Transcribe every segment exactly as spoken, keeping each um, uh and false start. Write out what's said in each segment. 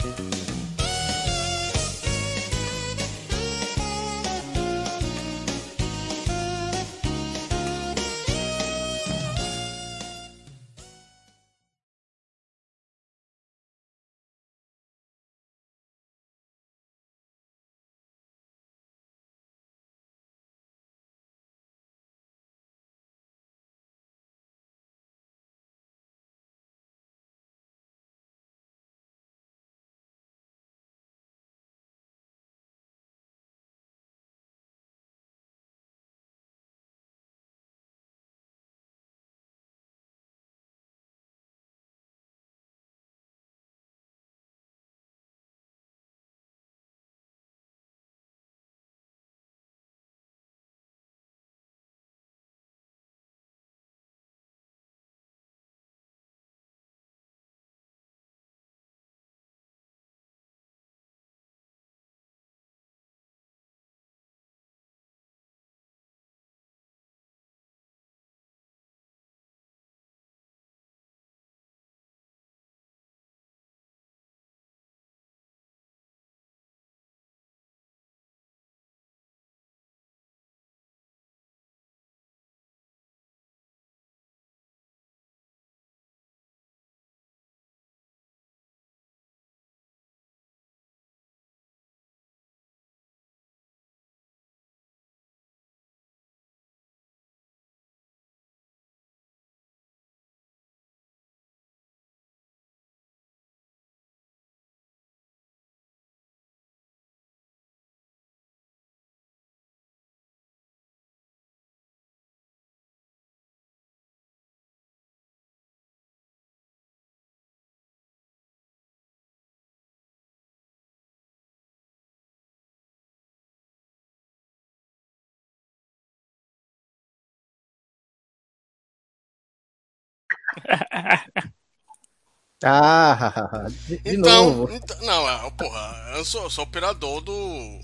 Ah, de, de Então, novo. então não, é, porra, eu sou, sou operador do.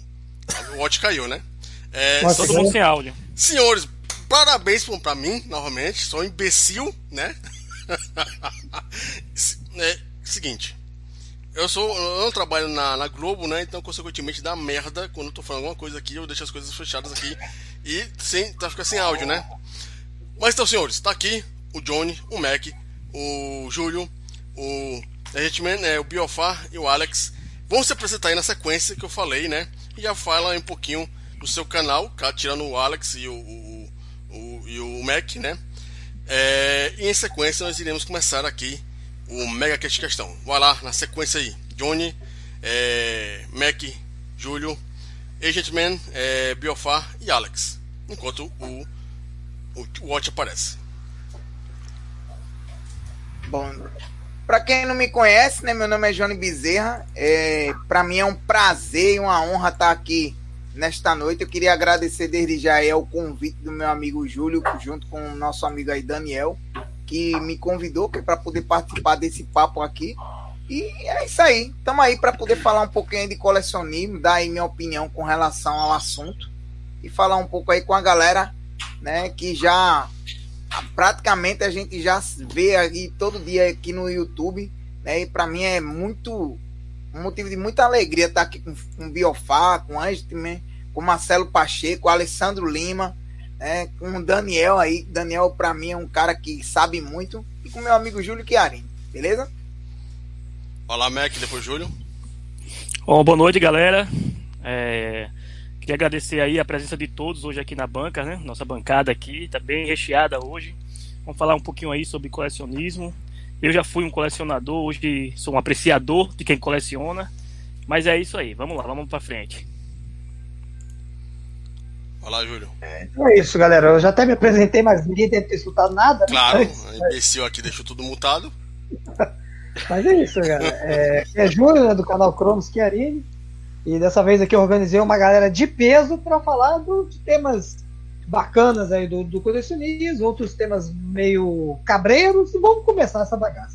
O watch caiu, né? É, Nossa, Todo mundo cara. sem áudio. senhores, parabéns pra pra mim, novamente. Sou um imbecil, né? É, seguinte, eu sou. Eu não trabalho na, na Globo, né? Então, consequentemente, dá merda quando eu tô falando alguma coisa aqui, eu deixo as coisas fechadas aqui e sem, tá ficar sem áudio, né? Mas então, senhores, tá aqui o Johnny, o Mac, o Júlio, o Hitman, é, o Biofar e o Alex. Vão se apresentar aí na sequência que eu falei, né? E já fala aí um pouquinho do seu canal, tirando o Alex e o, o, o, e o Mac, né? É, e em sequência nós iremos começar aqui o Mega Cast Questão. Vai lá na sequência aí: Johnny, é, Mac, Júlio, Agent Man, é, Biofar e Alex. Enquanto o, o Watch aparece. Bom, para quem não me conhece, né, meu nome é Johnny Bezerra. É, para mim é um prazer e uma honra estar aqui nesta noite. Eu queria agradecer desde já é, o convite do meu amigo Júlio, junto com o nosso amigo aí Daniel, que me convidou para poder participar desse papo aqui. E é isso aí. Estamos aí para poder falar um pouquinho de colecionismo, dar aí minha opinião com relação ao assunto e falar um pouco aí com a galera, né, que já praticamente a gente já vê aí todo dia aqui no YouTube, né? E para mim é muito um motivo de muita alegria estar aqui com, com o Biofá, com o Angelman, com o Marcelo Pacheco, com o Alessandro Lima, né? Com o Daniel aí. Daniel para mim é um cara que sabe muito, e com meu amigo Júlio Chiarini, beleza? Olá, Mac, depois Júlio. Bom, boa noite, galera. É... Queria agradecer aí a presença de todos hoje aqui na banca, né? Nossa bancada aqui tá bem recheada hoje. Vamos falar um pouquinho aí sobre colecionismo. Eu já fui um colecionador, hoje sou um apreciador de quem coleciona. Mas é isso aí, vamos lá, vamos pra frente. Olá, Júlio. É isso, galera. Eu já até me apresentei, mas ninguém deve ter escutado nada. Claro, Né? o imbecil aqui deixou tudo mutado. Mas é isso, galera. É, é Júlio, né, do canal Cronos Chiarini. E dessa vez aqui eu organizei uma galera de peso para falar do, de temas bacanas aí do, do colecionismo, outros temas meio cabreiros, e vamos começar essa bagaça.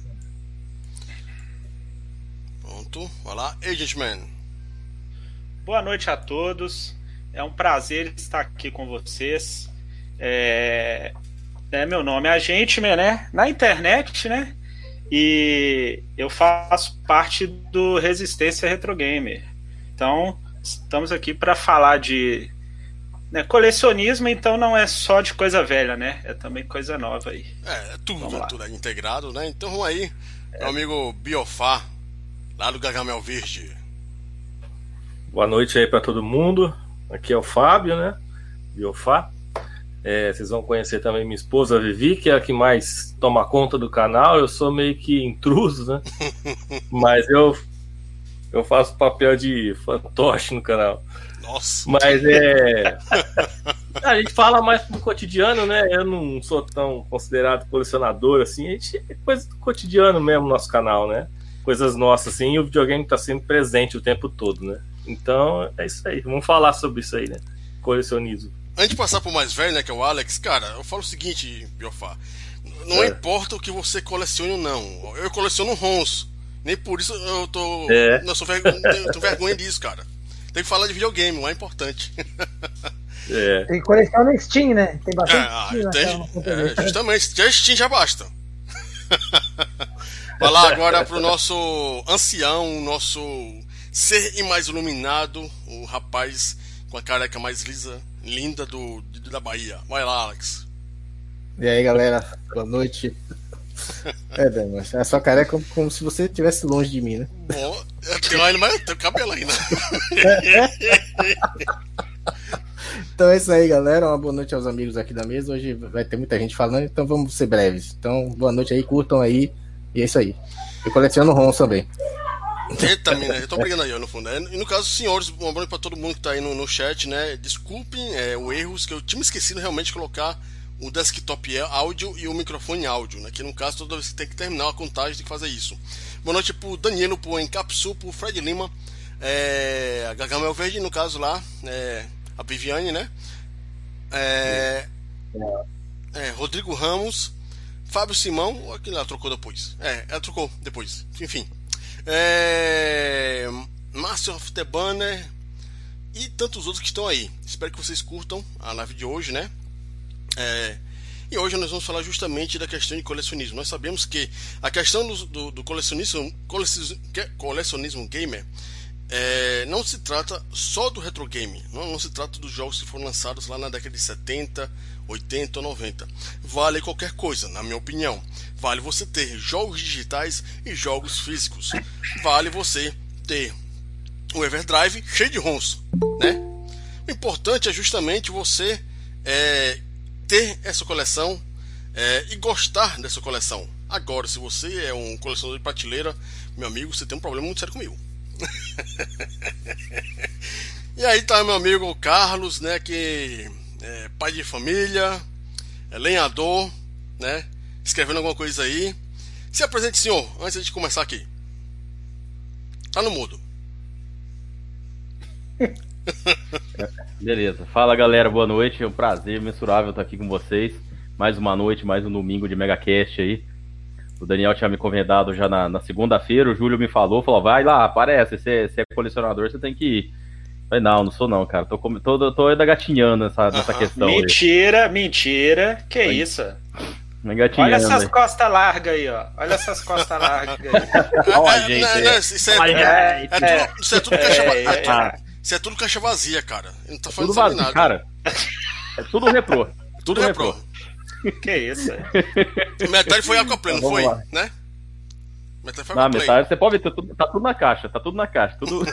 Pronto, vai lá, Agent Man. Boa noite a todos, é um prazer estar aqui com vocês. É, é, meu nome é Agent Man, né? Na internet, né? e eu faço parte do Resistência Retro Gamer. Então, estamos aqui para falar de, né, colecionismo, então não é só de coisa velha, né? É também coisa nova aí. É, é tudo, é tudo é integrado, né? Então vamos aí, é. Meu amigo Biofá, lá do Gargamel Verde. Boa noite aí para todo mundo. Aqui é o Fábio, né? Biofá. É, vocês vão conhecer também minha esposa Vivi, que é a que mais toma conta do canal. Eu sou meio que intruso, né? Mas eu, eu faço papel de fantoche no canal. Nossa! Mas é. A gente fala mais do cotidiano, né? Eu não sou tão considerado colecionador assim. A gente é coisa do cotidiano mesmo no nosso canal, né? Coisas nossas, assim. E o videogame tá sempre presente o tempo todo, né? Então é isso aí. Vamos falar sobre isso aí, né? Colecionismo. Antes de passar pro mais velho, né, que é o Alex, cara, eu falo o seguinte, Biofá. Não é. importa o que você colecione ou não. Eu coleciono ROMs. Nem por isso eu tô. É. Não, eu sou ver... eu tô vergonha disso, cara. Tem que falar de videogame, não é importante. É. Tem que colecionar Steam, né? Tem bastante é, ah, Steam. Tem... É, justamente, já Steam já basta. Vai lá agora pro nosso ancião, nosso ser e mais iluminado, o rapaz com a careca mais lisa, linda do, da Bahia. Vai lá, Alex. E aí, galera, boa noite. É, Daniel, é só careca como, como se você estivesse longe de mim, né? Bom, eu tenho ainda, mas eu tenho cabelo ainda. Então é isso aí, galera. Uma boa noite aos amigos aqui da mesa. Hoje vai ter muita gente falando, então vamos ser breves. Então, boa noite aí, curtam aí. E é isso aí. Eu coleciono ROMs também. Eita, mina, eu tô brigando aí, ó, no fundo. E no caso, senhores, um abraço pra todo mundo que tá aí no, no chat, né? Desculpem é, o erros que eu tinha esquecido realmente de colocar o desktop áudio e o microfone áudio, né? Que no caso, toda vez que tem que terminar a contagem, tem que fazer isso. Boa noite pro Danilo, pro Encapsu, pro Fred Lima, é, a Gargamel Verde, no caso lá, é, a Viviane, né? É, é, Rodrigo Ramos, Fábio Simão, aqui ela trocou depois. É, ela trocou depois, enfim. É, Master of the Banner e tantos outros que estão aí. Espero que vocês curtam a live de hoje, né? É, e hoje nós vamos falar justamente da questão de colecionismo. Nós sabemos que a questão do, do, do colecionismo, colecionismo, colecionismo gamer é, não se trata só do retro game, não, não se trata dos jogos que foram lançados lá na década de setenta, oitenta ou noventa. Vale qualquer coisa, na minha opinião. Vale você ter jogos digitais e jogos físicos. Vale você ter o Everdrive cheio de ROMs, né? O importante é justamente você é, ter essa coleção é, e gostar dessa coleção. Agora, se você é um colecionador de prateleira, meu amigo, você tem um problema muito sério comigo. E aí tá meu amigo Carlos, né, que é pai de família, é lenhador, né, escrevendo alguma coisa aí. Se apresente, senhor, antes de começar aqui. Tá no mudo. Beleza, fala galera, boa noite, é um prazer mensurável estar aqui com vocês. Mais uma noite, mais um domingo de MegaCast aí. O Daniel tinha me convidado já na, na segunda-feira, o Júlio me falou, falou, vai lá, aparece, você, você é colecionador, você tem que ir. Eu falei, não, não sou não, cara, tô, tô, tô ainda gatinhando nessa, nessa uh-huh. questão. Mentira, aí. mentira, que Aí. isso? Olha essas aí. costas largas aí, ó. Olha essas costas largas aí. Olha a gente não, aí. não, isso é, Olha, é, é, é, tudo, isso é tudo caixa é, vazia. é. Isso é tudo caixa vazia, cara. Não tá Tudo falando vazio, nada. cara. É tudo retrô. Tudo, Tudo reprô. retrô. Que isso? Metade foi Aquaplay, não Vamos foi? lá. Né? Metade foi Na Aquaplay. metade, você pode ver, tá tudo, tá tudo na caixa, tá tudo na caixa, tudo...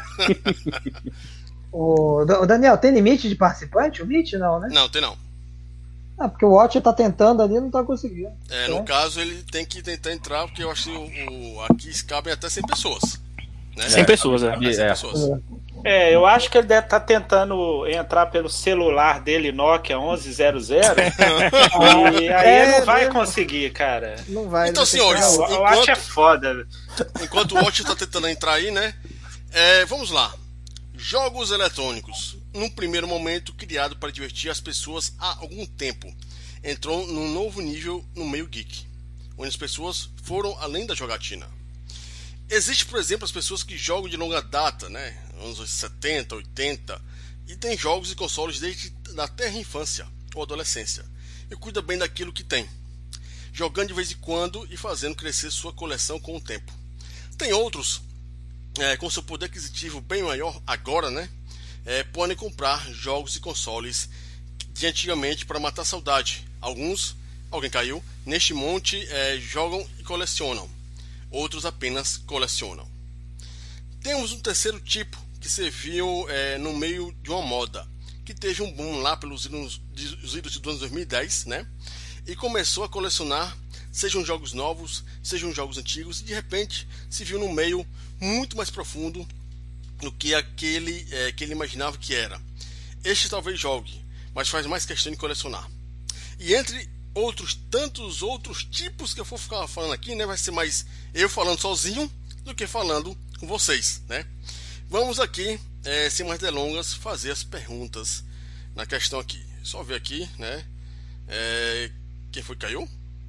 O, o Daniel, tem limite de participante? O Meet não, né? Não, tem não. Ah, porque o Watch tá tentando ali e não tá conseguindo. É, no É. caso, ele tem que tentar entrar, porque eu acho que o, o, aqui cabem até cem pessoas. Né? cem pessoas, é. Até cem É. pessoas. É, eu acho que ele deve estar tentando entrar pelo celular dele, Nokia onze zero zero. E aí É, ele não vai mesmo. conseguir, cara. Não vai. Então, vai ter que senhores, pegar O outro. o Watch é enquanto- foda. Enquanto o Watch tá tentando entrar aí, né? É, vamos lá. Jogos eletrônicos. Num primeiro momento, criado para divertir as pessoas há algum tempo, entrou num novo nível no meio geek, onde as pessoas foram além da jogatina. Existe, por exemplo, as pessoas que jogam de longa data, né? Anos setenta, oitenta, e tem jogos e consoles desde a terra infância ou adolescência, e cuida bem daquilo que tem. jogando de vez em quando e fazendo crescer sua coleção com o tempo. Tem outros, é, com seu poder aquisitivo bem maior agora, né? É, podem comprar jogos e consoles de antigamente para matar saudade. Alguns, alguém caiu, neste monte é, jogam e colecionam. Outros apenas colecionam. Temos um terceiro tipo que serviu é, no meio de uma moda, que teve um boom lá pelos idos de dois mil e dez, né? E começou a colecionar, sejam jogos novos, sejam jogos antigos, e de repente se viu num meio muito mais profundo do que aquele é, que ele imaginava que era. Este talvez jogue, mas faz mais questão de colecionar. E entre outros tantos outros tipos que eu for ficar falando aqui, né, vai ser mais eu falando sozinho do que falando com vocês, né? Vamos aqui, é, sem mais delongas, fazer as perguntas na questão aqui. Só ver aqui, né? É, quem foi que caiu?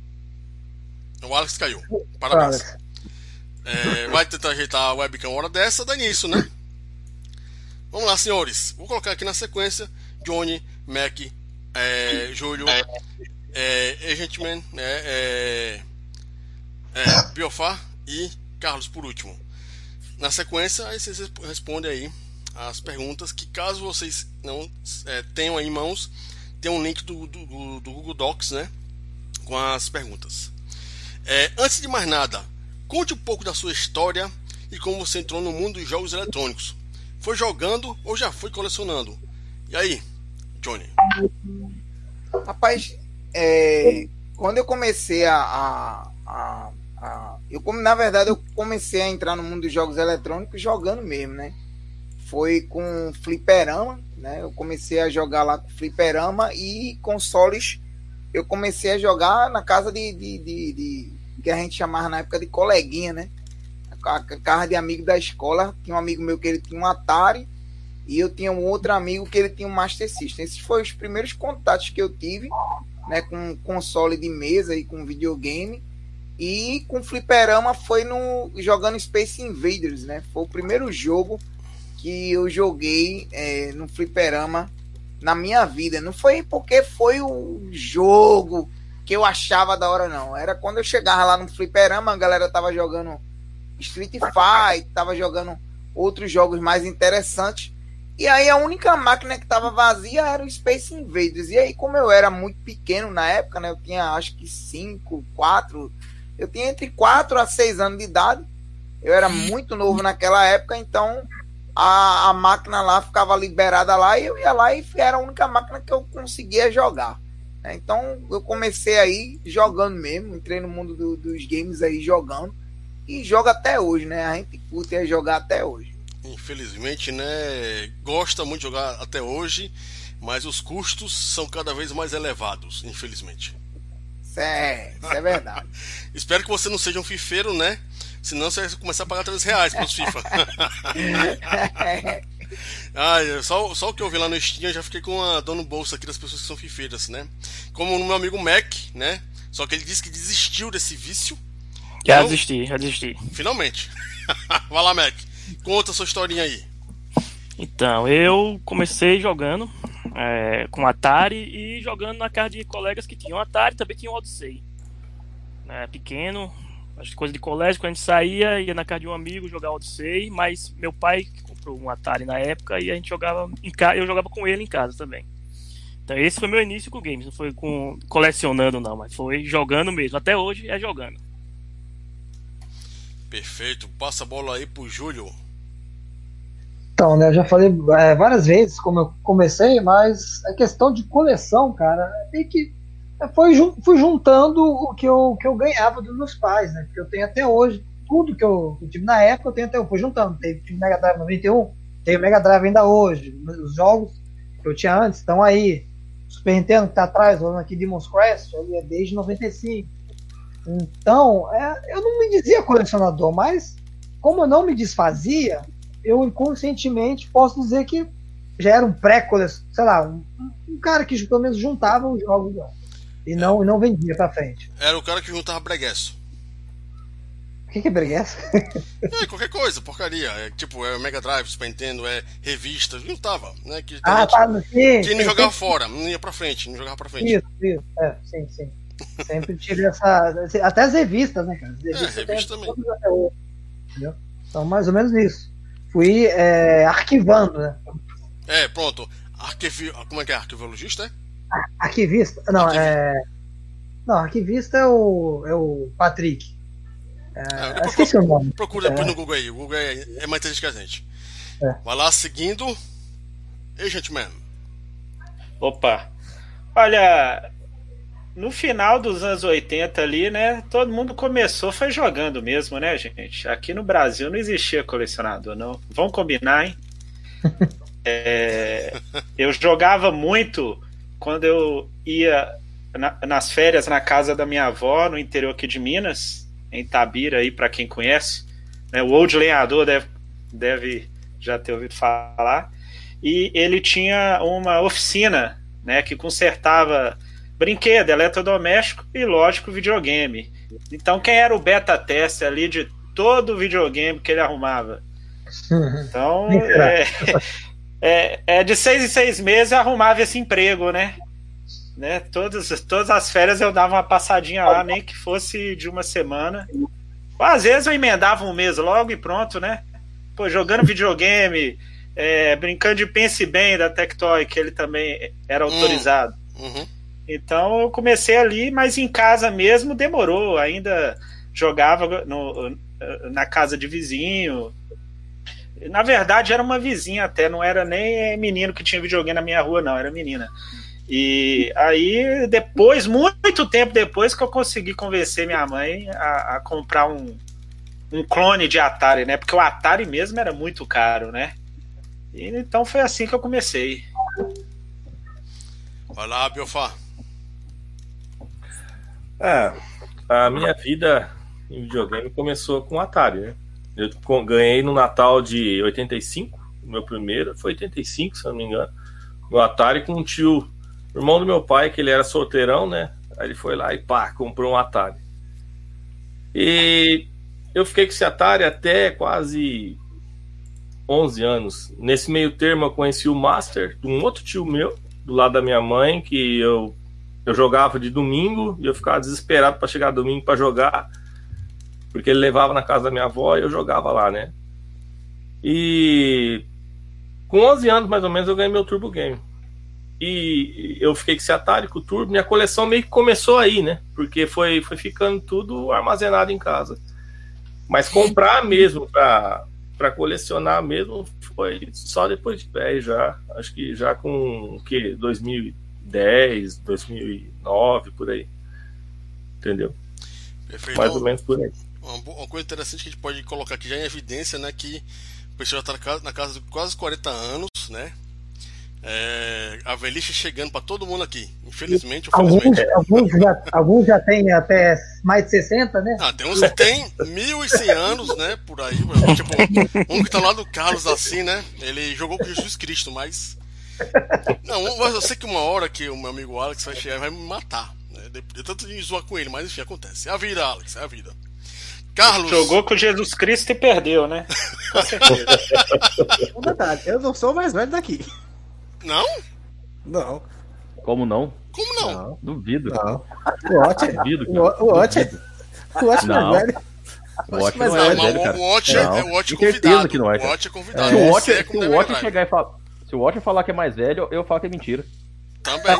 O Alex caiu. Parabéns. É, vai tentar ajeitar a webcam uma hora dessa, dá nisso, né? Vamos lá, senhores. Vou colocar aqui na sequência Johnny, Mac, é, Júlio, é, Agentman, né, é, é, Biofá e Carlos por último. Na sequência, aí vocês respondem aí as perguntas, que caso vocês não é, tenham aí em mãos, tem um link do, do, do Google Docs, né, com as perguntas. É, antes de mais nada, conte um pouco da sua história e como você entrou no mundo dos jogos eletrônicos. Foi jogando ou já foi colecionando? E aí, Johnny? Rapaz, é, quando eu comecei a, a, a, a eu como na verdade eu comecei a entrar no mundo dos jogos eletrônicos jogando mesmo, né? Foi com fliperama, né? Eu comecei a jogar lá com fliperama e consoles. Eu comecei a jogar na casa de, de, de, de que a gente chamava na época de coleguinha, né? A casa de amigo da escola. Tinha um amigo meu que ele tinha um Atari e eu tinha um outro amigo que ele tinha um Master System. Esses foram os primeiros contatos que eu tive, né, com console de mesa e com videogame. E com fliperama foi no jogando Space Invaders, né? Foi o primeiro jogo que eu joguei é, no fliperama na minha vida. Não foi porque foi o jogo que eu achava da hora, não. Era quando eu chegava lá no fliperama, a galera tava jogando Street Fighter, tava jogando outros jogos mais interessantes. E aí a única máquina que tava vazia era o Space Invaders. E aí, como eu era muito pequeno na época, né? Eu tinha acho que cinco, quatro... Eu tinha entre quatro a seis anos de idade. Eu era muito novo naquela época, então a, a máquina lá ficava liberada lá e eu ia lá e era a única máquina que eu conseguia jogar. Né? Então eu comecei aí jogando mesmo, entrei no mundo do, dos games aí jogando e jogo até hoje, né? A gente curte jogar até hoje. Infelizmente, né? Gosta muito de jogar até hoje, mas os custos são cada vez mais elevados, infelizmente. Isso é, isso é verdade. Espero que você não seja um fifeiro, né? Senão você vai começar a pagar três reais pelos FIFA. Ah, só, só o que eu vi lá no Steam, eu já fiquei com a dor no bolso aqui das pessoas que são fifeiras, né? Como o meu amigo Mac, né? Só que ele disse que desistiu desse vício. Já então, desisti, já desisti. Finalmente. Vai lá, Mac. Conta a sua historinha aí. Então, eu comecei jogando é, com Atari e jogando na casa de colegas que tinham Atari, também tinha o Odyssey. É, pequeno, acho que coisa de colégio, quando a gente saía, ia na casa de um amigo jogar Odyssey, mas meu pai comprou um Atari na época e a gente jogava em casa, eu jogava com ele em casa também. Então esse foi meu início com games, não foi com colecionando não, mas foi jogando mesmo. Até hoje é jogando. Perfeito, passa a bola aí pro Júlio. Então, né, eu já falei é, várias vezes como eu comecei, mas a questão de coleção, cara, tem que foi fui juntando o que eu, que eu ganhava dos meus pais, né? Porque eu tenho até hoje tudo que eu, que eu tive na época, eu tenho até eu fui juntando. Teve, tive Mega Drive noventa e um, tenho Mega Drive ainda hoje. Os jogos que eu tinha antes estão aí. Super Nintendo que tá atrás, rolando aqui Demon's Crest, ali é desde noventa e cinco. Então, é, eu não me dizia colecionador, mas como eu não me desfazia, eu inconscientemente posso dizer que já era um pré-colecionador, sei lá, um, um cara que pelo menos juntava os jogos lá, e não, é. não vendia pra frente. Era o cara que juntava breguesso. O que, que é breguesso? É, qualquer coisa, porcaria. É, tipo, é Mega Drive, Super Nintendo, é revista, juntava, né? Que, ah, gente, tá, sim, que sim, não jogava sim. fora, não ia pra frente, não jogava pra frente. Isso, isso, é, sim, sim. Sempre tive essa. Até as revistas, né, cara? As revistas É, revista também. todas até hoje, entendeu? Então, mais ou menos isso. Fui é, arquivando, né? É, pronto. Arquivi... Como é que é? Arquivologista, é? Arquivista? Não, Arquivista. é. Não, arquivista é o, é o Patrick. É, É, eu esqueci o nome. Procura depois É. no Google aí. O Google é, é mais inteligente que a gente. É. Vai lá seguindo. Agent Man. Opa. Olha, no final dos anos oitenta ali, né? Todo mundo começou, foi jogando mesmo, né, gente? Aqui no Brasil não existia colecionador, não. Vamos combinar, hein? É, eu jogava muito quando eu ia na, nas férias na casa da minha avó, no interior aqui de Minas, em Tabira, aí, para quem conhece. Né, o Old Lenhador deve, deve já ter ouvido falar. E ele tinha uma oficina, né, que consertava brinquedo, eletrodoméstico e, lógico, videogame. Então, quem era o beta tester ali de todo o videogame que ele arrumava? Então, é, é, é de seis em seis meses eu arrumava esse emprego, né? né? Todas, todas as férias eu dava uma passadinha lá, nem que fosse de uma semana. Às vezes eu emendava um mês logo e pronto, né? Pô, jogando videogame, é, brincando de Pense Bem da Tectoy, que ele também era autorizado. Uhum. Então eu comecei ali, mas em casa mesmo demorou. Ainda jogava no, na casa de vizinho. Na verdade era uma vizinha até, não era nem menino que tinha videogame na minha rua, não, era menina. E aí depois, muito tempo depois, que eu consegui convencer minha mãe a, a comprar um, um clone de Atari, né? Porque o Atari mesmo era muito caro, né? E, então foi assim que eu comecei. Vai lá, Biofá. É, a minha vida em videogame começou com o Atari, né? Eu ganhei no Natal de oitenta e cinco, o meu primeiro, foi oitenta e cinco, se eu não me engano, no Atari com um tio, irmão do meu pai, que ele era solteirão, né? Aí ele foi lá e pá, comprou um Atari. E eu fiquei com esse Atari até quase onze anos. Nesse meio termo eu conheci o Master de um outro tio meu, do lado da minha mãe, que eu, eu jogava de domingo e eu ficava desesperado para chegar domingo para jogar, porque ele levava na casa da minha avó e eu jogava lá, né? E com onze anos mais ou menos eu ganhei meu Turbo Game. E eu fiquei com esse Atari, com o Turbo, minha coleção meio que começou aí, né? Porque foi, foi ficando tudo armazenado em casa. Mas comprar mesmo pra, pra colecionar mesmo foi só depois de velho já. Acho que já com o quê? dois mil e dez, dois mil e nove, por aí. Entendeu? Perfeito. Mais ou menos por aí. Uma, uma coisa interessante que a gente pode colocar aqui já em evidência, né? Que o pessoal já está na casa de quase quarenta anos, né? É, a velhice chegando para todo mundo aqui, infelizmente ou alguns, felizmente. Alguns já, alguns já têm até mais de sessenta, né? Ah, tem uns que tem mil e cem anos, né? Por aí. Tipo, um que tá lá do Carlos assim, né? Ele jogou com Jesus Cristo, mas. Não, eu sei que uma hora que o meu amigo Alex vai chegar e vai me matar. Né? Eu tanto de zoar com ele, mas enfim, acontece. É a vida, Alex, é a vida. Carlos. Jogou com Jesus Cristo e perdeu, né? Com certeza. Um detalhe, eu não sou o mais velho daqui. Não? Não. Como não? Como não? Não. Duvido. Não. O Watch é. Duvido, O o Watch é. O Watch Não. mais velho. O Watch Mas não Não, é mas velho, o cara. o Watch, Não. é, o Watch é Tenho certeza convidado. que não é, O cara. Watch é convidado. Se o Watch, Você é se como o Mega Watch Drive. chegar e falar, se o Watch falar que é mais velho, eu falo que é mentira. Também.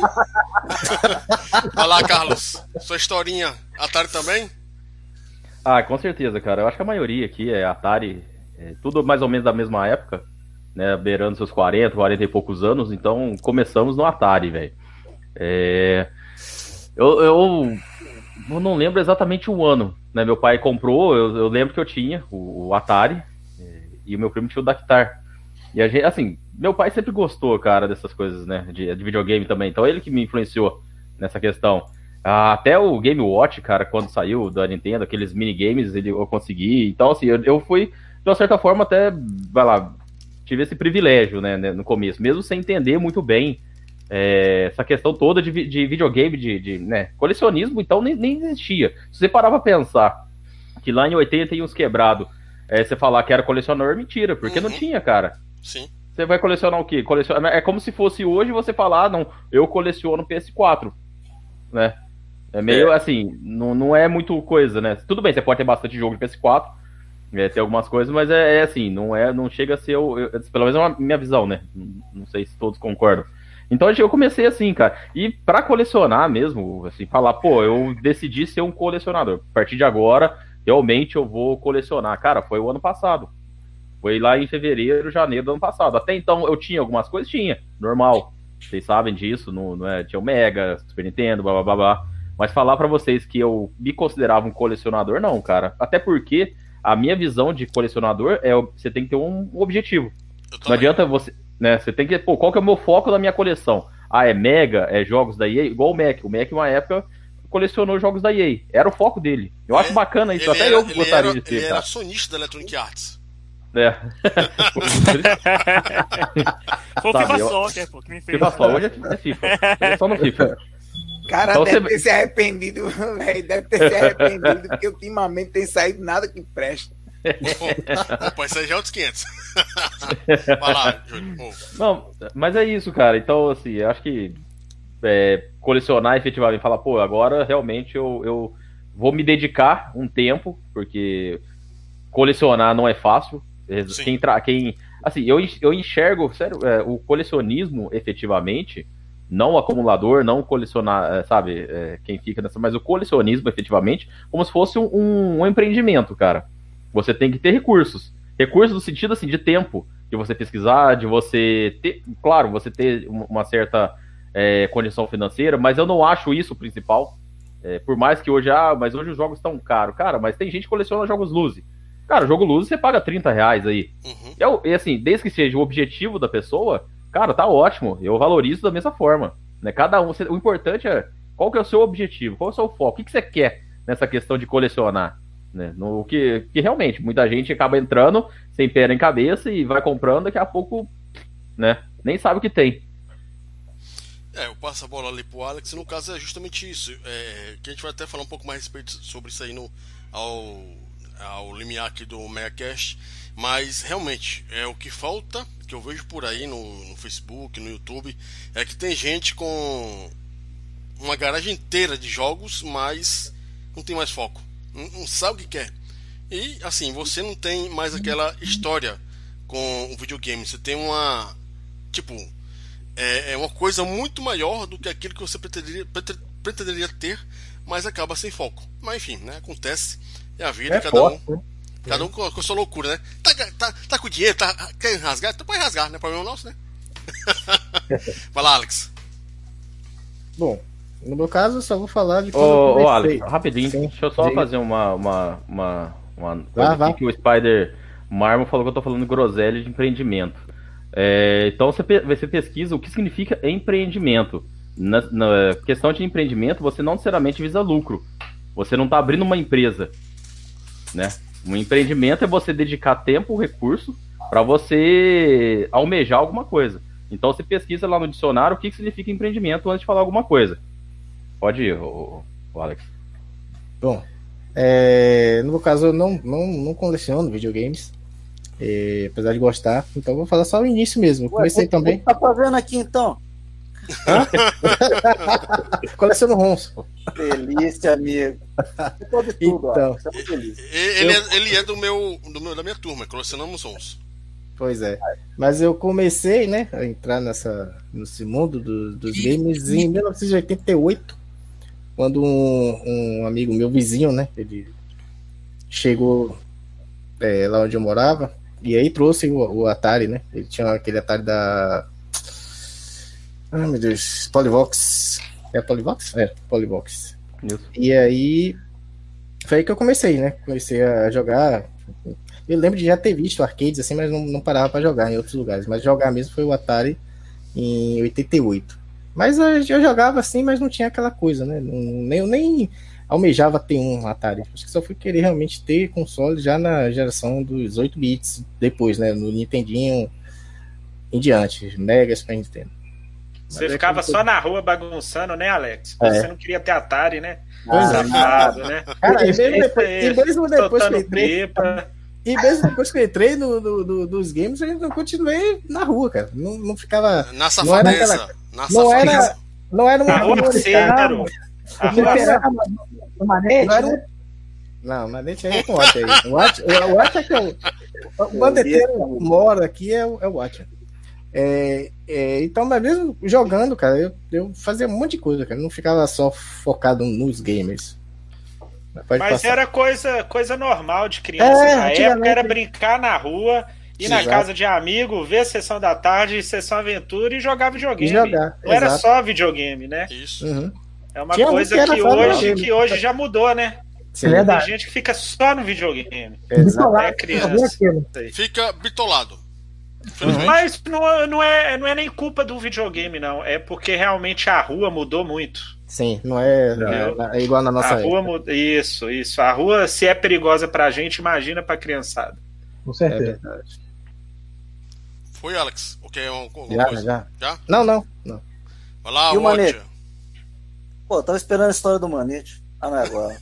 Vai lá, Carlos. Sua historinha. Atari também? Ah, com certeza, cara. Eu acho que a maioria aqui é Atari, é tudo mais ou menos da mesma época, né? Beirando seus quarenta, quarenta e poucos anos, então começamos no Atari, velho. É... Eu, eu, eu não lembro exatamente o ano, né? Meu pai comprou, eu, eu lembro que eu tinha o, o Atari, é, e o meu primo tinha o Dactar. E a gente, assim, meu pai sempre gostou, cara, dessas coisas, né? De, de videogame também, então ele que me influenciou nessa questão. Ah, até o Game Watch, cara, quando saiu da Nintendo, aqueles minigames, ele, eu consegui. Então, assim, eu, eu fui, de uma certa forma, até, vai lá, tive esse privilégio, né, no começo, mesmo sem entender muito bem é, essa questão toda de, de videogame, de, de né, colecionismo, então nem, nem existia. Se você parar pra pensar que lá em oitenta e uns quebrado, é, você falar que era colecionador, mentira, porque Uhum. não tinha, cara. Sim. Você vai colecionar o quê? Coleciona... É como se fosse hoje você falar, ah, não, eu coleciono P S quatro, né? É meio É. assim, não, não é muito coisa, né? Tudo bem, você pode ter bastante jogo de P S quatro, é, ter algumas coisas, mas é, é assim, não é, não chega a ser, o, eu, pelo menos é uma minha visão, né? Não, não sei se todos concordam. Então eu comecei assim, cara. E pra colecionar mesmo, assim, falar, pô, eu decidi ser um colecionador. A partir de agora, realmente eu vou colecionar. Cara, foi o ano passado. Foi lá em fevereiro, janeiro do ano passado. Até então eu tinha algumas coisas, tinha, normal. Vocês sabem disso, não, não é? Tinha o Mega, Super Nintendo, blá blá blá blá. Mas falar pra vocês que eu me considerava um colecionador, não, cara. Até porque a minha visão de colecionador é você tem que ter um objetivo. Não adianta você, né? Você tem que, pô, qual que é o meu foco da minha coleção? Ah, é Mega, é jogos da E A, igual o Mac. O Mac, uma época, colecionou jogos da E A. Era o foco dele. Eu acho bacana isso, Ele até era, eu gostaria ele era, de ter. Ele cara. era sonista da Electronic Arts. É. Foi o Sabe, FIFA eu- Soccer, pô, que me fez. FIFA só, hoje é FIFA. Hoje é só no FIFA. Cara, Então deve você- ter se arrependido, velho. Deve ter se arrependido, porque ultimamente tem saído nada que presta. Opa, isso aí já é outros quinhentos. Vai lá, Júlio. Ô, Não, mas é isso, cara. Então, assim, eu acho que é, colecionar efetivamente, falar, pô, agora realmente eu, eu vou me dedicar um tempo, porque colecionar não é fácil. É, Sim. Quem, tra... quem assim, eu, en- eu enxergo, sério, é, o colecionismo efetivamente, não o acumulador, não colecionar, é, sabe, é, quem fica nessa, mas o colecionismo efetivamente, como se fosse um, um- um empreendimento, cara. Você tem que ter recursos. Recursos no sentido, assim, de tempo, de você pesquisar, de você ter, claro, você ter uma uma certa é, condição financeira, mas eu não acho isso o principal. É, por mais que hoje, ah, mas hoje os jogos estão caros. Cara, mas tem gente que coleciona jogos Luzi. Cara, o jogo Luzi você paga trinta reais aí. uhum. E, eu- e assim, desde que seja o objetivo da pessoa, cara, tá ótimo. Eu valorizo da mesma forma. Né? Cada um, você- o importante é qual que é o seu objetivo, qual é o seu foco, o que, que você quer nessa questão de colecionar. Né? No que, que realmente, muita gente acaba entrando sem pé nem cabeça e vai comprando, daqui a pouco, né, nem sabe o que tem. É, eu passo a bola ali pro Alex, e no caso é justamente isso. É, que a gente vai até falar um pouco mais a respeito sobre isso aí no, ao, ao limiar aqui do MegaCast. Mas realmente, é o que falta, que eu vejo por aí no, no Facebook, no YouTube, é que tem gente com uma garagem inteira de jogos, mas não tem mais foco. Não, não sabe o que quer. E assim, você não tem mais aquela história com o videogame. Você tem uma. Tipo. É, é uma coisa muito maior do que aquilo que você pretenderia, prete- pretenderia ter, mas acaba sem foco. Mas enfim, né? Acontece. É a vida, É cada foco, um. né? Cada um com, com a sua loucura, né? Tá, tá, tá com dinheiro, tá, quer rasgar? Então pode rasgar, não é problema nosso, né? Vai lá, Alex. Bom, no meu caso, eu só vou falar de Ô, quando eu ô comecei. Alex, rapidinho, Sim, deixa eu só diga. fazer uma, uma, uma, uma coisa Vá, aqui vá. que o Spider Marmo falou que eu tô falando groselha de empreendimento. É, então você, pe- você pesquisa o que significa empreendimento. Na, na questão de empreendimento, você não necessariamente visa lucro. Você não está abrindo uma empresa, né? Um empreendimento é você dedicar tempo, recurso para você almejar alguma coisa. Então você pesquisa lá no dicionário o que que significa empreendimento antes de falar alguma coisa. Pode ir, ô, ô, Alex. Bom, é, no meu caso eu não, não, não coleciono videogames, é, apesar de gostar, então eu vou falar só o início mesmo. Eu comecei Ué, também. O que tá fazendo aqui então? Coleciono ROMs. pô. Delícia, amigo. Você pode tudo, Então. ó. Estamos felizes. E- Ele, é, ele é do meu, do meu, da minha turma, colecionamos sons. Pois é. Mas eu comecei, né, a entrar nessa, nesse mundo do- dos games em mil novecentos e oitenta e oito, quando um, um amigo meu, vizinho, né, ele chegou é, lá onde eu morava, e aí trouxe o, o Atari, né, ele tinha aquele Atari da... Ai, meu Deus, Polivox. É Polivox? É, Polivox. Isso. E aí foi aí que eu comecei, né? Comecei a jogar. Eu lembro de já ter visto arcades assim, mas não, não parava pra jogar em outros lugares. Mas jogar mesmo foi o Atari em oitenta e oito. Mas eu, eu jogava assim, mas não tinha aquela coisa, né? Não, nem, eu nem almejava ter um Atari. Acho que só fui querer realmente ter console já na geração dos oito bits, depois, né? No Nintendinho em diante, Mega, Super Nintendo. Você Mas é ficava que- só na rua bagunçando, né, Alex? É. Você não queria ter Atari, né? Pois é. Safado, né? Cara, e Isso mesmo depois, aí, e mesmo depois que eu soltando entrei, pipa. e mesmo depois que eu entrei no, no- no- nos games, eu ainda continuei na rua, cara. Não, não ficava. Na Não era safadeza. aquela- Na Não safadeza. era, não era uma Na rua comunidade. Cero. A Você rua- esperava no manete, Não era um- né? Não, mas nem tinha com o Watch aí. O Watch, o Watch é que é o. O bandeteiro mora aqui é o, é o Watch. É, é, então, mas mesmo jogando, cara, eu, eu fazia um monte de coisa, cara. Não ficava só focado nos gamers. Pode Mas passar. era coisa, coisa normal de criança É, na antigamente- época, era brincar na rua, ir na Exato. casa de amigo, ver a sessão da tarde, sessão aventura e jogar videogame. E jogar, Não era exato. só videogame, né? Isso. Uhum. É uma Tinha um coisa que era que, só hoje, videogame. que hoje já mudou, né? Sim, É verdade. Tem gente que fica só no videogame. exato. É criança. Aquilo. Fica bitolado. Uhum. Infelizmente. Mas não, não, é, não é nem culpa do videogame, não. É porque realmente a rua mudou muito. Sim, não é, Entendeu? é igual na nossa a rua época. muda. Isso, isso. A rua, se é perigosa pra gente, imagina pra criançada. Com É certeza. verdade. Foi, Alex? Ou quer um- alguma Já, coisa? já. Já? Não, não, não. Vai lá, E o Watch. Manete? Pô, tava esperando a história do Manete. Ah, não é agora.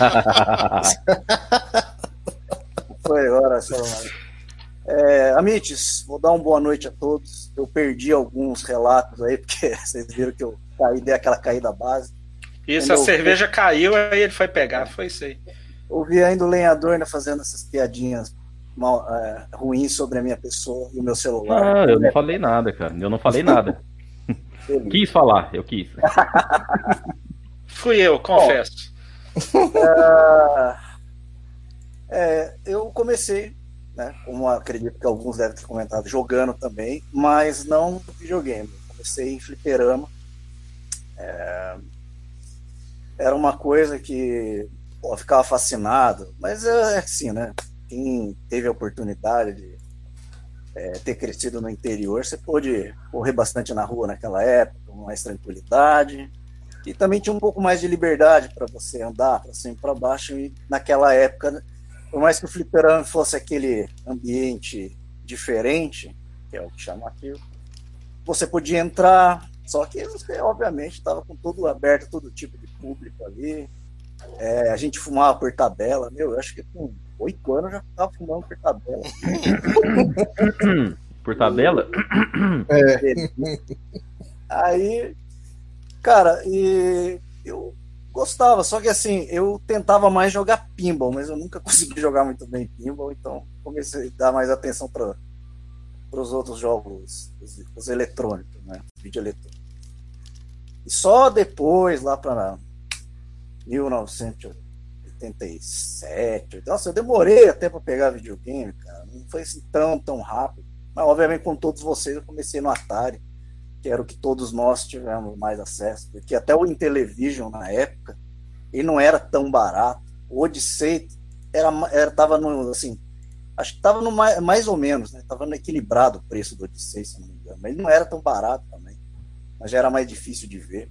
Foi agora a história do Manete. É, Amites, vou dar uma boa noite a todos. Eu perdi alguns relatos aí, porque vocês viram que eu caí, dei aquela caída base. Isso, Entendeu? a cerveja caiu, aí ele foi pegar. Foi isso aí. Ouvi ainda o lenhador ainda fazendo essas piadinhas mal, é, ruins sobre a minha pessoa e o meu celular. Ah, eu não falei nada, cara. Eu não falei nada. Quis falar, eu quis. Fui eu, confesso. Ah, é, eu comecei, né, como acredito que alguns devem ter comentado, jogando também, mas não videogame. Comecei em fliperama. É, era uma coisa que pô, eu ficava fascinado, mas é assim, né? Quem teve a oportunidade de é, ter crescido no interior, você pôde correr bastante na rua naquela época, com mais tranquilidade. E também tinha um pouco mais de liberdade para você andar para cima e para baixo. E naquela época, por mais que o fliperama fosse aquele ambiente diferente, que é o que chama aquilo, você podia entrar, só que você, obviamente, estava com tudo aberto, todo tipo de público ali. É, a gente fumava por tabela. Meu, eu acho que com oito anos eu já estava fumando por tabela. Por tabela? Aí, cara, e eu gostava, só que assim, eu tentava mais jogar pinball, mas eu nunca consegui jogar muito bem pinball, então comecei a dar mais atenção para os outros jogos, os, os eletrônicos, né? Vídeo eletrônico. E só depois, lá para mil novecentos e oitenta e sete, nossa, eu demorei até para pegar videogame, cara, não foi assim tão, tão rápido. Mas, obviamente, com todos vocês, eu comecei no Atari, que era o que todos nós tivemos mais acesso, porque até o Intellivision, na época, ele não era tão barato. O Odyssey era, era, tava no, assim, acho que estava no mais, mais ou menos, né? Tava no equilibrado o preço do Odyssey, se não me engano, mas ele não era tão barato também, mas já era mais difícil de ver.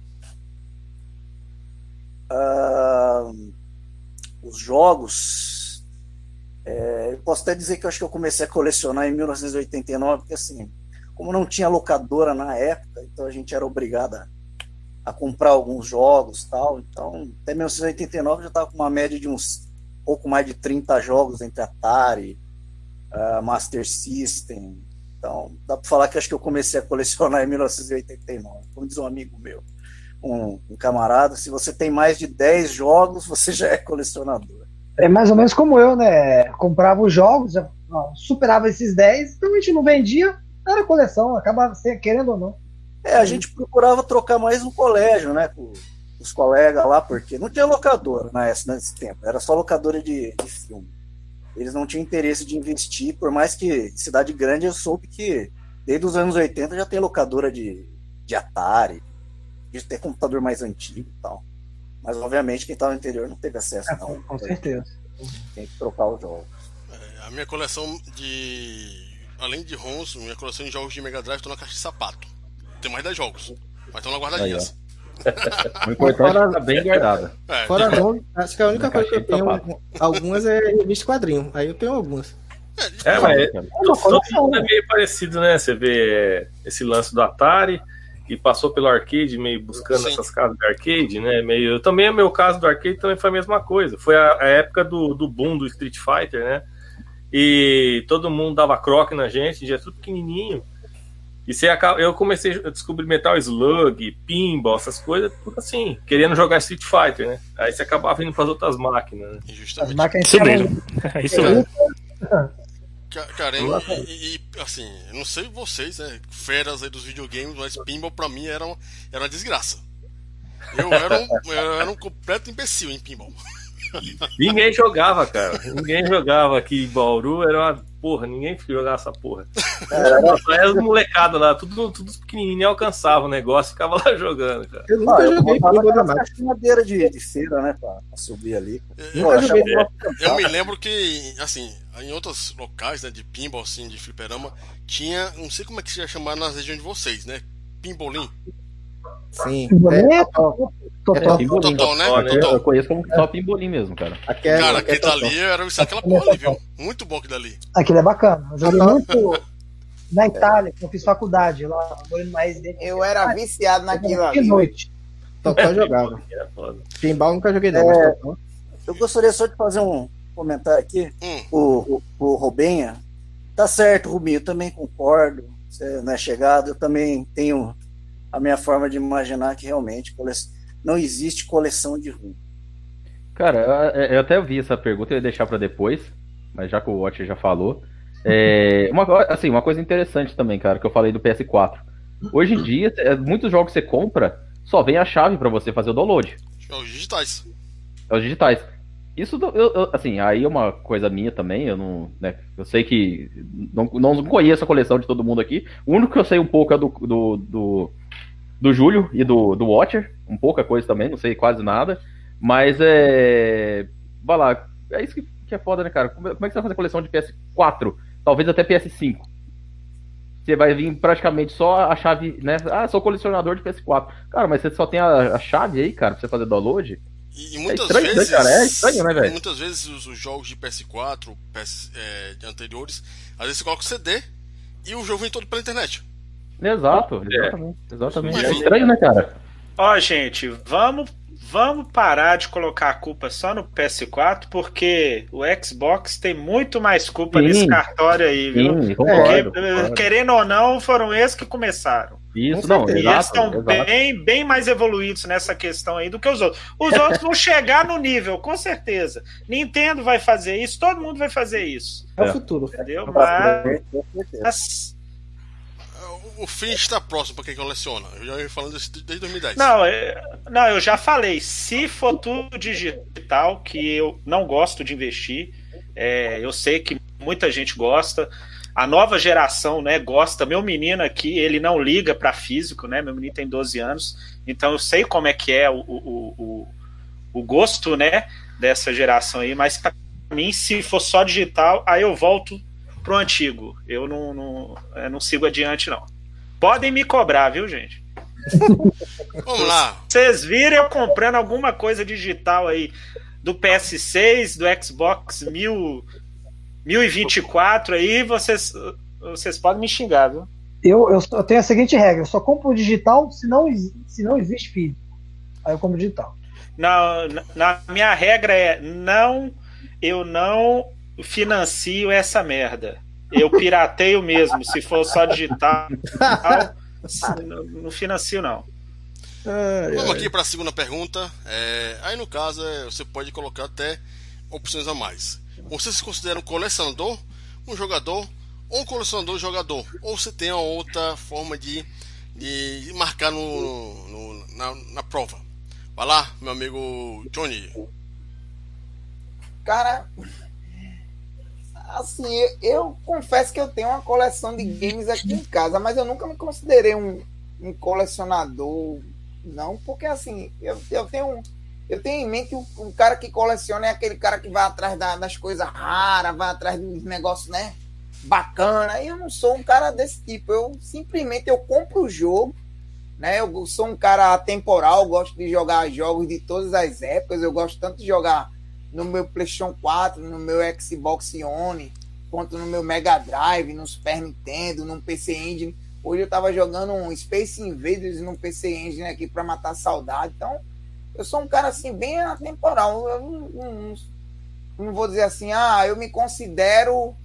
Ah, os jogos, é, eu posso até dizer que eu acho que eu comecei a colecionar em mil novecentos e oitenta e nove, porque assim, como não tinha locadora na época, então a gente era obrigado a, a comprar alguns jogos e tal, então até mil novecentos e oitenta e nove eu já estava com uma média de uns pouco mais de trinta jogos entre Atari, uh, Master System, então dá para falar que acho que eu comecei a colecionar em mil novecentos e oitenta e nove, como diz um amigo meu, um, um camarada, se você tem mais de dez jogos, você já é colecionador. É mais ou menos como eu, né? Comprava os jogos, já, ó, superava esses dez, então a gente não vendia, era coleção, acabava ser, querendo ou não. É, a gente procurava trocar mais no colégio, né, com os colegas lá, porque não tinha locadora nesse, nesse tempo, era só locadora de, de filme. Eles não tinham interesse de investir, por mais que em cidade grande eu soube que desde os anos oitenta já tem locadora de, de Atari, de ter computador mais antigo e tal. Mas obviamente quem estava no interior não teve acesso, não. Com, com certeza. Tem que trocar os jogos. É, a minha coleção de... Além de ROMs, minha coleção de jogos de Mega Drive estão na caixa de sapato. Tem mais dez jogos, mas estão lá guardadinhas. O importante é estar bem guardada. É, Fora tem- ROM, acho que a única Na coisa que eu caixinha de tenho, algumas é revista quadrinho. Aí eu tenho algumas. É, mas É uma todo coleção, mundo é né? meio parecido, né? Você vê é, esse lance do Atari e passou pelo arcade, meio buscando Sim. essas casas de arcade, né? Meio, eu também, o meu caso do arcade também foi a mesma coisa. Foi a, a época do, do boom do Street Fighter, né? E todo mundo dava croque na gente, já tudo pequenininho. E você acaba, eu comecei a descobrir Metal Slug, Pinball, essas coisas, tudo assim, querendo jogar Street Fighter, né? Aí você acabava indo para as outras máquinas, né? As máquinas Isso mesmo. É isso mesmo. Cara, e, e, e, assim, eu não sei vocês, né? Feras aí dos videogames, mas Pinball pra mim era, um, era uma desgraça. Eu era um, eu era um completo imbecil em Pinball. Ninguém jogava, cara. Ninguém jogava aqui em Bauru, era uma porra, ninguém jogava essa porra. Nossa, era os molecados lá, tudo, tudo pequenininho, nem alcançava o negócio, ficava lá jogando, cara. Eu nunca Ah, eu joguei botava Pinball na aquelas máquina. caixinhas de, de cera, né, pra, pra subir ali. Eu, Pô, eu achava eu, uma- eu me lembro que, assim, em outros locais, né, de pinball, assim, de fliperama, tinha, não sei como é que se ia chamar nas regiões de vocês, né? Pinbolim. Sim. Pinbolim É, é total. Total. É, Pimbolim. Total, né? Eu, eu Total. conheço como só Pimbolim mesmo, cara. Aquela, Cara, aquela aquele total. dali era isso, aquela porra ali, viu? Muito bom aquele dali. Aquilo é bacana. Eu joguei muito na Itália, que eu fiz faculdade lá, morando numa residência. Eu era viciado naquilo De ali. noite. Total jogava. Era foda. Pinball nunca joguei não, É. mas total. Eu gostaria só de fazer um comentário aqui. Hum, O, o, o Robenha. Tá certo, Rubinho, eu também concordo. Você não é chegado, eu também tenho a minha forma de imaginar que realmente cole... não existe coleção de rum. Cara, eu, eu até vi essa pergunta, eu ia deixar pra depois, mas já que o Watch já falou. É, uma, assim, uma coisa interessante também, cara, que eu falei do P S quatro. Hoje em dia, é, muitos jogos que você compra, só vem a chave pra você fazer o download. os digitais. É os digitais. Isso, eu, eu- assim, aí é uma coisa minha também, eu não, né, eu sei que não, não conheço a coleção de todo mundo aqui. O único que eu sei um pouco é do, do, do, do Júlio e do, do Watcher, um pouca coisa também, não sei quase nada. Mas é. Vai lá, é isso que, que é foda, né, cara? Como é, como é que você vai fazer coleção de P S quatro? Talvez até P S cinco. Você vai vir praticamente só a chave, né? Ah, sou colecionador de P S quatro. Cara, mas você só tem a, a chave aí, cara, pra você fazer download? E, e muitas estranho, né, vezes. cara? É estranho, né, velho? Muitas vezes os, os jogos de P S quatro, P S, é, de anteriores, às vezes você coloca o C D e o jogo vem todo pela internet. Exato, É. exatamente. Exatamente. Mas, É estranho, né, cara? Ó, gente, vamos, vamos parar de colocar a culpa só no P S quatro, porque o Xbox tem muito mais culpa Sim. nesse cartório aí, viu? Sim, Porque, concordo. eh, concordo. querendo ou não, foram eles que começaram. Isso, Com não, certeza. E eles exato, estão exato. bem, bem mais evoluídos nessa questão aí do que os outros. Os outros vão chegar no nível, com certeza. Nintendo vai fazer isso, todo mundo vai fazer isso. É É. o futuro. Entendeu? Pra Mas, frente, com certeza. mas- O, o fim está próximo para quem coleciona. Eu já ia falando isso desde dois mil e dez. Não, é- não, eu já falei. Se for tudo digital, que eu não gosto de investir, é, eu sei que muita gente gosta. A nova geração, né, gosta. Meu menino aqui, ele não liga para físico, né? Meu menino tem doze anos, então eu sei como é que é o, o, o, o gosto, né, dessa geração aí. Mas para mim, se for só digital, aí eu volto pro antigo. Eu não, não, eu não sigo adiante, não. Podem me cobrar, viu, gente? Vamos lá. Vocês viram eu comprando alguma coisa digital aí do P S seis, do Xbox mil, mil e vinte e quatro aí, vocês, vocês podem me xingar, viu? Eu, eu, só- eu tenho a seguinte regra: eu só compro digital se não, exi- se não existe físico. Aí eu compro digital. Na, na minha regra é não, eu não financio essa merda. Eu pirateio mesmo. Se for só digital, não, não financio, não. Vamos aqui para a segunda pergunta. É, aí no caso é, você pode colocar até opções a mais. Você se considera um colecionador, um jogador ou um colecionador jogador? Ou você tem uma outra forma de, de marcar no, no- na, na prova? Vai lá, meu amigo Johnny. Cara, assim, eu, eu confesso que eu tenho uma coleção de games aqui em casa, mas eu nunca me considerei um, um colecionador, não, porque assim, eu, eu tenho eu tenho em mente que o, o cara que coleciona é aquele cara que vai atrás da- das coisas raras, vai atrás dos negócios, né, bacana. Eu não sou um cara desse tipo, eu simplesmente eu compro o jogo, né, eu sou um cara atemporal, gosto de jogar jogos de todas as épocas, eu gosto tanto de jogar no meu PlayStation quatro, no meu Xbox One, quanto no meu Mega Drive, no Super Nintendo, no P C Engine. Hoje eu tava jogando um Space Invaders no P C Engine aqui para matar a saudade. Então, eu sou um cara assim bem atemporal. Eu não, não, não vou dizer assim, ah, eu me considero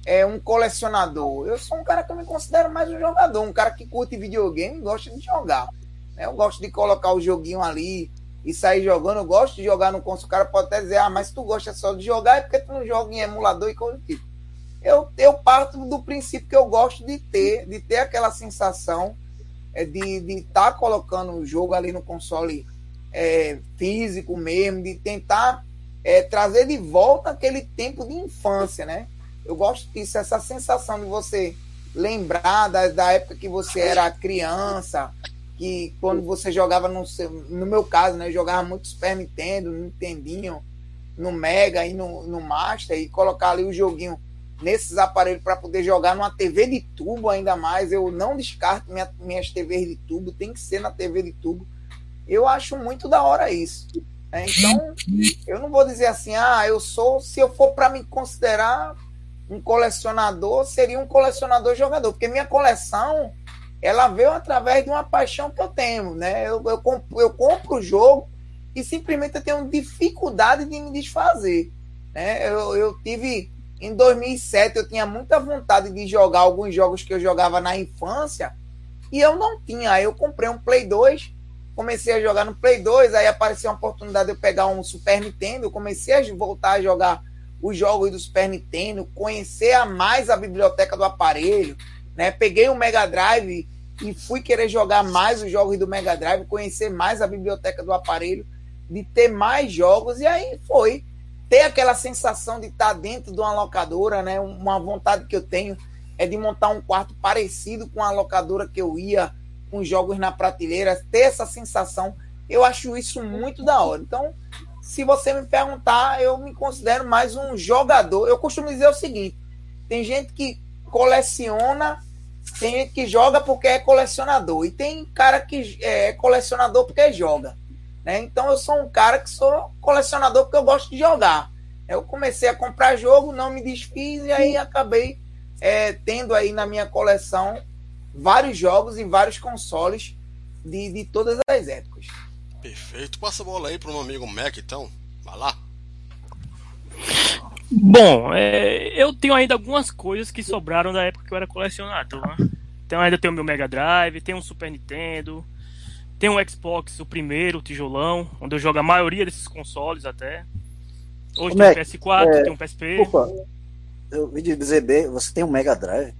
é, um colecionador. Eu sou um cara que eu me considero mais um jogador, um cara que curte videogame e gosta de jogar. Né? Eu gosto de colocar o joguinho ali e sair jogando. Eu gosto de jogar no console. O cara pode até dizer, ah, mas se tu gosta só de jogar, é porque tu não joga em emulador e coisa do tipo. Eu, eu parto do princípio que eu gosto de ter, de ter aquela sensação é, de estar tá colocando o jogo ali no console é, físico mesmo, de tentar é, trazer de volta aquele tempo de infância, né? Eu gosto disso, essa sensação de você lembrar da, da época que você era criança, que quando você jogava, no, seu, no meu caso, né, eu jogava muito Super Nintendo, no Nintendinho, no Mega e no, no Master, e colocar ali o joguinho nesses aparelhos para poder jogar numa T V de tubo ainda mais. Eu não descarto minha, minhas T Vs de tubo, tem que ser na T V de tubo. Eu acho muito da hora isso. Né? Então, eu não vou dizer assim, ah, eu sou, se eu for para me considerar um colecionador, seria um colecionador jogador, porque minha coleção, ela veio através de uma paixão que eu tenho, né? Eu, eu, compro, eu compro o jogo e simplesmente eu tenho dificuldade de me desfazer, né? Eu, eu tive, em dois mil e sete, eu tinha muita vontade de jogar alguns jogos que eu jogava na infância e eu não tinha. Aí eu comprei um Play dois, comecei a jogar no Play dois, aí apareceu uma oportunidade de eu pegar um Super Nintendo, eu comecei a voltar a jogar os jogos do Super Nintendo, conhecer a mais a biblioteca do aparelho, né? Peguei o Mega Drive e fui querer jogar mais os jogos do Mega Drive, conhecer mais a biblioteca do aparelho, de ter mais jogos, e aí foi ter aquela sensação de estar dentro de uma locadora, né? Uma vontade que eu tenho é de montar um quarto parecido com a locadora que eu ia, com jogos na prateleira, ter essa sensação. Eu acho isso muito da hora. Então, se você me perguntar, eu me considero mais um jogador. Eu costumo dizer o seguinte, tem gente que coleciona, tem gente que joga porque é colecionador, e tem cara que é colecionador porque joga, né? Então eu sou um cara que sou colecionador porque eu gosto de jogar. Eu comecei a comprar jogo, não me desfiz, e aí acabei é, tendo aí na minha coleção vários jogos e vários consoles de, de todas as épocas. Perfeito. Passa a bola aí para o meu amigo Mac, então. Vai lá. Bom, é, eu tenho ainda algumas coisas que sobraram da época que eu era colecionador. Né? Então ainda tenho o meu Mega Drive, tenho um Super Nintendo, tenho um Xbox, o primeiro, o tijolão, onde eu jogo a maioria desses consoles até. Hoje tem um P S quatro, é, tem um P S P. Opa, eu vi dizer bem, você tem um Mega Drive?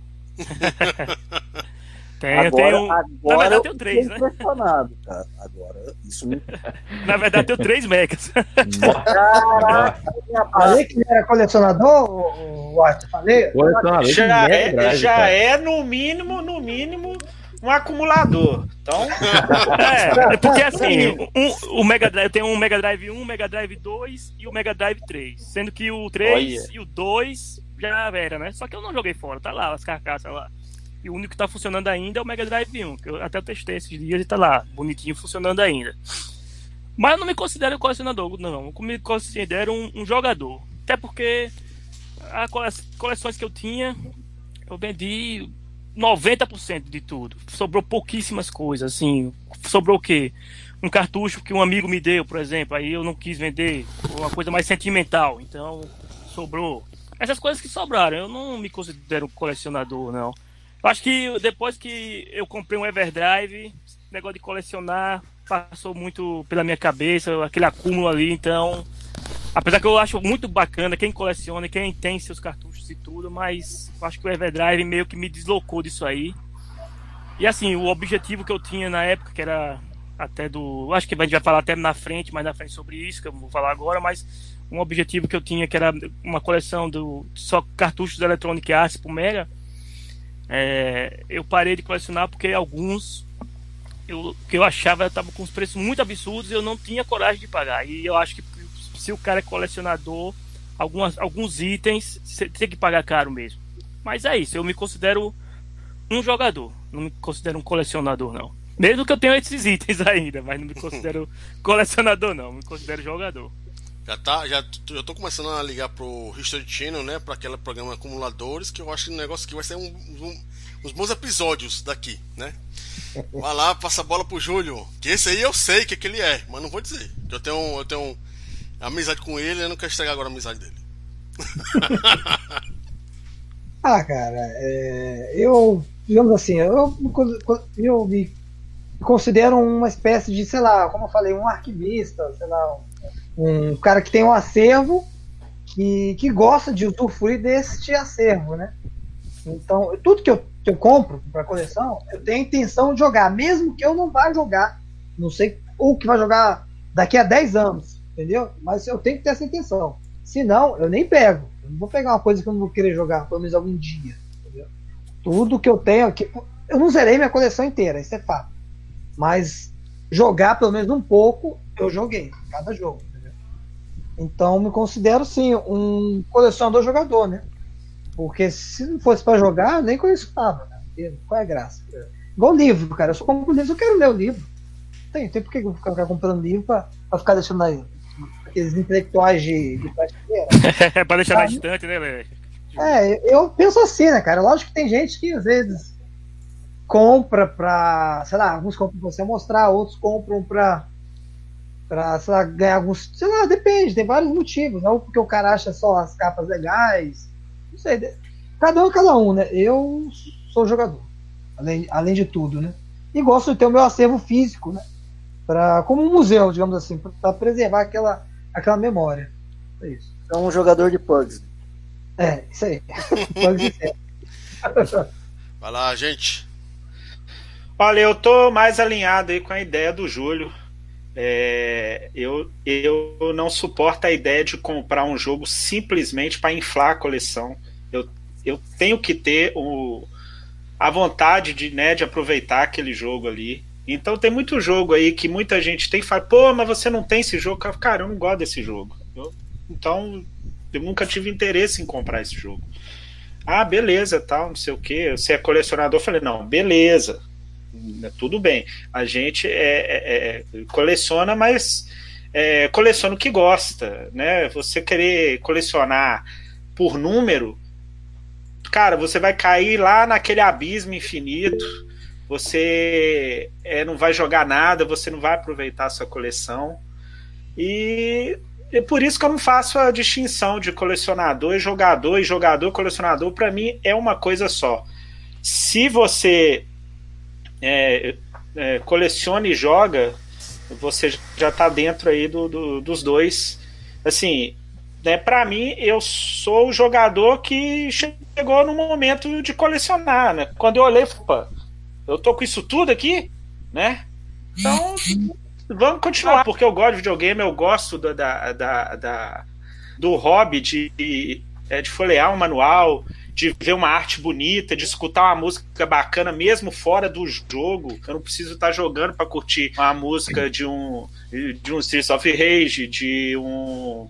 Tenho, agora, tenho. Agora na verdade, eu tenho três, né? Impressionado, cara. Agora, isso me... Na verdade, eu tenho três megas. Caraca, falei que era colecionador, o, o Arthur, falei? Já, é, Drive, já é, no mínimo, no mínimo, um acumulador. Então. É, é porque assim, um, o Mega Drive, eu tenho um Mega Drive um, Mega Drive dois e o Mega Drive três. Sendo que o três Olha. E o dois já era, né? Só que eu não joguei fora, tá lá, as carcaças lá. E o único que tá funcionando ainda é o Mega Drive um, que eu até testei esses dias e tá lá, bonitinho, funcionando ainda. Mas eu não me considero colecionador, não. Eu me considero um, um jogador. Até porque as coleções que eu tinha, eu vendi noventa por cento de tudo. Sobrou pouquíssimas coisas, assim. Sobrou o quê? Um cartucho que um amigo me deu, por exemplo. Aí eu não quis vender. Uma coisa mais sentimental. Então, sobrou. Essas coisas que sobraram. Eu não me considero colecionador, não. Eu acho que depois que eu comprei um Everdrive, negócio de colecionar passou muito pela minha cabeça, aquele acúmulo ali, então... Apesar que eu acho muito bacana quem coleciona, quem tem seus cartuchos e tudo, mas eu acho que o Everdrive meio que me deslocou disso aí. E assim, o objetivo que eu tinha na época, que era até do... Acho que a gente vai falar até na frente, mais na frente sobre isso, que eu não vou falar agora, mas um objetivo que eu tinha, que era uma coleção do só cartuchos da Electronic Arts pro Mega. É, eu parei de colecionar porque alguns eu, que eu achava estavam com os preços muito absurdos e eu não tinha coragem de pagar. E eu acho que se o cara é colecionador, algumas, alguns itens você tem que pagar caro mesmo. Mas é isso, eu me considero um jogador, não me considero um colecionador, não. Mesmo que eu tenha esses itens ainda, mas não me considero colecionador, não, me considero jogador. Já tá, já eu tô começando a ligar pro History Channel, né, para aquele programa Acumuladores, que eu acho que o negócio aqui vai ser um, um, uns bons episódios daqui, né? Vai lá, passa a bola pro Júlio, que esse aí eu sei que, é que ele é, mas não vou dizer. Eu tenho, eu tenho amizade com ele, eu não quero estragar agora a amizade dele. Ah, cara, é, eu, digamos assim, eu, eu me considero uma espécie de, sei lá, como eu falei, um arquivista, sei lá, um, um cara que tem um acervo que, que gosta de usufruir deste acervo, né? Então, tudo que eu, que eu compro para coleção, eu tenho a intenção de jogar, mesmo que eu não vá jogar, não sei, ou que vai jogar daqui a dez anos, entendeu? Mas eu tenho que ter essa intenção. Senão, eu nem pego. Eu não vou pegar uma coisa que eu não vou querer jogar, pelo menos algum dia, entendeu? Tudo que eu tenho aqui, eu não zerei minha coleção inteira, isso é fato. Mas jogar pelo menos um pouco, eu joguei, cada jogo, entendeu? Então, me considero, sim, um colecionador jogador, né? Porque se não fosse pra jogar, eu nem colecionava, né? Qual é a graça? Igual livro, cara. Eu só compro livro, eu quero ler o livro. Tem, tem por que eu vou ficar comprando livro pra, pra ficar deixando aí aqueles intelectuais de, de prateleira? É pra deixar na estante, né, Lê? É, eu penso assim, né, cara? Lógico que tem gente que às vezes compra pra, sei lá, alguns compram pra você mostrar, outros compram pra, pra sei lá, ganhar alguns, sei lá, depende, tem vários motivos. Não porque o cara acha só as capas legais, não sei, cada um é cada um, né? Eu sou jogador, além, além de tudo, né? E gosto de ter o meu acervo físico, né? Pra, como um museu, digamos assim, para preservar aquela, aquela memória. É isso. É um jogador de Pugs. É, isso aí. Pugs é. Vai lá, gente. Olha, eu tô mais alinhado aí com a ideia do Júlio. É, eu, eu não suporto a ideia de comprar um jogo simplesmente para inflar a coleção. Eu, eu tenho que ter o, a vontade de, né, de aproveitar aquele jogo ali. Então tem muito jogo aí que muita gente tem e fala, pô, mas você não tem esse jogo. Cara, eu não gosto desse jogo. Eu, então eu nunca tive interesse em comprar esse jogo. Ah, beleza, tal, não sei o que. Você é colecionador? Eu falei, não, beleza, tudo bem. A gente é, é, é, coleciona, mas é, coleciona o que gosta, né? Você querer colecionar por número, cara, você vai cair lá naquele abismo infinito. Você é, não vai jogar nada, você não vai aproveitar a sua coleção. E é por isso que eu não faço a distinção de colecionador e jogador, e jogador, colecionador, para mim é uma coisa só. Se você é, é, coleciona e joga, você já está dentro aí do, do, dos dois. Assim, né, para mim, eu sou o jogador que chegou no momento de colecionar, né? Quando eu olhei, opa, eu tô com isso tudo aqui, né? Então, vamos continuar, porque eu gosto de videogame, eu gosto da, da, da, da do hobby de, de, de folhear um manual, de ver uma arte bonita, de escutar uma música bacana, mesmo fora do jogo. Eu não preciso estar jogando para curtir uma música de um, de um Streets of Rage, de um...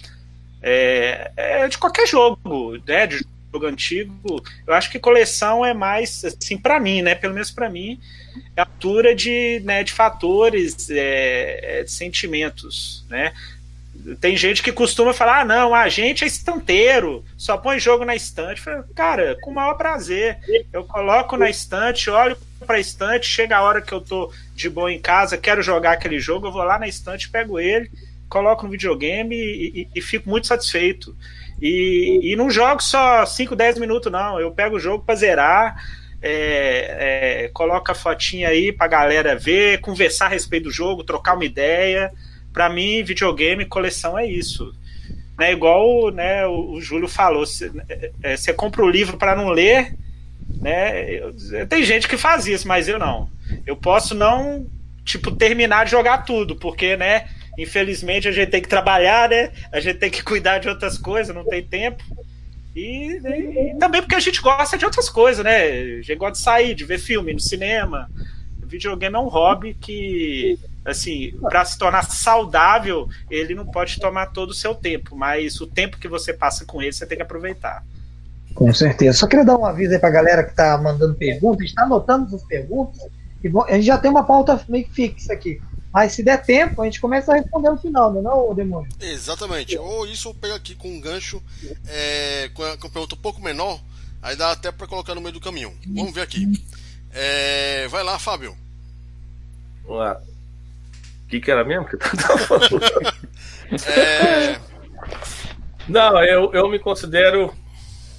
É, é, de qualquer jogo, né? De jogo antigo. Eu acho que coleção é mais, assim, para mim, né? Pelo menos para mim, é a altura de, né, de fatores, é, de sentimentos, né? Tem gente que costuma falar, ah, não, a gente é estanteiro, só põe jogo na estante. Falo, cara, com o maior prazer. Eu coloco na estante, olho pra estante, chega a hora que eu tô de boa em casa, quero jogar aquele jogo, eu vou lá na estante, pego ele, coloco no videogame e, e, e fico muito satisfeito. E, e não jogo só cinco, dez minutos, não. Eu pego o jogo pra zerar, é, é, coloco a fotinha aí pra galera ver, conversar a respeito do jogo, trocar uma ideia. Pra mim, videogame, coleção é isso. Né, igual, né, o, o Júlio falou, você é, compra o livro para não ler, né? Eu, tem gente que faz isso, mas eu não. Eu posso não, tipo, terminar de jogar tudo, porque, né, infelizmente a gente tem que trabalhar, né? A gente tem que cuidar de outras coisas, não tem tempo. E, e, e também porque a gente gosta de outras coisas, né? A gente gosta de sair, de ver filme no cinema. O videogame é um hobby que, assim, para se tornar saudável, ele não pode tomar todo o seu tempo, mas o tempo que você passa com ele, você tem que aproveitar. Com certeza. Só queria dar um aviso aí pra galera que tá mandando perguntas. A gente tá anotando essas perguntas. E bom, a gente já tem uma pauta meio que fixa aqui. Mas se der tempo, a gente começa a responder no final, não é, não, Demônio? Exatamente. Ou isso eu pego aqui com um gancho, é, com uma pergunta um pouco menor, aí dá até para colocar no meio do caminho. Vamos ver aqui. É, vai lá, Fábio. Vamos lá. O que, que era mesmo que eu tava falando? É... Não, eu, eu me considero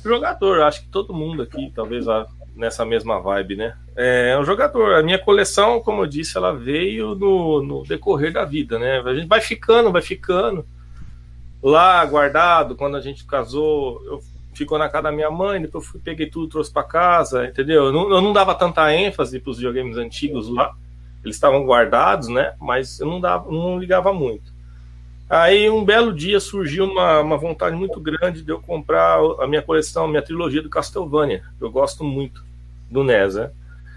jogador, acho que todo mundo aqui, talvez nessa mesma vibe, né? É um jogador. A minha coleção, como eu disse, ela veio no, no decorrer da vida, né? A gente vai ficando, vai ficando. Lá, guardado, quando a gente casou, eu ficou na casa da minha mãe, depois eu fui, peguei tudo, trouxe para casa, entendeu? Eu não, eu não dava tanta ênfase para os videogames antigos lá. Eles estavam guardados, né? Mas eu não, dava, não ligava muito. Aí, um belo dia, surgiu uma, uma vontade muito grande de eu comprar a minha coleção, a minha trilogia do Castlevania. Eu gosto muito do N E S, né?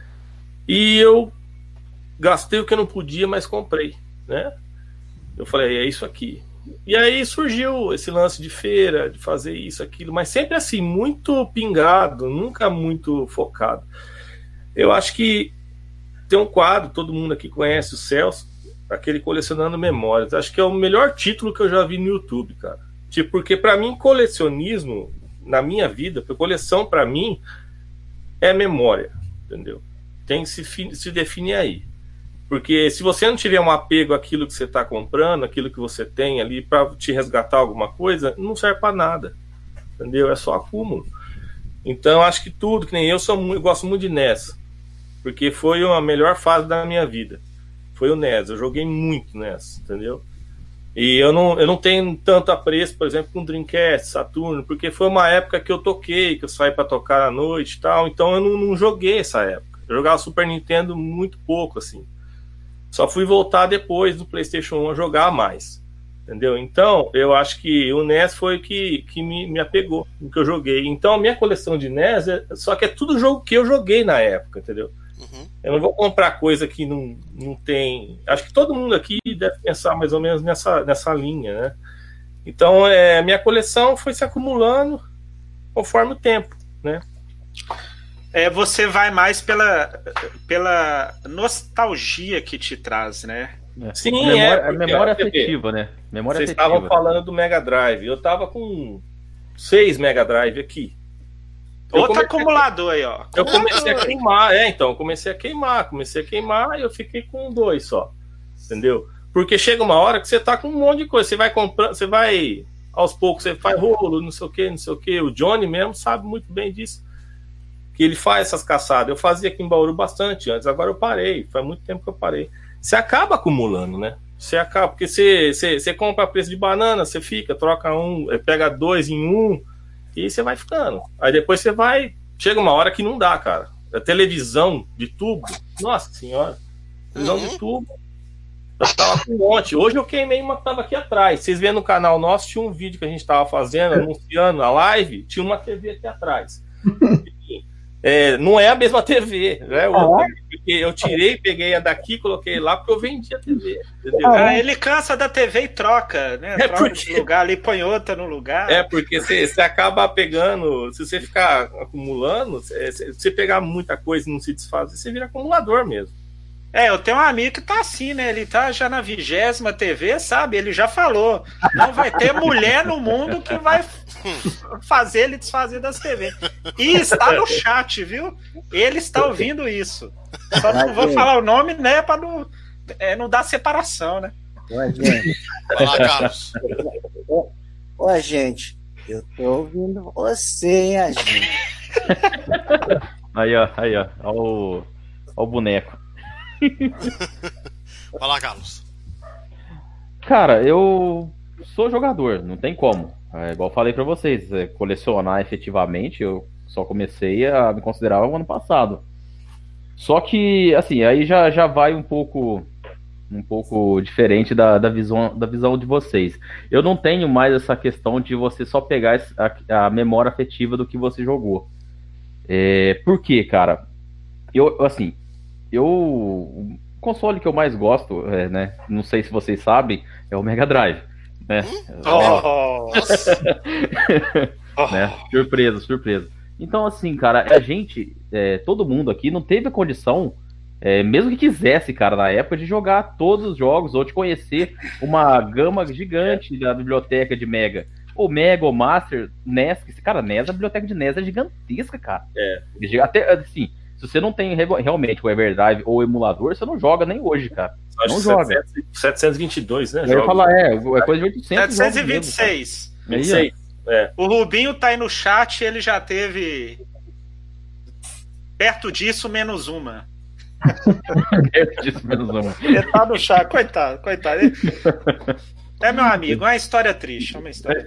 E eu gastei o que eu não podia, mas comprei, né? Eu falei, é isso aqui. E aí surgiu esse lance de feira, de fazer isso, aquilo, mas sempre assim, muito pingado, nunca muito focado. Eu acho que tem um quadro, todo mundo aqui conhece o Celso, aquele Colecionando Memórias. Acho que é o melhor título que eu já vi no YouTube, cara. Tipo, porque pra mim, colecionismo, na minha vida, porque coleção pra mim é memória, entendeu? Tem que se, se definir aí. Porque se você não tiver um apego àquilo que você está comprando, aquilo que você tem ali para te resgatar alguma coisa, não serve para nada, entendeu? É só acúmulo. Então acho que tudo, que nem eu, sou muito, eu gosto muito de N E S, porque foi a melhor fase da minha vida. Foi o N E S, eu joguei muito N E S, entendeu? E eu não, eu não tenho tanto apreço, por exemplo, com Dreamcast, Saturno, porque foi uma época que eu toquei, que eu saí para tocar à noite e tal, então eu não, não joguei essa época. Eu jogava Super Nintendo muito pouco, assim. Só fui voltar depois do PlayStation um a jogar mais, entendeu? Então, eu acho que o N E S foi o que, que me, me apegou, o que eu joguei. Então, a minha coleção de N E S, é, só que é tudo jogo que eu joguei na época, entendeu? Uhum. Eu não vou comprar coisa que não, não tem... Acho que todo mundo aqui deve pensar mais ou menos nessa, nessa linha, né? Então, é, a minha coleção foi se acumulando conforme o tempo, né? É, você vai mais pela, pela nostalgia que te traz, né? Sim, memória, é. A memória afetiva, né? Memória Vocês afetiva. estavam falando do Mega Drive. Eu tava com seis Mega Drive aqui. Eu Outro acumulador aí, ó. Eu comecei a queimar, é, então. Eu comecei a queimar, comecei a queimar e eu fiquei com dois só. Entendeu? Porque chega uma hora que você tá com um monte de coisa. Você vai comprando, você vai aos poucos, você faz rolo, não sei o que, não sei o que. O Johnny mesmo sabe muito bem disso. Que ele faz essas caçadas. Eu fazia aqui em Bauru bastante antes, agora eu parei. Faz muito tempo que eu parei. Você acaba acumulando, né? Você acaba, porque você, você, você compra a preço de banana, você fica, troca um, pega dois em um, e você vai ficando. Aí depois você vai. Chega uma hora que não dá, cara. A televisão de tubo, nossa senhora, televisão uhum. de tubo. Eu tava com um monte. Hoje eu queimei uma que tava aqui atrás. Vocês vêem no canal nosso, tinha um vídeo que a gente tava fazendo, anunciando a live, tinha uma T V aqui atrás. É, não é a mesma T V, né? Eu, ah, eu tirei, peguei a daqui, coloquei lá porque eu vendi a T V. Entendeu? Ah, ele cansa da T V e troca, né? É troca porque... de lugar ali, põe outra no lugar. É, porque você, você acaba pegando, se você ficar acumulando, se você pegar muita coisa e não se desfazer, você vira acumulador mesmo. É, eu tenho um amigo que tá assim, né? Ele tá já na vigésima T V, sabe? Ele já falou. Não vai ter mulher no mundo que vai fazer ele desfazer das T V. E está no chat, viu? Ele está ouvindo isso. Só não vou falar o nome, né? Pra não, é, não dar separação, né? Ué, gente. Fala, Carlos. Ué, gente. Eu tô ouvindo você, hein, a gente. Aí, ó, aí, ó. Ó o, ó o boneco. Vai lá, Carlos. Cara, eu sou jogador, não tem como. É, igual eu falei pra vocês, é, colecionar efetivamente, eu só comecei a me considerar o ano passado. Só que, assim, aí já, já vai um pouco um pouco diferente da, da, visão, da visão de vocês. Eu não tenho mais essa questão de você só pegar a, a memória afetiva do que você jogou. É, por quê, cara? Eu, assim... Eu, o console que eu mais gosto, é, né? Não sei se vocês sabem, é o Mega Drive, né? Oh. né? Surpresa, surpresa. Então, assim, cara, a gente, é, todo mundo aqui não teve a condição, é, mesmo que quisesse, cara, na época, de jogar todos os jogos ou de conhecer uma gama gigante da biblioteca de Mega. O Mega, o Master, N E S, cara, N E S, a biblioteca de N E S é gigantesca, cara. É. Até, assim, se você não tem realmente o Everdrive ou o emulador, você não joga nem hoje, cara. Acho não joga. setecentos e vinte e dois, né? Eu ia falar, é, é coisa de oitocentos. setecentos e vinte e seis. Aí, É. O Rubinho tá aí no chat, ele já teve perto disso, menos uma. Perto disso, menos uma. Ele tá no chat, coitado, coitado. Ele... É meu amigo, é uma história triste, é uma história.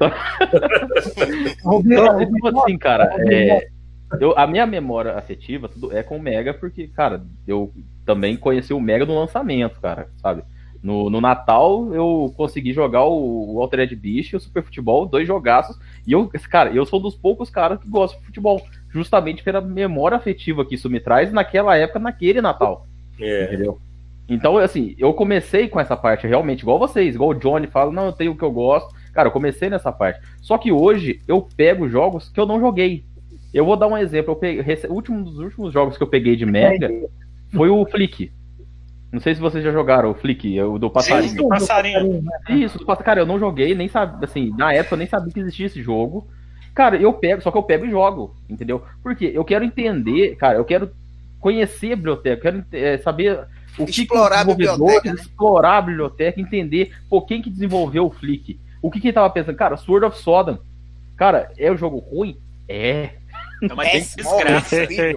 Rubinho, Então, assim, cara, é, eu, a minha memória afetiva tudo é com o Mega, porque, cara, eu também conheci o Mega no lançamento, cara, sabe? No, no Natal eu consegui jogar o, o Altered Beast e o Super Futebol, dois jogaços, e eu, cara, eu sou dos poucos caras que gostam de futebol, justamente pela memória afetiva que isso me traz naquela época, naquele Natal. É. Entendeu? Então, assim, eu comecei com essa parte realmente, igual vocês, igual o Johnny fala, não, eu tenho o que eu gosto. Cara, eu comecei nessa parte. Só que hoje eu pego jogos que eu não joguei. Eu vou dar um exemplo. Eu peguei, o último dos últimos jogos que eu peguei de Mega foi o Flick. Não sei se vocês já jogaram o Flick, o do passarinho. Sim, do passarinho. Isso, do passarinho. Cara, eu não joguei, nem sabia, assim, na época eu nem sabia que existia esse jogo. Cara, eu pego, só que eu pego e jogo, entendeu? Porque eu quero entender, cara, eu quero conhecer a biblioteca, eu quero é, saber o que explorar que a biblioteca, né? explorar a biblioteca, entender por quem que desenvolveu o Flick. O que que ele tava pensando? Cara, Sword of Sodom. Cara, é um jogo ruim? É. É uma É, desgraça.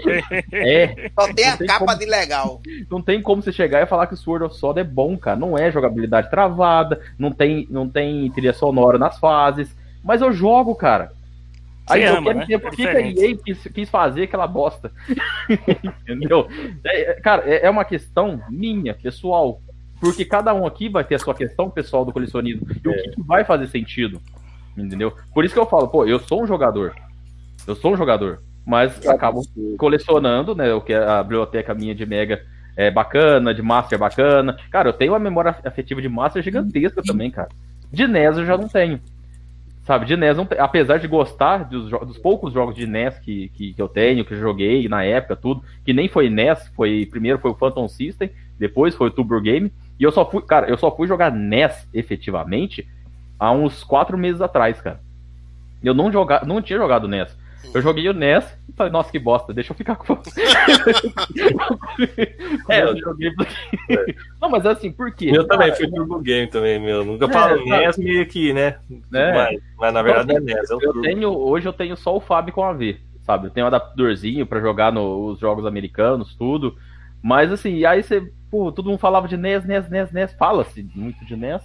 É. Só tem a Não tem capa como- de legal. Não tem como você chegar e falar que o Sword of Sodom é bom, cara. Não é jogabilidade travada, não tem, não tem trilha sonora nas fases. Mas eu jogo, cara. Aí Você eu ama, quero né? entender por É que que a diferente. E A quis, quis fazer aquela bosta. Entendeu? É, é, cara, é, é uma questão minha, pessoal. Porque cada um aqui vai ter a sua questão pessoal do colecionismo. E o que, que vai fazer sentido. Entendeu? Por isso que eu falo, pô, eu sou um jogador. Eu sou um jogador. Mas acabo colecionando, né? O que a biblioteca minha de Mega é bacana, de Master é bacana. Cara, eu tenho uma memória afetiva de Master gigantesca também, cara. De N E S eu já não tenho. Sabe, de N E S, não tem- apesar de gostar dos, jo- dos poucos jogos de N E S que, que, que eu tenho, que eu joguei na época, tudo, que nem foi N E S, foi, primeiro foi o Phantom System, depois foi o Turbo Game, e eu só fui, cara, eu só fui jogar N E S efetivamente há uns quatro meses atrás, cara. Eu não, joga, não tinha jogado N E S. Eu joguei o N E S e falei, nossa, que bosta, deixa eu ficar com É, eu joguei. Não, mas assim, por quê? Eu também Cara, fui Turbo Game também, meu. Nunca É, falo sabe? N E S meio que, né? É. Mas, mas na verdade é N E S, é o Eu Turbo. tenho, hoje eu tenho só o Fábio com a V, sabe? Eu tenho um adaptadorzinho pra jogar nos jogos americanos, tudo. Mas assim, aí você, pô, todo mundo falava de N E S, N E S, N E S, N E S, fala-se muito de N E S.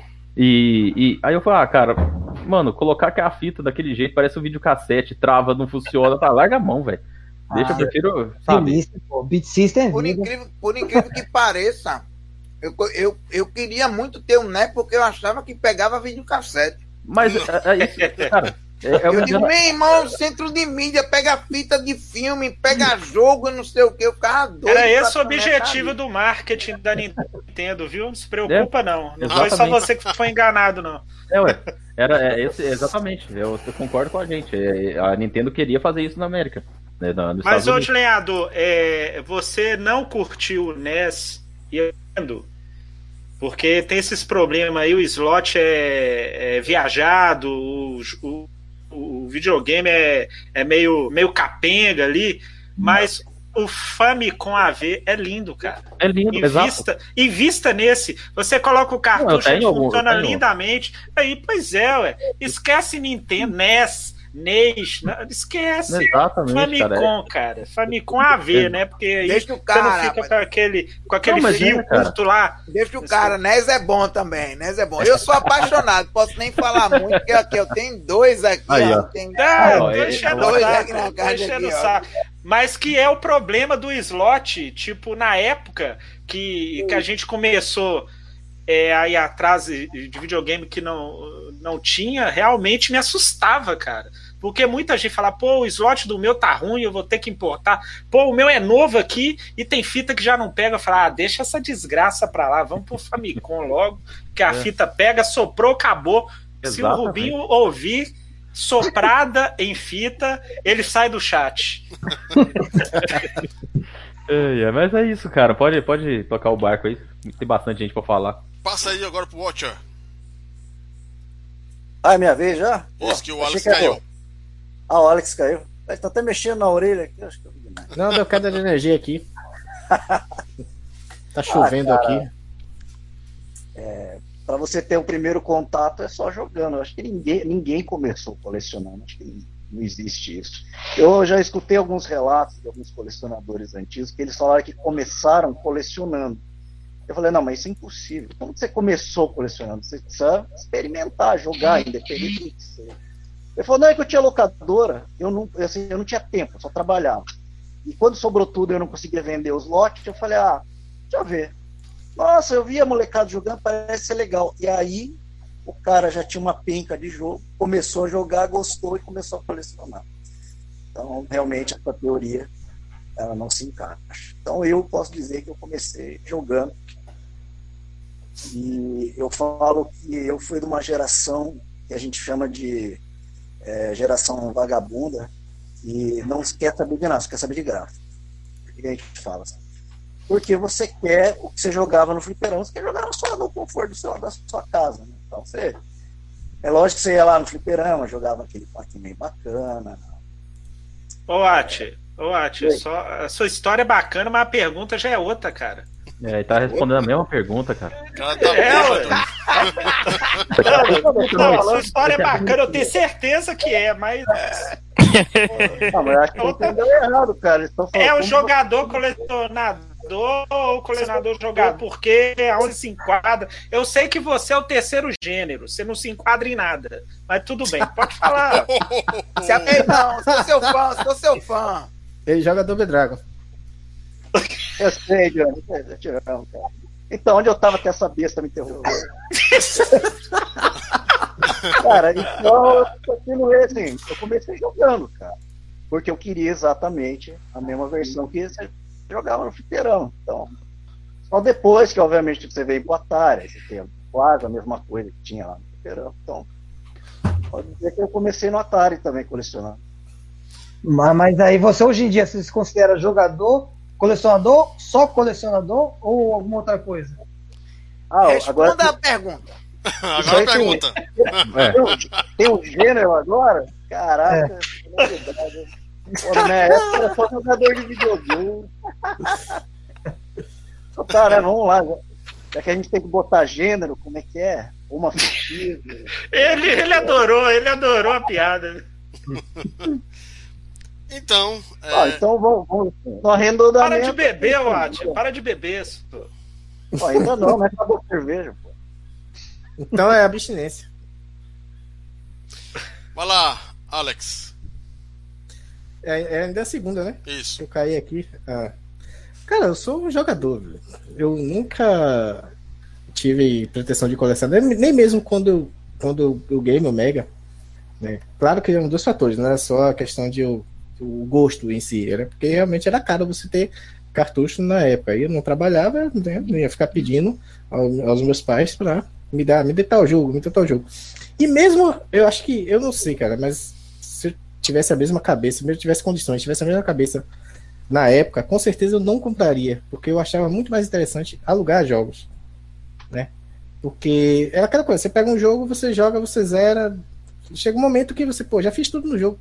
E, e aí eu falei, ah, cara, mano, colocar que a fita daquele jeito, parece um videocassete, trava, não funciona, tá, larga a mão, velho. Deixa, eu Ah, prefiro, sabe? Delícia, pô. Beat System é Por vida. incrível, por incrível que pareça, eu, eu, eu queria muito ter um N E S porque eu achava que pegava videocassete. Mas é, é isso, cara. É, é Eu uma digo, gera- meu irmão, centro de mídia, pega fita de filme, pega jogo, não sei o que, eu ficava doido. Era pra esse o ter um objetivo N E S ali. do marketing da Nintendo, viu? Não se preocupa, não. Não exatamente. foi só você que foi enganado, não. É, ué. Era, é, esse, exatamente. Eu, eu concordo com a gente. É, a Nintendo queria fazer isso na América. Né, na- nos Mas, Estados ô, Unidos. Tilenhador, é, você não curtiu o N E S e eu entendo, porque tem esses problemas aí, o slot é, é viajado, o, o, o videogame é, é meio, meio capenga ali, mas o Famicom A V é lindo, cara. É lindo, exato. Invista, invista nesse. Você coloca o Não, eu cartucho, ele tenho algum, eu funciona tenho. lindamente. Aí, pois é, ué. Esquece Nintendo, N E S, N E S. não- Esquece. Exatamente, Famicom, cara. cara. Famicom A V, É. né? Porque aí Deixa o você cara, não fica rapaz. com aquele, com aquele Não, mas fio é, cara. curto lá. Deixa o cara, N E S é bom também, N E S é bom. Eu sou apaixonado, posso nem falar muito, porque aqui eu tenho dois aqui, Aí, ó. ó. Tem Ah, ó, tô é, enchendo dois o aqui saco, na tô casa enchendo o aqui, ó. saco. Mas que é o problema do slot, tipo, na época que, que a gente começou é, aí atrás de de videogame que não, não tinha, realmente me assustava, cara. Porque muita gente fala, pô, o slot do meu tá ruim, eu vou ter que importar. Pô, o meu é novo aqui e tem fita que já não pega. Eu falo, ah, deixa essa desgraça pra lá, vamos pro Famicom logo, que a É. fita pega, soprou, acabou. Se o Exatamente. Rubinho ouvir soprada em fita, ele sai do chat. É, é, mas é isso, cara. Pode, pode tocar o barco aí. Tem bastante gente pra falar. Passa aí agora pro Watcher. Ah, é minha vez já? Isso que o achei Alex que era- caiu. Ah, o Alex caiu. Ele tá até mexendo na orelha aqui, acho que eu vi nada. Não, deu queda de energia aqui. Tá chovendo Ah, cara. aqui. para você ter o primeiro contato é só jogando. Eu acho que ninguém, ninguém começou colecionando. Acho que não existe isso. Eu já escutei alguns relatos de alguns colecionadores antigos que eles falaram que começaram colecionando. Eu falei, não, mas isso é impossível. Como você começou colecionando? Você precisa experimentar, jogar, independente do que seja. Ele falou, não, é que eu tinha locadora, eu não, assim, eu não tinha tempo, eu só trabalhava. E quando sobrou tudo eu não conseguia vender os lotes, eu falei, ah, deixa eu ver. Nossa, eu vi a molecada jogando, parece ser legal. E aí o cara já tinha uma penca de jogo, começou a jogar, gostou e começou a colecionar. Então, realmente, essa teoria, ela não se encaixa. Então, eu posso dizer que eu comecei jogando. E eu falo que eu fui de uma geração que a gente chama de é, geração vagabunda, e não quer saber de nada, só quer saber de gráfico. Por que a gente fala assim? Porque você quer o que você jogava no fliperão, você quer jogar só no conforto do seu, da sua casa. Né? Então, você, é lógico que você ia lá no fliperama, jogava aquele parquinho meio bacana. Ô, Ati, ô, Ati, só, a sua história é bacana, mas a pergunta já é outra, cara. É, ele tá respondendo a mesma pergunta, cara. O cara tá É, bêbado. Não, sua história é bacana, eu tenho certeza que é, mas Não, mas eu acho que você entendeu errado, cara. Eles estão falando é o como jogador colecionador ou colecionador jogador, porque aonde se enquadra. Eu sei que você é o terceiro gênero, você não se enquadra em nada, mas tudo bem, pode falar. Se a... Ei, não, sou seu fã, sou seu fã. Ele joga Double Dragon. Eu sei, Johnny. Eu te amo, cara. Então, onde eu tava que essa besta me interrompeu? Cara, então eu continuei assim. Eu comecei jogando, cara. Porque eu queria exatamente a mesma versão que você jogava no fliperão. Então, só depois que, obviamente, você veio pro Atari, você tem quase a mesma coisa que tinha lá no fliperão. Então, pode dizer que eu comecei no Atari também colecionando. Mas, mas aí você hoje em dia você se considera jogador, colecionador, só colecionador ou alguma outra coisa? Ah, Responda agora a pergunta. Agora a pergunta. tem, um, tem um gênero agora? Caraca, é. Novidade. Pô, na minha época era só jogador de videogame. Cara, vamos lá. Já, já que a gente tem que botar gênero, como é que é? Uma fictícia. Ele, ele adorou, ele adorou a piada. Então, é... Ah, então vamos, vamos no arredondamento. Para de beber, Watt, para de beber. Pô. Pô, ainda não, mas acabou a cerveja, pô. Então é abstinência. vai lá, Alex. É, é ainda a segunda, né? Isso. Eu caí aqui. Ah. Cara, eu sou um jogador, velho. Eu nunca tive pretensão de colecionar, nem mesmo quando eu, quando eu, eu ganhei meu Mega. Né? Claro que é um dos fatores, não era só a questão de eu, o gosto em si, era porque realmente era caro você ter cartucho na época. Aí eu não trabalhava, né? Eu ia ficar pedindo ao, aos meus pais para me dar, me dê tal jogo, me dê tal jogo. E mesmo, eu acho que, eu não sei, cara, mas se eu tivesse a mesma cabeça, se eu tivesse condições, tivesse a mesma cabeça na época, com certeza eu não compraria, porque eu achava muito mais interessante alugar jogos, né? Porque é aquela coisa, você pega um jogo, você joga, você zera, chega um momento que você, pô, já fiz tudo no jogo.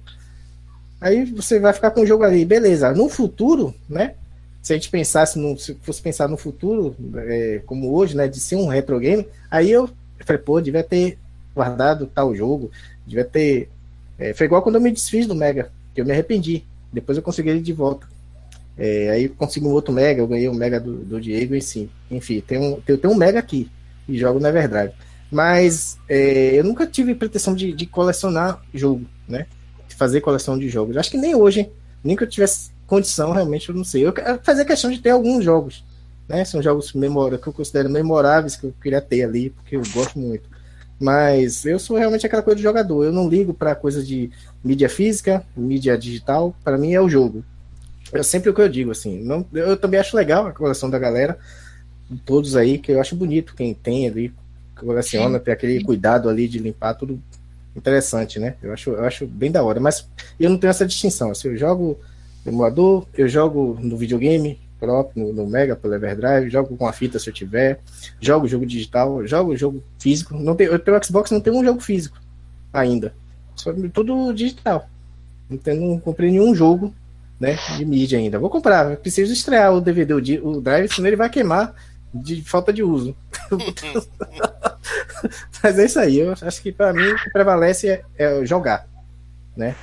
Aí você vai ficar com o jogo ali, beleza. No futuro, né? Se a gente pensasse, no, se fosse pensar no futuro, é, como hoje, né? De ser um retro game, aí eu, eu falei, pô, devia ter guardado tal jogo, devia ter. É, foi igual quando eu me desfiz do Mega, que eu me arrependi. Depois eu consegui ele de volta. É, aí eu consegui um outro Mega, eu ganhei o Mega do, do Diego, e sim. Enfim, tem um, tem, tem um Mega aqui, e jogo na verdade. Mas é, eu nunca tive pretensão de, de colecionar jogo, né? De fazer coleção de jogos. Acho que nem hoje, hein? Nem que eu tivesse condição, realmente, eu não sei. Eu quero fazer questão de ter alguns jogos, né? São jogos memórios que eu considero memoráveis, que eu queria ter ali, porque eu gosto muito. Mas eu sou realmente aquela coisa de jogador. Eu não ligo para coisa de mídia física, mídia digital. Para mim é o jogo. É sempre o que eu digo, assim. Não, eu também acho legal a coleção da galera, todos aí, que eu acho bonito quem tem ali, coleciona, ter aquele cuidado ali de limpar, tudo interessante, né? Eu acho, eu acho bem da hora, mas eu não tenho essa distinção. Assim, eu jogo no emulador, eu jogo no videogame próprio, no, no Mega, pelo Everdrive, jogo com a fita se eu tiver, jogo jogo digital, jogo jogo físico. Não tenho, eu tenho Xbox, não tenho um jogo físico ainda. Só tudo digital. Não, tenho, não comprei nenhum jogo, né, de mídia ainda. Vou comprar, eu preciso estrear o D V D, o, o Drive, senão ele vai queimar de falta de uso. Mas é isso aí. Eu acho que pra mim o que prevalece é, é jogar, né?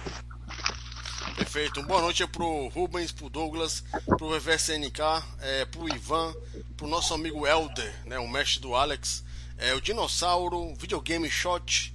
Perfeito. Boa noite pro Rubens, pro Douglas, pro V V S N K, é, pro Ivan, pro nosso amigo Elder, né, o mestre do Alex, é, o Dinossauro, Videogame Shot,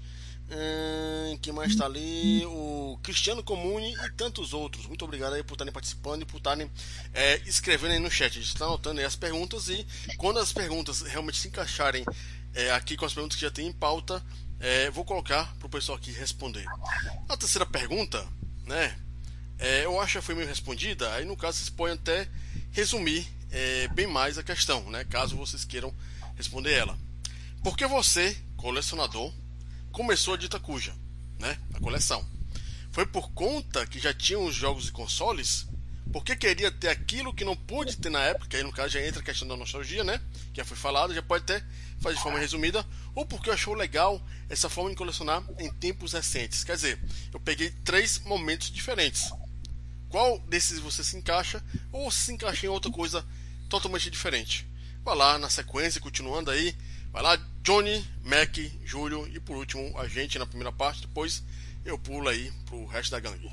hum, que mais tá ali? O Cristiano Comune e tantos outros. Muito obrigado aí por estarem participando e por estarem é, escrevendo aí no chat. A gente está anotando aí as perguntas e quando as perguntas realmente se encaixarem é, aqui com as perguntas que já tem em pauta, é, vou colocar pro pessoal aqui responder. A terceira pergunta, né? É, eu acho que foi meio respondida. Aí no caso vocês podem até resumir é, bem mais a questão, né? Caso vocês queiram responder ela. Por que você, colecionador, começou a Dita Cuja, né? A coleção. Foi por conta que já tinha os jogos e consoles? Porque queria ter aquilo que não pôde ter na época, que aí no caso já entra a questão da nostalgia, né? Que já foi falado, já pode até fazer de forma resumida, ou porque achou legal essa forma de colecionar em tempos recentes. Quer dizer, eu peguei três momentos diferentes. Qual desses você se encaixa, ou se encaixa em outra coisa totalmente diferente? Vai lá na sequência, continuando aí. Vai lá, Johnny, Mac, Júlio e por último a gente na primeira parte. Depois eu pulo aí pro resto da gangue.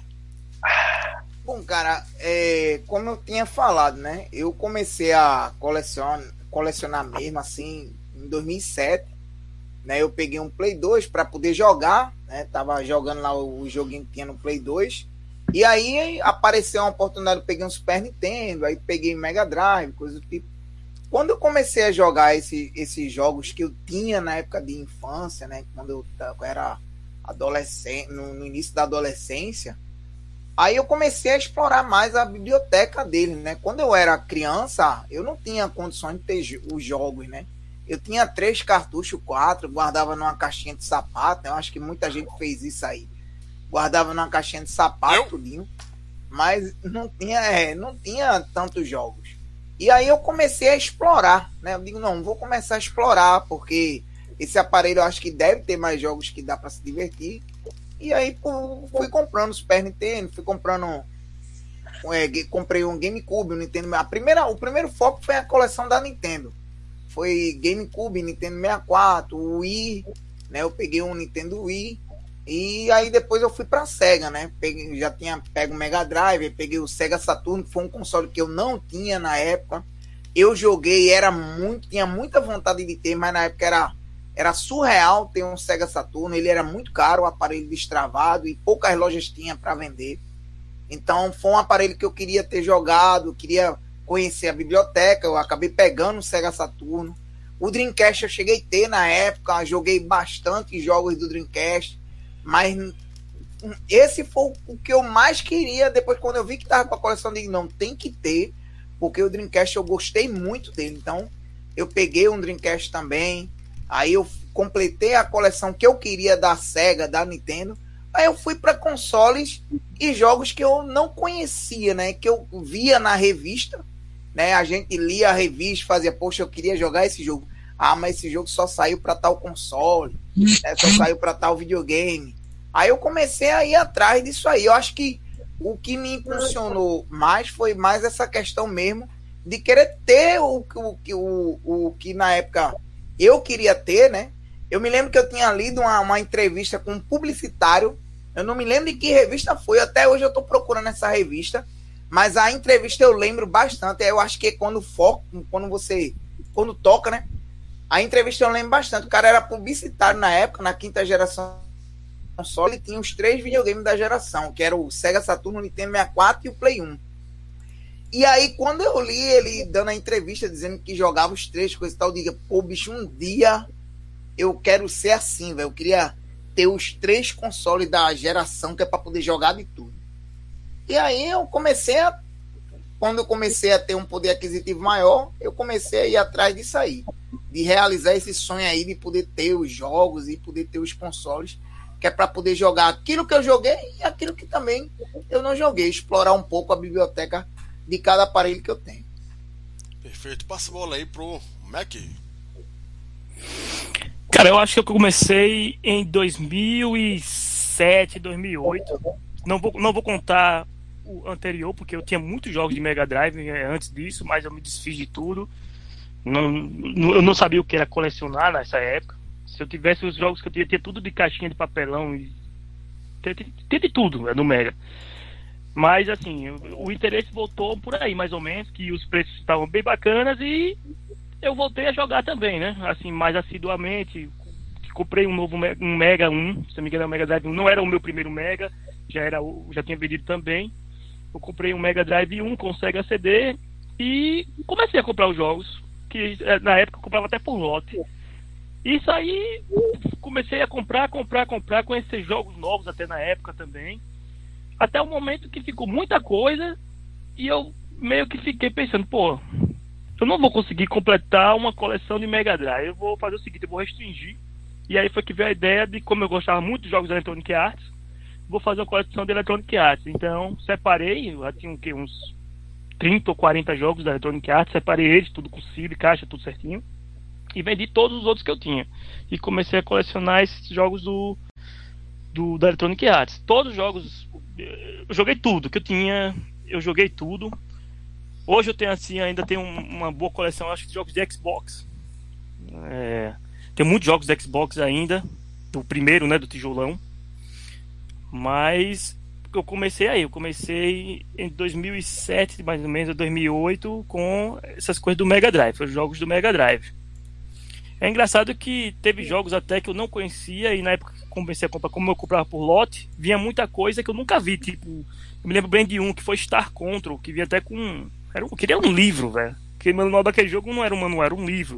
Bom, cara, é, como eu tinha falado, né? Eu comecei a colecionar, colecionar mesmo assim em dois mil e sete. Né, eu peguei um Play dois para poder jogar, né? Tava jogando lá o joguinho que tinha no Play dois. E aí apareceu uma oportunidade, eu peguei um Super Nintendo, aí peguei Mega Drive, coisa do tipo. Quando eu comecei a jogar esse, esses jogos que eu tinha na época de infância, né? Quando eu, eu era adolescente, no, no início da adolescência, aí eu comecei a explorar mais a biblioteca dele, né? Quando eu era criança, eu não tinha condições de ter os jogos, né? Eu tinha três cartuchos, quatro, guardava numa caixinha de sapato, né? Eu acho que muita gente fez isso aí. Guardava numa caixinha de sapato, tudinho, mas não tinha, é, não tinha tantos jogos. E aí eu comecei a explorar, né? Eu digo, não, vou começar a explorar, porque esse aparelho eu acho que deve ter mais jogos que dá para se divertir. E aí pô, fui comprando Super Nintendo, fui comprando, é, comprei um GameCube, um Nintendo. A primeira, o primeiro foco foi a coleção da Nintendo. Foi GameCube, Nintendo sessenta e quatro, o Wii, né? Eu peguei um Nintendo Wii. E aí depois eu fui pra Sega, né? Peguei, já tinha pego o Mega Drive, peguei o Sega Saturn, que foi um console que eu não tinha na época. Eu joguei, era muito, tinha muita vontade de ter, mas na época era, era surreal ter um Sega Saturn. Ele era muito caro, o aparelho destravado, e poucas lojas tinham para vender. Então foi um aparelho que eu queria ter jogado, queria conhecer a biblioteca. Eu acabei pegando o Sega Saturn. O Dreamcast eu cheguei a ter na época, joguei bastante jogos do Dreamcast. Mas esse foi o que eu mais queria. Depois, quando eu vi que tava com a coleção, eu digo, não, tem que ter, porque o Dreamcast eu gostei muito dele. Então eu peguei um Dreamcast também. Aí eu completei a coleção que eu queria da Sega, da Nintendo. Aí eu fui para consoles e jogos que eu não conhecia, né? Que eu via na revista, né? A gente lia a revista, fazia, poxa, eu queria jogar esse jogo. Ah, mas esse jogo só saiu para tal console, né? Só saiu para tal videogame. Aí eu comecei a ir atrás disso aí. Eu acho que o que me impulsionou mais foi mais essa questão mesmo de querer ter o, o, o, o que na época eu queria ter, né? Eu me lembro que eu tinha lido uma, uma entrevista com um publicitário. Eu não me lembro de que revista foi. Até hoje eu estou procurando essa revista. Mas a entrevista eu lembro bastante. Eu acho que quando foco, quando você, quando toca, né? A entrevista eu lembro bastante. O cara era publicitário na época, na quinta geração console, ele tinha os três videogames da geração, que era o Sega Saturn, o Nintendo sessenta e quatro e o Play um. E aí, quando eu li ele dando a entrevista, dizendo que jogava os três, coisa e tal, eu digo, pô, bicho, um dia eu quero ser assim, velho. Eu queria ter os três consoles da geração, que é pra poder jogar de tudo. E aí eu comecei a... Quando eu comecei a ter um poder aquisitivo maior, eu comecei a ir atrás disso aí. De realizar esse sonho aí, de poder ter os jogos e poder ter os consoles, que é para poder jogar aquilo que eu joguei e aquilo que também eu não joguei. Explorar um pouco a biblioteca de cada aparelho que eu tenho. Perfeito. Passa a bola aí pro Mac. Cara, eu acho que eu comecei em dois mil e sete, dois mil e oito. Não vou, não vou contar o anterior, porque eu tinha muitos jogos de Mega Drive antes disso, mas eu me desfiz de tudo. Não, eu não sabia o que era colecionar nessa época. Se eu tivesse os jogos que eu tinha, tinha tudo de caixinha de papelão. E... Tinha de tudo, é, no Mega. Mas, assim, o, o interesse voltou por aí, mais ou menos, que os preços estavam bem bacanas e eu voltei a jogar também, né? Assim, mais assiduamente. Comprei um novo um Mega um, se não me engano, é o Mega Drive um. Não era o meu primeiro Mega, já, era, já tinha vendido também. Eu comprei um Mega Drive um com Sega C D e comecei a comprar os jogos, que na época eu comprava até por lote. Isso aí, comecei a comprar, comprar, comprar, conhecer jogos novos até na época também. Até o momento que ficou muita coisa e eu meio que fiquei pensando, pô, eu não vou conseguir completar uma coleção de Mega Drive. Eu vou fazer o seguinte, eu vou restringir. E aí foi que veio a ideia de, como eu gostava muito de jogos de Electronic Arts, vou fazer uma coleção de Electronic Arts. Então, separei, já tinha o quê, uns trinta ou quarenta jogos da Electronic Arts, separei eles, tudo com C D, caixa, tudo certinho. E vendi todos os outros que eu tinha. E comecei a colecionar esses jogos do, do da Electronic Arts. Todos os jogos, eu joguei tudo que eu tinha, eu joguei tudo. Hoje eu tenho assim, ainda tenho uma boa coleção, acho que de jogos de Xbox. É, tem muitos jogos de Xbox ainda, do primeiro, né, do tijolão. Mas eu comecei aí, eu comecei em dois mil e sete, mais ou menos, dois mil e oito, com essas coisas do Mega Drive, os jogos do Mega Drive. É engraçado que teve jogos até que eu não conhecia e na época que comecei a comprar, como eu comprava por lote, vinha muita coisa que eu nunca vi, tipo, eu me lembro bem de um que foi Star Control, que vinha até com, era, eu queria um livro, velho, porque o manual daquele jogo não era um manual, era um livro.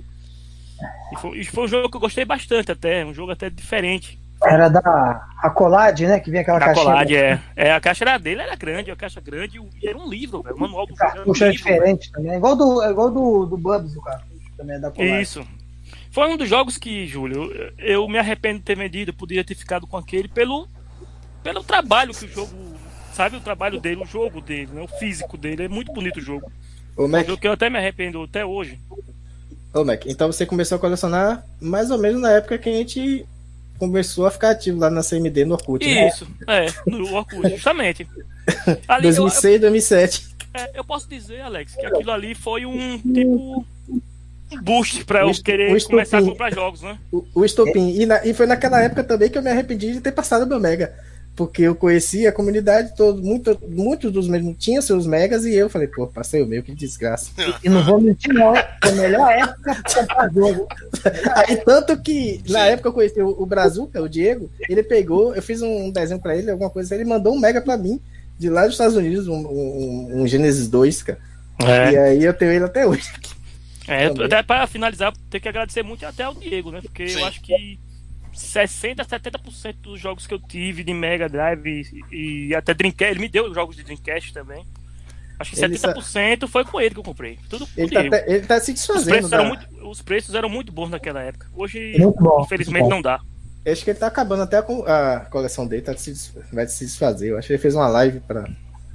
E foi, e foi um jogo que eu gostei bastante até, um jogo até diferente. Era da Acolade, né? Que vinha aquela caixa. Acolade, é. é. A caixa era dele, era grande, a caixa grande e era um livro, velho. O manual do jogo era um livro. Diferente véio. também. É igual do, é igual do, do Bubs, do cartucho também, é da Acolade. Isso. Foi um dos jogos que, Júlio, eu, eu me arrependo de ter vendido, eu poderia ter ficado com aquele pelo, pelo trabalho que o jogo, sabe, o trabalho dele, o jogo dele, né? O físico dele, é muito bonito o jogo. Ô, Mac, um jogo que eu até me arrependo até hoje. Ô, Mac, então você começou a colecionar mais ou menos na época que a gente começou a ficar ativo lá na C M D no Orkut. Isso, né? É, no Orkut, justamente. Ali, dois mil e seis, dois mil e sete. É, eu posso dizer, Alex, que aquilo ali foi um tipo um boost pra eu querer começar a comprar jogos, né? O, o estopim. E, na, e foi naquela época também que eu me arrependi de ter passado meu Mega. Porque eu conheci a comunidade toda, muito, muitos dos mesmos tinham seus megas e eu falei, pô, passei o meu, que desgraça. E, e não vou mentir, não, foi a melhor época pra comprar jogo. Aí, tanto que na época eu conheci o, o Brazuca, o Diego, ele pegou, eu fiz um desenho pra ele, alguma coisa, ele mandou um mega pra mim, de lá dos Estados Unidos, um, um, um Genesis dois, cara. É. E aí eu tenho ele até hoje. É, até pra finalizar, tenho que agradecer muito até ao Diego, né? Porque Sim. eu acho que sessenta a setenta por cento dos jogos que eu tive de Mega Drive e, e até Dreamcast, ele me deu jogos de Dreamcast também. Acho que ele setenta por cento sa... foi com ele que eu comprei. Tudo ele, tá até, ele tá se desfazendo. Os preços, da... eram muito, os preços eram muito bons naquela época. Hoje, bom, infelizmente, não dá. Eu acho que ele tá acabando até a, a coleção dele, tá se, vai se desfazer. Eu acho que ele fez uma live pra.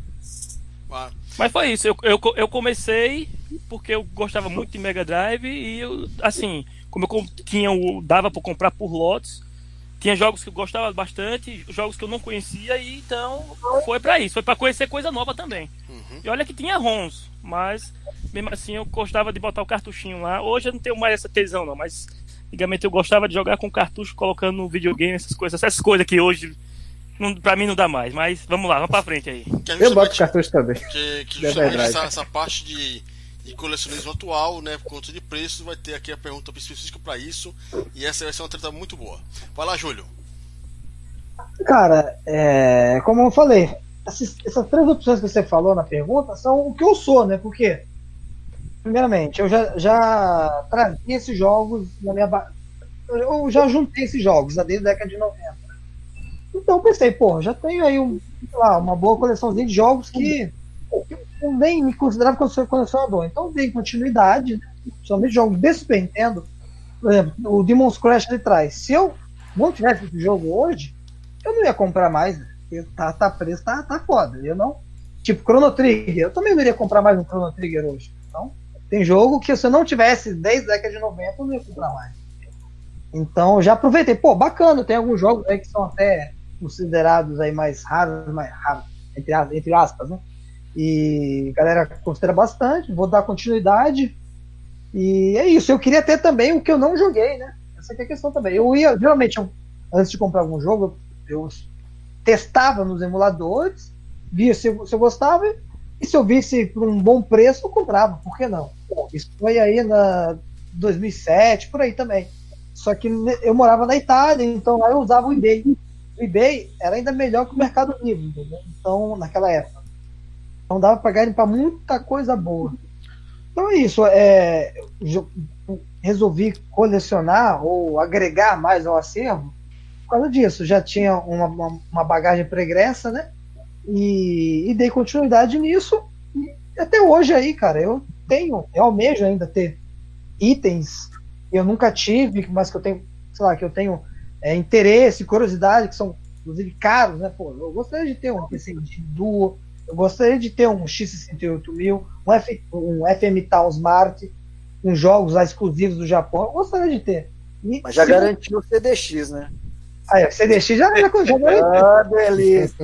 Mas foi isso. Eu, eu, eu comecei porque eu gostava muito de Mega Drive e eu, assim. Como eu tinha o, dava para comprar por lotes, tinha jogos que eu gostava bastante, jogos que eu não conhecia, e então foi para isso, foi para conhecer coisa nova também. Uhum. E olha que tinha ROMs, mas mesmo assim eu gostava de botar o cartuchinho lá. Hoje eu não tenho mais essa tesão não, mas antigamente eu gostava de jogar com cartucho, colocando no videogame, essas coisas, essas coisas que hoje não, pra mim não dá mais, mas vamos lá, vamos pra frente aí. Eu boto cartucho também. Que, que justamente essa, essa parte de de colecionismo atual, né, por conta de preço, vai ter aqui a pergunta específica para isso, e essa vai ser uma treta muito boa. Vai lá, Júlio. Cara, é, como eu falei, essas, essas três opções que você falou na pergunta são o que eu sou, né, porque primeiramente, eu já, já trazia esses jogos na minha ba... eu já juntei esses jogos desde a década de noventa. Então eu pensei, pô, já tenho aí um, sei lá, uma boa coleçãozinha de jogos que eu nem me considerava colecionador, então dei continuidade, né? Somente jogos de Super Nintendo. Por exemplo, o Demon's Crash ali atrás. Se eu não tivesse esse jogo hoje, eu não ia comprar mais, né? Porque tá, tá preço, tá, tá foda. Eu não. Tipo, Chrono Trigger, eu também não iria comprar mais um Chrono Trigger hoje. Então, tem jogo que se eu não tivesse desde a década de noventa, eu não ia comprar mais. Então, já aproveitei. Pô, bacana, tem alguns jogos aí que são até considerados aí mais raros, mais raros, entre, entre aspas, né? E a galera considera bastante, vou dar continuidade. E é isso, eu queria ter também o que eu não joguei, né? Essa aqui é a questão também. Eu ia, geralmente, eu, antes de comprar algum jogo, eu, eu testava nos emuladores, via se eu, se eu gostava, e se eu visse por um bom preço, eu comprava. Por que não? Isso foi aí na dois mil e sete, por aí também. Só que eu morava na Itália, então lá eu usava o eBay. O eBay era ainda melhor que o Mercado Livre, entendeu? Então, naquela época. Então dava para garimpar muita coisa boa. Então é isso. É, resolvi colecionar ou agregar mais ao acervo por causa disso. Já tinha uma, uma, uma bagagem pregressa, né? E, e dei continuidade nisso. E até hoje aí, cara, eu tenho, eu almejo ainda ter itens que eu nunca tive, mas que eu tenho, sei lá, que eu tenho é, interesse, curiosidade, que são inclusive caros, né? Pô, eu gostaria de ter um P C Duo, eu gostaria de ter um X sessenta e oito mil, um, F, um F M Town Smart, com jogos lá exclusivos do Japão, eu gostaria de ter. E, mas já se... garantiu o C D X, né? Ah, é, C D X já, já, já ah, delícia.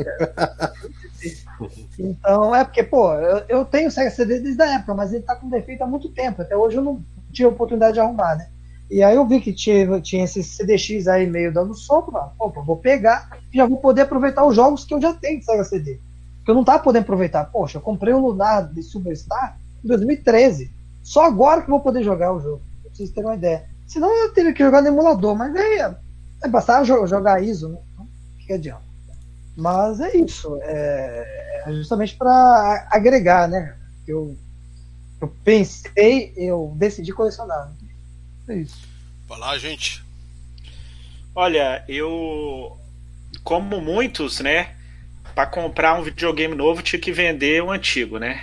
Então, é porque, pô, eu, eu tenho o Sega C D desde a época, mas ele tá com defeito há muito tempo. Até hoje eu não tive a oportunidade de arrumar, né? E aí eu vi que tinha, tinha esse C D X aí meio dando sopa, mano. Opa, vou pegar e já vou poder aproveitar os jogos que eu já tenho de Sega C D. Que eu não tava podendo aproveitar. Poxa, eu comprei o Lunar de Superstar em dois mil e treze. Só agora que eu vou poder jogar o jogo. Pra vocês terem uma ideia. Senão eu teria que jogar no emulador, mas aí é, é bastava jogar I S O, né? Então, que adianta. Mas é isso. É, é justamente para agregar, né? Eu, eu pensei, eu decidi colecionar. Né? É isso. Vai lá, gente. Olha, eu, como muitos, né? Para comprar um videogame novo tinha que vender o antigo, né?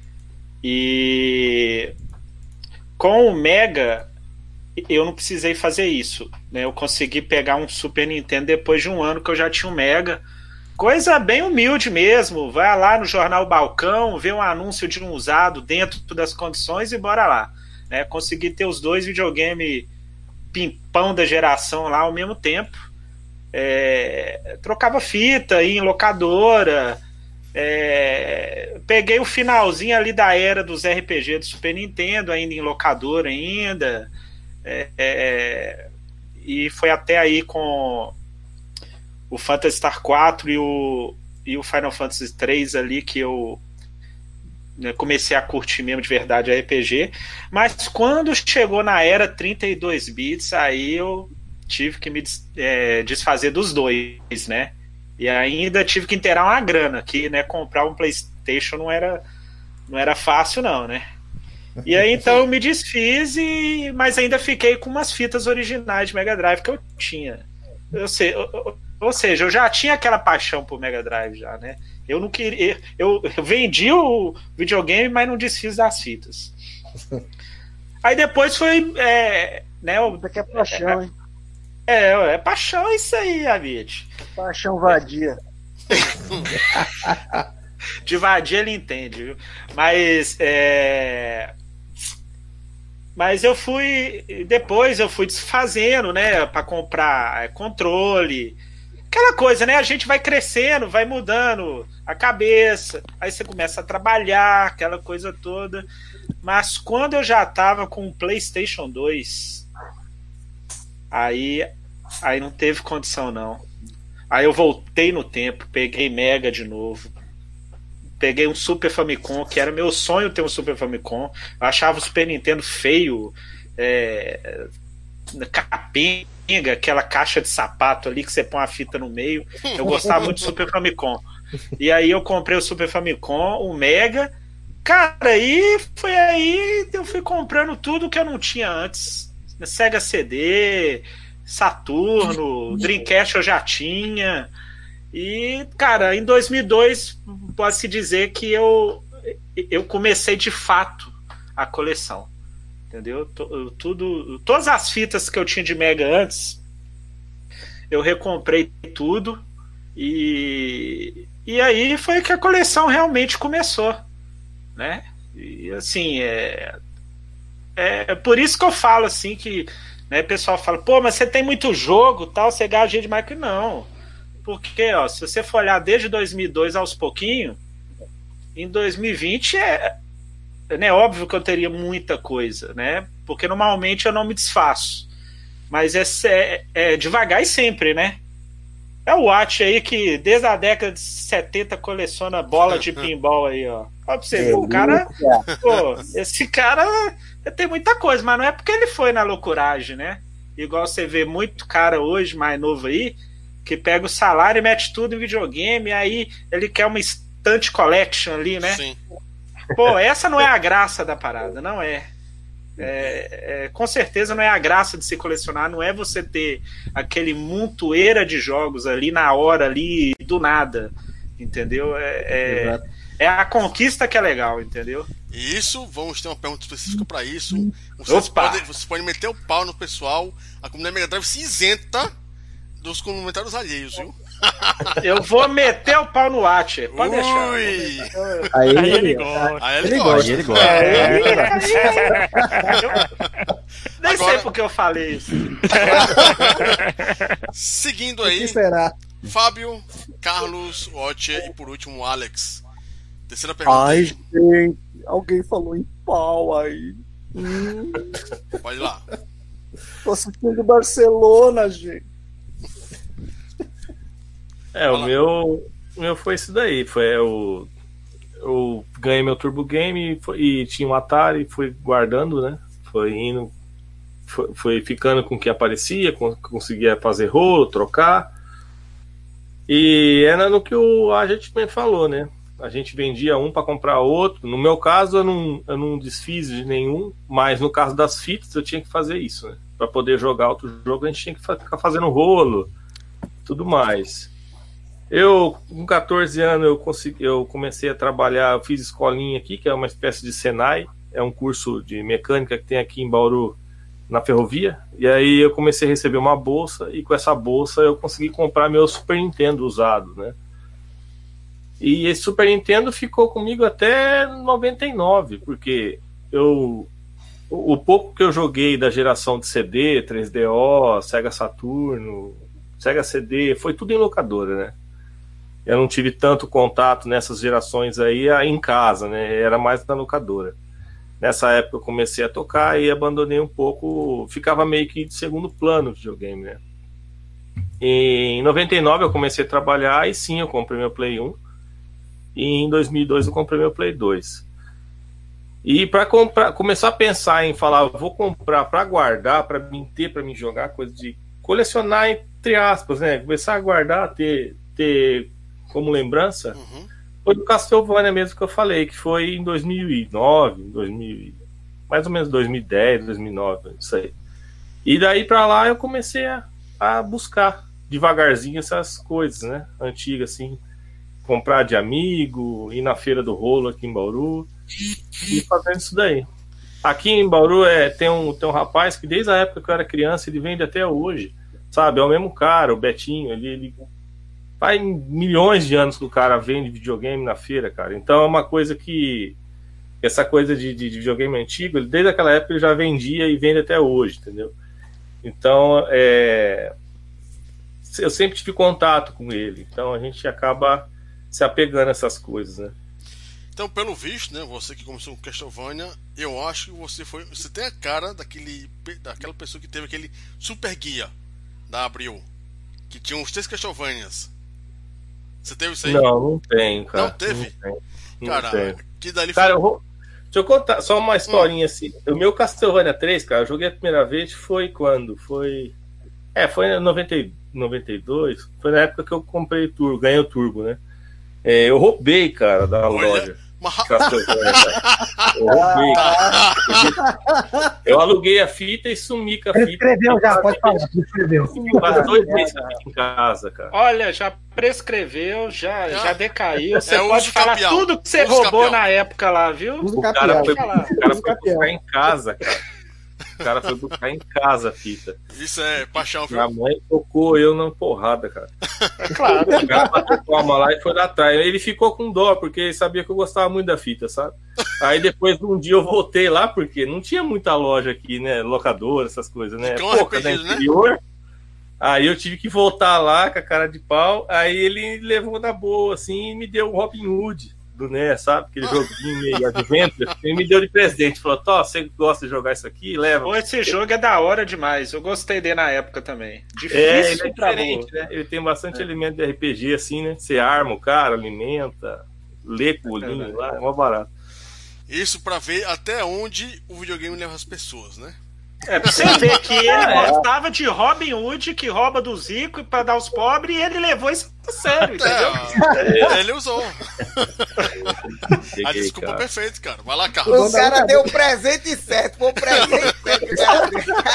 E com o Mega eu não precisei fazer isso, né? Eu consegui pegar um Super Nintendo depois de um ano que eu já tinha um Mega. Coisa bem humilde mesmo. Vai lá no Jornal Balcão, vê um anúncio de um usado dentro das condições e bora lá, né? Consegui ter os dois videogames pimpão da geração lá ao mesmo tempo. É, trocava fita, ia em locadora. É, peguei o finalzinho ali da era dos R P G do Super Nintendo, ainda em locadora ainda. É, é, e foi até aí com o Phantasy Star quatro e o, e o Final Fantasy três ali que eu, né, comecei a curtir mesmo de verdade R P G. Mas quando chegou na era trinta e dois bits, aí eu tive que me é, desfazer dos dois, né? E ainda tive que inteirar uma grana, que, né, comprar um PlayStation não era, não era fácil não, né? E aí então eu me desfiz, e, mas ainda fiquei com umas fitas originais de Mega Drive que eu tinha. Eu sei, ou, ou seja, eu já tinha aquela paixão por Mega Drive já, né? Eu não queria, eu, eu vendi o videogame, mas não desfiz das fitas. Aí depois foi, é, né? O, Isso aqui é paixão, hein? É, é paixão isso aí, Amit. Paixão vadia. De vadia ele entende, viu? Mas é... Mas eu fui... Depois eu fui desfazendo, né? Pra comprar controle. Aquela coisa, né? A gente vai crescendo, vai mudando a cabeça. Aí você começa a trabalhar, aquela coisa toda. Mas quando eu já tava com o PlayStation dois... Aí, aí não teve condição, não. Aí eu voltei no tempo, peguei Mega de novo. Peguei um Super Famicom, que era meu sonho ter um Super Famicom. Eu achava o Super Nintendo feio, é, capenga, aquela caixa de sapato ali que você põe a fita no meio. Eu gostava muito do Super Famicom. E aí eu comprei o Super Famicom, o Mega. Cara, e foi aí eu fui comprando tudo que eu não tinha antes. Sega C D, Saturno, Dreamcast eu já tinha. E, cara, em dois mil e dois pode-se dizer que eu, eu comecei de fato a coleção. Entendeu? Tudo, todas as fitas que eu tinha de Mega antes, eu recomprei tudo. E, e aí foi que a coleção realmente começou, né? E assim, é... É por isso que eu falo assim que, né, o pessoal fala, pô, mas você tem muito jogo, tal, você gasta dinheiro demais. Que não. Porque, ó, se você for olhar desde dois mil e dois aos pouquinho, em dois mil e vinte é, é né, óbvio que eu teria muita coisa, né? Porque normalmente eu não me desfaço. mas é, é, é devagar e sempre, né? É o Watch aí que desde a década de setenta coleciona bola de pinball aí, ó. Ó pra você ver, o cara. Pô, esse cara tem muita coisa, mas não é porque ele foi na loucuragem, né? Igual você vê muito cara hoje, mais novo aí, que pega o salário e mete tudo em videogame, aí ele quer uma estante collection ali, né? Sim. Pô, essa não é a graça da parada, não é. É, é, com certeza não é a graça de se colecionar, não é você ter aquele montoeira de jogos ali na hora, ali, do nada, entendeu? É, é, é a conquista que é legal, entendeu? E isso, vamos ter uma pergunta específica para isso. Vocês podem, vocês podem meter o pau no pessoal, a comunidade Mega Drive se isenta dos comentários alheios, viu? Eu vou meter o pau no Watcher, pode Ui. deixar. Aí, Aí ele gosta. Aí ele gosta. Aí ele gosta. É, nem Agora... sei porque eu falei isso. Seguindo o aí, que será? Fábio, Carlos, Watcher e por último o Alex. Terceira pergunta. Ai, gente, alguém falou em pau aí. Hum, Pode ir lá. tô assistindo Barcelona, gente. É, o meu, o meu foi isso daí. Foi o. Eu ganhei meu Turbo Game e, foi, e tinha um Atari, fui guardando, né? Foi indo. Foi, foi ficando com o que aparecia, com, conseguia fazer rolo, trocar. E era no que o agente me falou, né? A gente vendia um para comprar outro. No meu caso, eu não, eu não desfiz de nenhum, mas no caso das fitas, eu tinha que fazer isso, né? Para poder jogar outro jogo, a gente tinha que ficar fazendo rolo, tudo mais. Eu, com catorze anos, eu, consegui, eu comecei a trabalhar, eu fiz escolinha aqui, que é uma espécie de Senai, é um curso de mecânica que tem aqui em Bauru, na ferrovia, e aí eu comecei a receber uma bolsa, e com essa bolsa eu consegui comprar meu Super Nintendo usado, né? E esse Super Nintendo ficou comigo até noventa e nove, porque eu, o, o pouco que eu joguei da geração de C D, três D O, Sega Saturno, Sega C D, foi tudo em locadora, né? Eu não tive tanto contato nessas gerações aí em casa, né? Era mais na locadora. Nessa época eu comecei a tocar e abandonei um pouco, ficava meio que de segundo plano o videogame, né? E em noventa e nove eu comecei a trabalhar e sim, eu comprei meu Play um. E em dois mil e dois eu comprei meu Play dois. E para comprar, começar a pensar em falar, vou comprar para guardar, para mim ter, para mim jogar, coisa de colecionar entre aspas, né? Começar a guardar, ter, ter como lembrança, uhum. Foi do Castlevania mesmo que eu falei, que foi em dois mil e nove, dois mil, mais ou menos dois mil e dez, dois mil e nove, isso aí. E daí para lá eu comecei a, a buscar devagarzinho essas coisas, né? Antigas assim, comprar de amigo, ir na feira do rolo aqui em Bauru e fazendo isso daí. Aqui em Bauru é, tem, um, tem um rapaz que desde a época que eu era criança ele vende até hoje, sabe? É o mesmo cara, o Betinho, ele, ele faz milhões de anos que o cara vende videogame na feira, cara. Então é uma coisa que essa coisa de, de, de videogame antigo, ele, desde aquela época ele já vendia e vende até hoje, entendeu? Então é, eu sempre tive contato com ele, então a gente acaba se apegando a essas coisas, né? Então, pelo visto, né, você que começou com Castlevania, eu acho que você foi, você tem a cara daquele, daquela pessoa que teve aquele super guia da Abril, que tinha uns três Castlevanias. Você teve isso aí? Não, não tem, cara. Não teve? Não tem. Não cara, tem. que dali cara, foi... eu vou... Deixa eu contar só uma historinha hum. assim. O meu Castlevania três, cara, eu joguei a primeira vez, foi quando? Foi... É, foi em noventa e dois, foi na época que eu comprei o Turbo, ganhei o Turbo, né? É, eu roubei, cara, da Olha, loja. Mas... Castlevania, cara. Eu roubei, cara. Eu aluguei a fita e sumi com a fita. Prescreveu já, pode falar. Prescreveu. Quase dois meses em casa, cara. Olha, já prescreveu, já, já decaiu. Você é pode falar capial. Tudo que você uso roubou capial. Na época lá, viu? O cara foi, o cara foi buscar em casa, cara. O cara foi buscar em casa a fita. Isso é paixão, viu? Minha mãe tocou eu na porrada, cara. É claro. O cara bateu palma lá e foi lá atrás. Ele ficou com dó, porque ele sabia que eu gostava muito da fita, sabe? Aí depois, um dia, eu voltei lá, porque não tinha muita loja aqui, né? Locadora, essas coisas, né? Pouca, né? Interior. Né? Aí eu tive que voltar lá com a cara de pau. Aí ele levou na boa, assim, e me deu o Robin Hood do N E S, sabe? Aquele joguinho meio adventure. Ele me deu de presente. Falou, Tó, você gosta de jogar isso aqui? Leva. Pô, esse jogo é da hora demais. Eu gostei dele na época também. Difícil é, ele é pra diferente, boa. né? Ele tem bastante é. elemento de R P G, assim, né? Você arma o cara, alimenta, lê com o olhinho lá, é mó barato. Isso pra ver até onde o videogame leva as pessoas, né? É, pra você ver que ele é. gostava de Robin Hood, que rouba dos ricos pra dar aos pobres, e ele levou isso a sério, entendeu? É, ele usou. A desculpa cara. perfeita, cara. Vai lá, Carlos. O cara deu o presente certo, foi o presente certo.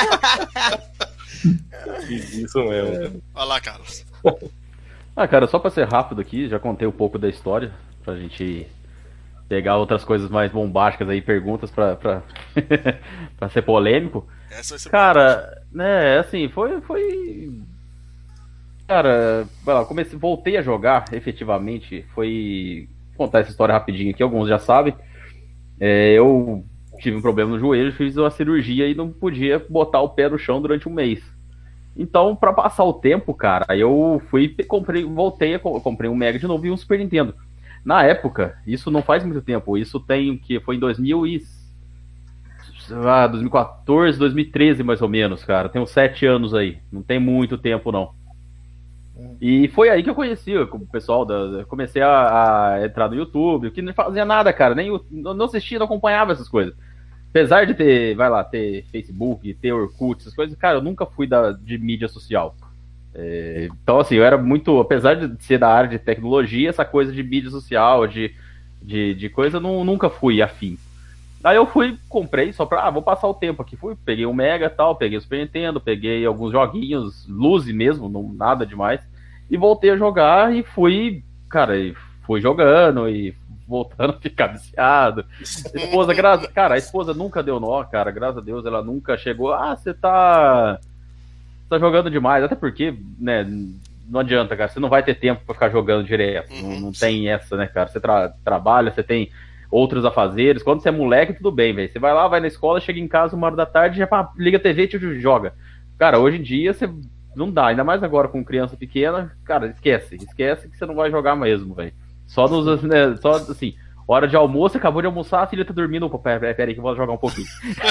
Isso mesmo. Vai lá, Carlos. Ah, cara, só pra ser rápido aqui, já contei um pouco da história, pra gente pegar outras coisas mais bombásticas aí, perguntas pra, pra, pra ser polêmico. Essa vai ser cara, polêmica. Né, assim, foi... foi... Cara, vai lá, comecei, voltei a jogar, efetivamente, foi... Vou contar essa história rapidinho aqui, alguns já sabem. É, eu tive um problema no joelho, fiz uma cirurgia e não podia botar o pé no chão durante um mês. Então, pra passar o tempo, cara, eu fui, comprei, voltei, comprei um Mega de novo e um Super Nintendo. Na época, isso não faz muito tempo, isso tem que foi em dois mil e... ah, dois mil e quatorze, dois mil e treze mais ou menos, cara. Tem uns sete anos aí, não tem muito tempo não. E foi aí que eu conheci o pessoal, da, comecei a, a entrar no YouTube, que não fazia nada, cara, nem não assistia, não acompanhava essas coisas. Apesar de ter, vai lá, ter Facebook, ter Orkut, essas coisas, cara, eu nunca fui da, de mídia social. É, então, assim, eu era muito, apesar de ser da área de tecnologia, essa coisa de mídia social, de, de, de coisa, não, nunca fui afim. Aí eu fui, comprei só pra, ah, vou passar o tempo aqui. Fui, peguei o Mega e tal, peguei o Super Nintendo, peguei alguns joguinhos, Luzi mesmo, não, nada demais. E voltei a jogar e fui, cara, e fui jogando e voltando a ficar viciado. A esposa, gra... cara, a esposa nunca deu nó, cara, graças a Deus, ela nunca chegou, ah, você tá... tá jogando demais, até porque, né, não adianta, cara, você não vai ter tempo pra ficar jogando direto, uhum, não, não tem essa, né, cara, você tra... trabalha, você tem outros afazeres, quando você é moleque, tudo bem, velho, você vai lá, vai na escola, chega em casa uma hora da tarde, já pá, liga a T V e te joga. Cara, hoje em dia, você não dá, ainda mais agora com criança pequena, cara, esquece, esquece que você não vai jogar mesmo, velho, só nos, né, só assim, hora de almoço, acabou de almoçar, a filha tá dormindo, pô, pera, pera aí que eu vou jogar um pouquinho.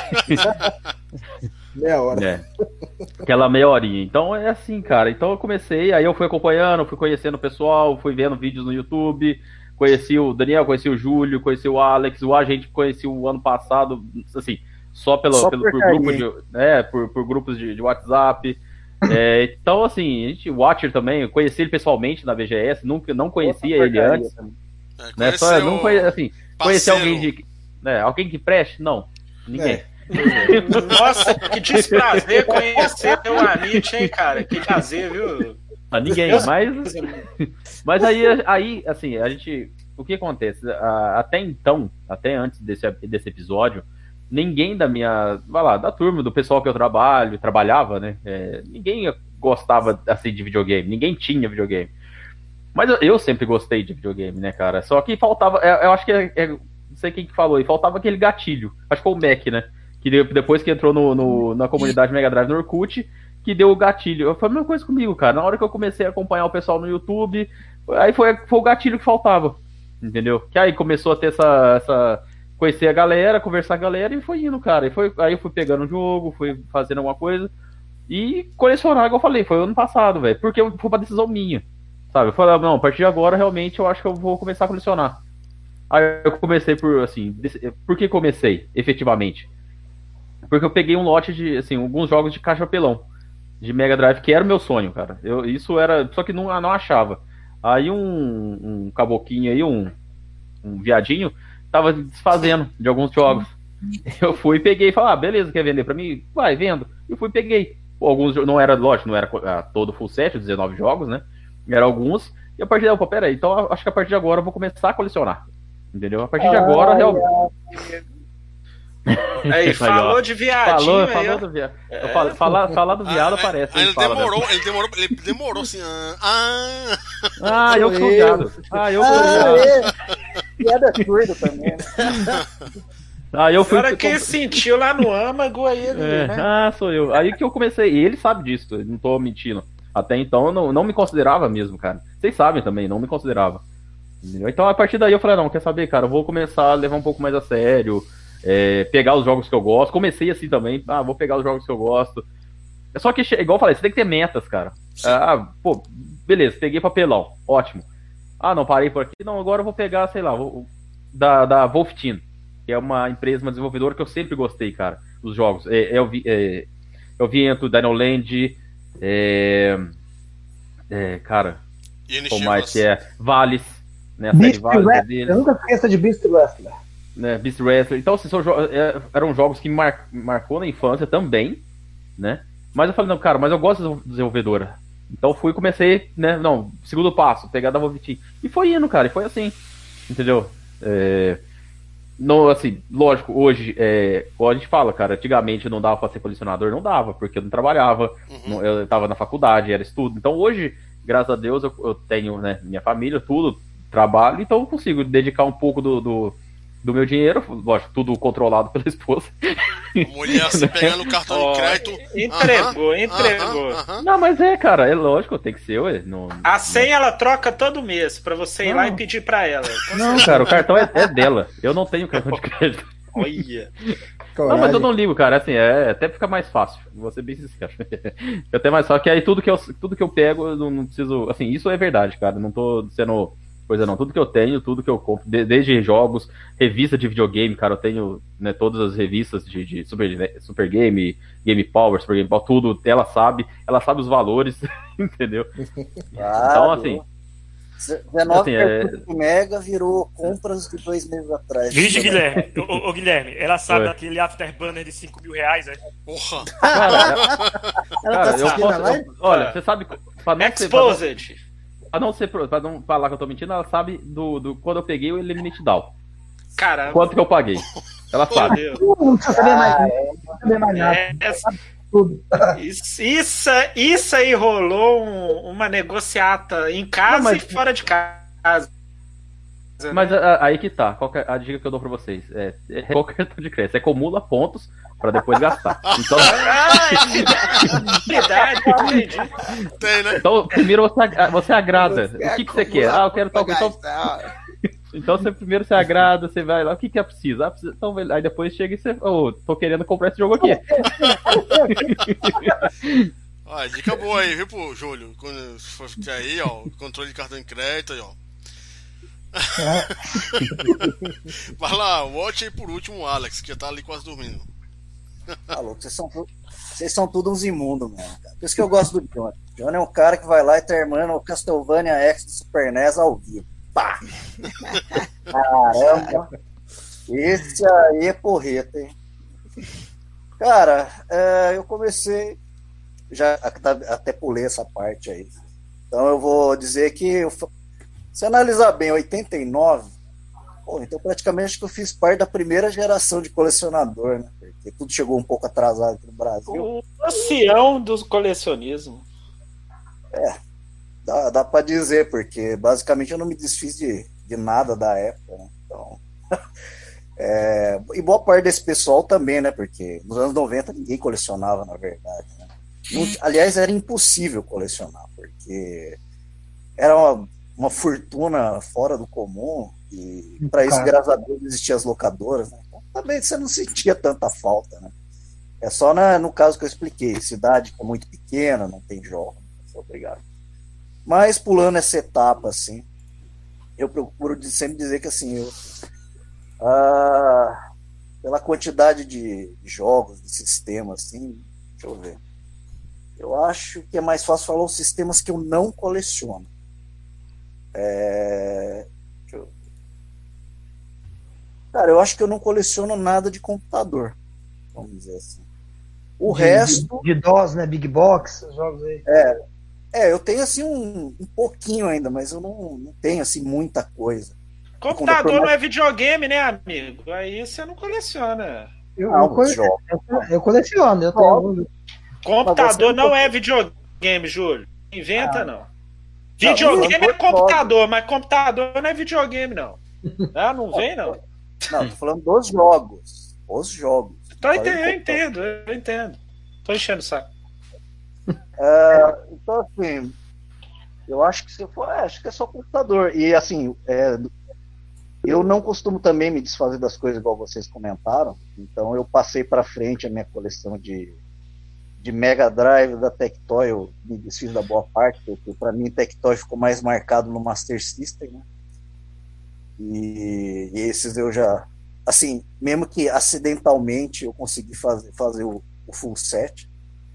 Meia hora. É. Aquela meia horinha. Então é assim, cara. Então eu comecei, aí eu fui acompanhando, fui conhecendo o pessoal, fui vendo vídeos no YouTube, conheci o Daniel, conheci o Júlio, conheci o Alex, o A gente conheci o ano passado, assim, só pelo, só pelo por, grupo de, é, por, por grupos de, de WhatsApp. É, então, assim, a gente, o Watcher também, eu conheci ele pessoalmente na B G S, nunca, não conhecia ele antes. É, né, só, não conhe, assim, conheci alguém de. Né, alguém que preste? Não. Ninguém. É. Nossa, que desprazer conhecer meu Amit, hein, cara? Que prazer, viu? Ah, ninguém, mas. Mas aí, aí, assim, a gente. O que acontece? Até então, até antes desse, desse episódio, ninguém da minha. Vai lá, da turma, do pessoal que eu trabalho, trabalhava, né? É, ninguém gostava assim de videogame, ninguém tinha videogame. Mas eu, eu sempre gostei de videogame, né, cara? Só que faltava. Eu, eu acho que é, é, não sei quem que falou aí, faltava aquele gatilho. Acho que foi o Mac, né? Que depois que entrou no, no, na comunidade Mega Drive no Orkut, que deu o gatilho. Foi a mesma coisa comigo, cara. Na hora que eu comecei a acompanhar o pessoal no YouTube, aí foi, foi o gatilho que faltava. Entendeu? Que aí começou a ter essa, essa. Conhecer a galera, conversar com a galera e foi indo, cara. E foi, aí eu fui pegando o jogo, fui fazendo alguma coisa. E colecionar, igual eu falei, foi ano passado, velho. Porque foi uma decisão minha. Sabe? Eu falei, não, a partir de agora, realmente, eu acho que eu vou começar a colecionar. Aí eu comecei por, assim. Por que comecei, efetivamente? Porque eu peguei um lote de, assim, alguns jogos de caixa pelão de Mega Drive, que era o meu sonho, cara. Eu, isso era, só que não, não achava. Aí um, um caboquinho aí, um, um viadinho, tava desfazendo de alguns jogos. Eu fui e peguei e falei, ah, beleza, quer vender pra mim? Vai, vendo. E fui e peguei. Alguns, não era, lógico, não era todo full set, dezenove jogos, né? Era alguns. E a partir daí, pô, pera aí, então acho que a partir de agora eu vou começar a colecionar. Entendeu? A partir de agora, ah, realmente... Aí, falou de viadinho. Falou, aí, falou do viado. É. Falar, falar, falar do viado ah, aparece. Ele, ele, demorou, né? ele demorou, ele demorou assim. Ah, ah eu sou viado. Ah, eu sou viado. Viado é surdo também, né? Ah, eu fui. Agora quem sentiu lá no âmago aí, ele, é, né? Ah, sou eu. Aí que eu comecei. E ele sabe disso, não tô mentindo. Até então eu não, não me considerava mesmo, cara. Vocês sabem também, não me considerava. Entendeu? Então, a partir daí, eu falei, não, quer saber, cara, eu vou começar a levar um pouco mais a sério, é, pegar os jogos que eu gosto. Comecei assim também, ah, vou pegar os jogos que eu gosto. Só que, igual eu falei, você tem que ter metas, cara. Ah, pô, beleza, peguei papelão, ótimo. Ah, não, parei por aqui. Não, agora eu vou pegar, sei lá, vou, da, da Wolf Team, que é uma empresa, uma desenvolvedora que eu sempre gostei, cara, dos jogos. É, eu vi, é, eu vi entre o Dinoland, é, é, cara, como mais que é, Vales, né, a série Vales é deles. Eu nunca esqueça de Beast Wrestler. Né, Beast Wrestler. Então, assim, são, é, eram jogos que me mar, marcou na infância também, né? Mas eu falei, não, cara, mas eu gosto de desenvolvedora. Então fui e comecei, né? Não, segundo passo, pegar da Vovitim. E foi indo, cara, e foi assim. Entendeu? É, no, assim, lógico, hoje, é, como a gente fala, cara, antigamente não dava pra ser colecionador, não dava, porque eu não trabalhava, uhum. não, eu tava na faculdade, era estudo. Então hoje, graças a Deus, eu, eu tenho, né, minha família, tudo, trabalho, então eu consigo dedicar um pouco do. do do meu dinheiro, lógico, tudo controlado pela esposa. Mulher se pegando o cartão oh, de crédito. Entregou, uh -huh, entregou. Uh -huh, uh -huh. Não, mas é, cara, é lógico, tem que ser, ué. Não, a senha não... ela troca todo mês, pra você ir não. lá e pedir pra ela. Não, cara, o cartão é, é dela. Eu não tenho cartão de crédito. Olha. Não, mas eu não ligo, cara, assim, é até fica mais fácil. Vou ser bem sincero. É até mais fácil, que aí tudo que eu, tudo que eu pego, eu não, não preciso. Assim, isso é verdade, cara. Não tô sendo. Coisa não, tudo que eu tenho, tudo que eu compro, desde jogos, revista de videogame, cara, eu tenho, né, todas as revistas de, de Super, Super Game, Game Power, Super Game Power, tudo, ela sabe, ela sabe os valores, entendeu? Claro. Então, assim... dezenove assim, é... mega virou compras de dois meses atrás. Vixe, Guilherme, ô, ô, Guilherme, ela sabe Oi. aquele afterbanner de cinco mil reais, é? Porra! Cara, ela cara, tá eu posso, eu, olha, você sabe... Exposed! Ser, Pra não, ser, pra não falar que eu tô mentindo, ela sabe do, do quando eu peguei o Eliminate Down. Caramba. Quanto que eu paguei. Ela Pô, sabe. Não precisa saber mais nada. Não precisa saber mais nada. É, isso, isso, isso aí rolou um, uma negociata em casa não, mas... e fora de casa. Mas a, aí que tá. Qual que é a dica que eu dou pra vocês? É, é qual cartão de crédito? Você acumula pontos pra depois gastar. Então, verdade, entendi. Tem, né? Então, primeiro você, você agrada. Você o que, que você quer? Ah, eu quero tal coisa. Então, você primeiro você agrada, você vai lá, o que que é preciso? Ah, precisa... Então, aí depois chega e você, oh, tô querendo comprar esse jogo aqui. Ó, dica boa aí, viu, pro Júlio? Quando for aí, ó, controle de cartão de crédito aí, ó. Vai lá, watch aí por último, Alex, que já tá ali quase dormindo. Tá louco, vocês são, vocês são todos uns imundos, mano. Por isso que eu gosto do Johnny. Johnny é um cara que vai lá e termina o Castlevania X do Super N E S ao vivo. Pá! Caramba! Esse aí é porreta, hein? Cara, é, eu comecei. Já até pulei essa parte aí. Então eu vou dizer que. Eu, se analisar bem, oitenta e nove, pô, então praticamente acho que eu fiz parte da primeira geração de colecionador, né? Porque tudo chegou um pouco atrasado aqui no Brasil. O ancião do colecionismo. É, dá, dá pra dizer, porque basicamente eu não me desfiz de, de nada da época, né? Então, é, e boa parte desse pessoal também, né? Porque nos anos noventa ninguém colecionava, na verdade, né? Não, aliás, era impossível colecionar, porque era uma uma fortuna fora do comum, e para isso, graças a Deus, existiam as locadoras, né? Então, também você não sentia tanta falta, né? É só na, no caso que eu expliquei, cidade que é muito pequena, não tem jogo, obrigado. Mas pulando essa etapa, assim, eu procuro sempre dizer que, assim, eu, ah, pela quantidade de jogos, de sistemas, assim, deixa eu ver, eu acho que é mais fácil falar os sistemas que eu não coleciono. É... Eu... Cara, eu acho que eu não coleciono nada de computador, vamos dizer assim. O de, resto... De, de DOS, né? Big Box, jogos aí. É, é eu tenho assim um, um pouquinho ainda, mas eu não, não tenho assim muita coisa. Computador não é videogame, né, amigo? Aí você não coleciona. Eu, eu, cole... eu, eu coleciono, eu tenho... Computador não é videogame, Júlio. Inventa, ah. não. Videogame não, é computador, jogos. Mas computador não é videogame, não. Ah, não vem, não. Não, tô falando dos jogos. Os jogos. Então, eu entendo, eu entendo, eu entendo. Tô enchendo o saco. É, então, assim, Eu acho que se for, é, acho que é só computador. E assim, é, eu não costumo também me desfazer das coisas igual vocês comentaram. Então eu passei para frente a minha coleção de, de Mega Drive da Tectoy. Eu me desfiz da boa parte, porque para mim Tectoy ficou mais marcado no Master System, né? E, e esses eu já, assim, mesmo que acidentalmente eu consegui fazer, fazer o, o full set.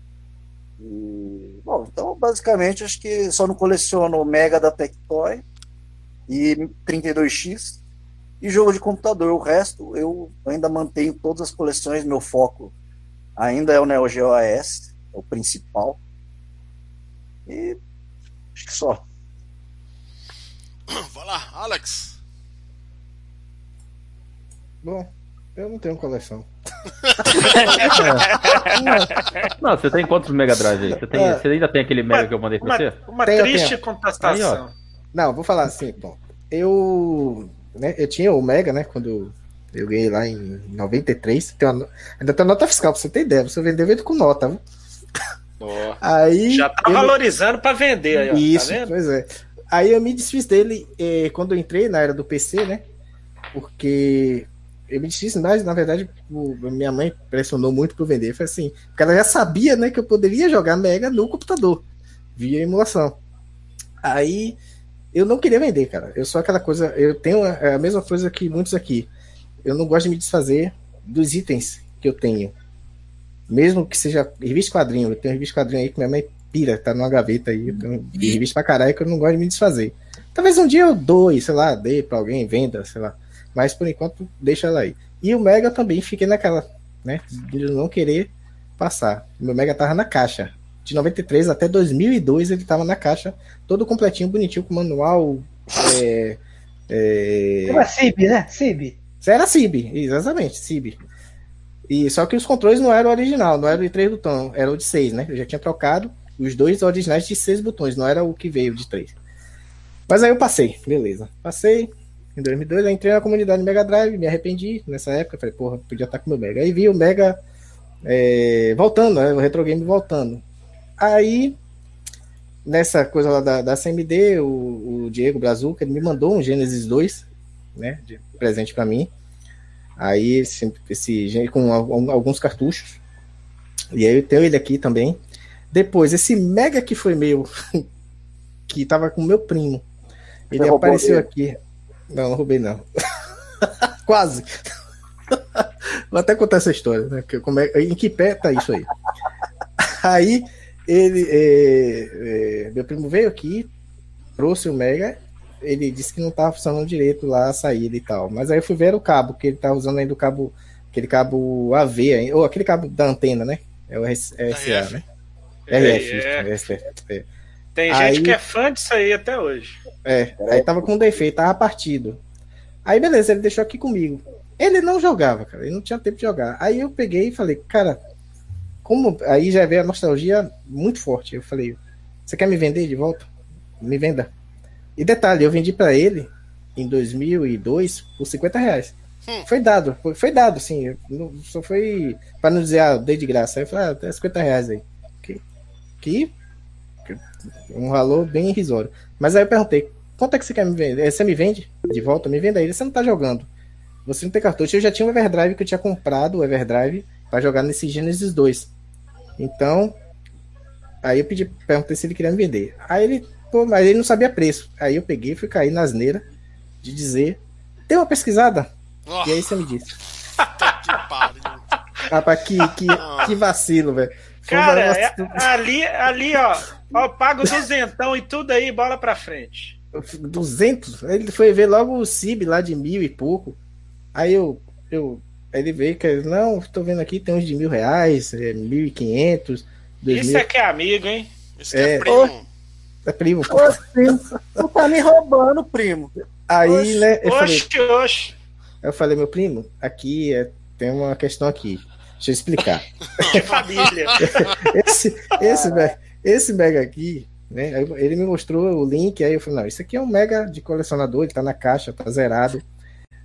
E, bom, então basicamente acho que só não coleciono o Mega da Tectoy e trinta e dois X e jogo de computador. O resto eu ainda mantenho todas as coleções. Meu foco ainda é o Neo Geo A S, é o principal. E acho que só. Vai lá, Alex. Bom, eu não tenho coleção. Não, você tem quantos Mega Drive aí? Você, tem, É. você ainda tem aquele Mega Uma, que eu mandei pra uma, você? uma Tenho, triste tenho. contestação. Aí, Não, vou falar assim, bom. Eu, né, eu tinha o Mega, né, quando eu ganhei lá em noventa e três. Tem uma, ainda tem nota fiscal, pra você ter ideia. Você vendeu ele com nota, viu? Ó, Aí, já tá ele- valorizando pra vender aí, ó. Isso, Tá vendo? pois é. Aí eu me desfiz dele eh, quando eu entrei na era do P C, né? Porque eu me desfiz, mas na verdade o- minha mãe pressionou muito pra eu vender. Foi assim, porque ela já sabia, né, que eu poderia jogar Mega no computador, via emulação. Aí eu não queria vender, cara. Eu sou aquela coisa, eu tenho a, a mesma coisa que muitos aqui. Eu não gosto de me desfazer dos itens que eu tenho. Mesmo que seja revista quadrinho, eu tenho revista quadrinho aí que minha mãe pira, tá numa gaveta aí, eu tenho revista pra caralho que eu não gosto de me desfazer. Talvez um dia eu doe, sei lá, dê pra alguém, venda, sei lá. Mas por enquanto, deixa ela aí. E o Mega também, fiquei naquela, né, de não querer passar. O meu Mega tava na caixa. De noventa e três até dois mil e dois ele tava na caixa, todo completinho, bonitinho, com manual. É, é... Era C I B, né? C I B. Era C I B, exatamente, C I B. E, só que os controles não eram o original, não era o de três botões, era o de seis, né? Eu já tinha trocado os dois originais de seis botões, não era o que veio de três. Mas aí eu passei, beleza. Passei, em dois mil e dois eu entrei na comunidade Mega Drive, me arrependi nessa época, falei, porra, podia estar com o meu Mega. Aí vi o Mega é, voltando, né? O Retro Game voltando. Aí, nessa coisa lá da, da C M D, o, o Diego Brazuca, ele me mandou um Genesis dois, né? De presente pra mim. Aí, esse, esse com alguns cartuchos. E aí eu tenho ele aqui também. Depois, esse Mega que foi meu, que tava com o meu primo. Ele Você apareceu roubou aqui. Não, não roubei não. Quase. Vou até contar essa história, né? Que- Como é, em que pé tá isso aí? Aí, ele, é, é, meu primo veio aqui, trouxe o Mega. Ele disse que não tava funcionando direito lá a saída e tal. Mas aí eu fui ver o cabo, que ele tá usando ainda o cabo, aquele cabo A V, aí, ou aquele cabo da antena, né? É o R S A, R F. né? É, R F, é. R F, é. Tem Aí- gente que é fã disso aí até hoje. É, aí tava com defeito, tava partido. Aí beleza, ele deixou aqui comigo. Ele não jogava, cara, ele não tinha tempo de jogar. Aí eu peguei e falei, cara, como. Aí já veio a nostalgia muito forte. Eu falei, você quer me vender de volta? Me venda. E detalhe, eu vendi pra ele em dois mil e dois por cinquenta reais. Hum. Foi dado, foi, foi dado, sim. Não- Só foi. Pra não dizer, ah, dei de graça. Aí eu falei, ah, tem cinquenta reais aí. Que, que um valor bem irrisório. Mas aí eu perguntei, quanto é que você quer me vender? Você me vende de volta? Me venda aí. Você não tá jogando. Você não tem cartucho. Eu já tinha um Everdrive que eu tinha comprado, o Everdrive, pra jogar nesse Genesis dois. Então, aí eu pedi, perguntei se ele queria me vender. Aí ele, pô, mas ele não sabia preço. Aí eu peguei e fui cair na asneira de dizer, dê uma pesquisada. Oh, E aí você me disse. puta que pariu. Rapaz, que, que, que vacilo, velho. Foi um Cara, negócio- é- ali, ali, ó, ó, eu pago duzentão e tudo aí, bola pra frente. duzentos? Ele foi ver logo o C I B lá de mil e pouco. Aí eu, eu aí ele veio que não, tô vendo aqui, tem uns de mil reais, é, mil e quinhentos, dois Isso mil. é que é amigo, hein? Esse que é, É. primo. É primo. Ô, primo, tu tá me roubando, primo. Aí, Oxe, né, eu falei, oxe, oxe. eu falei, meu primo, aqui é, tem uma questão aqui. Deixa eu explicar. Que família. esse, esse, Mega- esse Mega aqui, né? aí Ele me mostrou o link, aí eu falei, não, isso aqui é um Mega de colecionador, ele tá na caixa, tá zerado.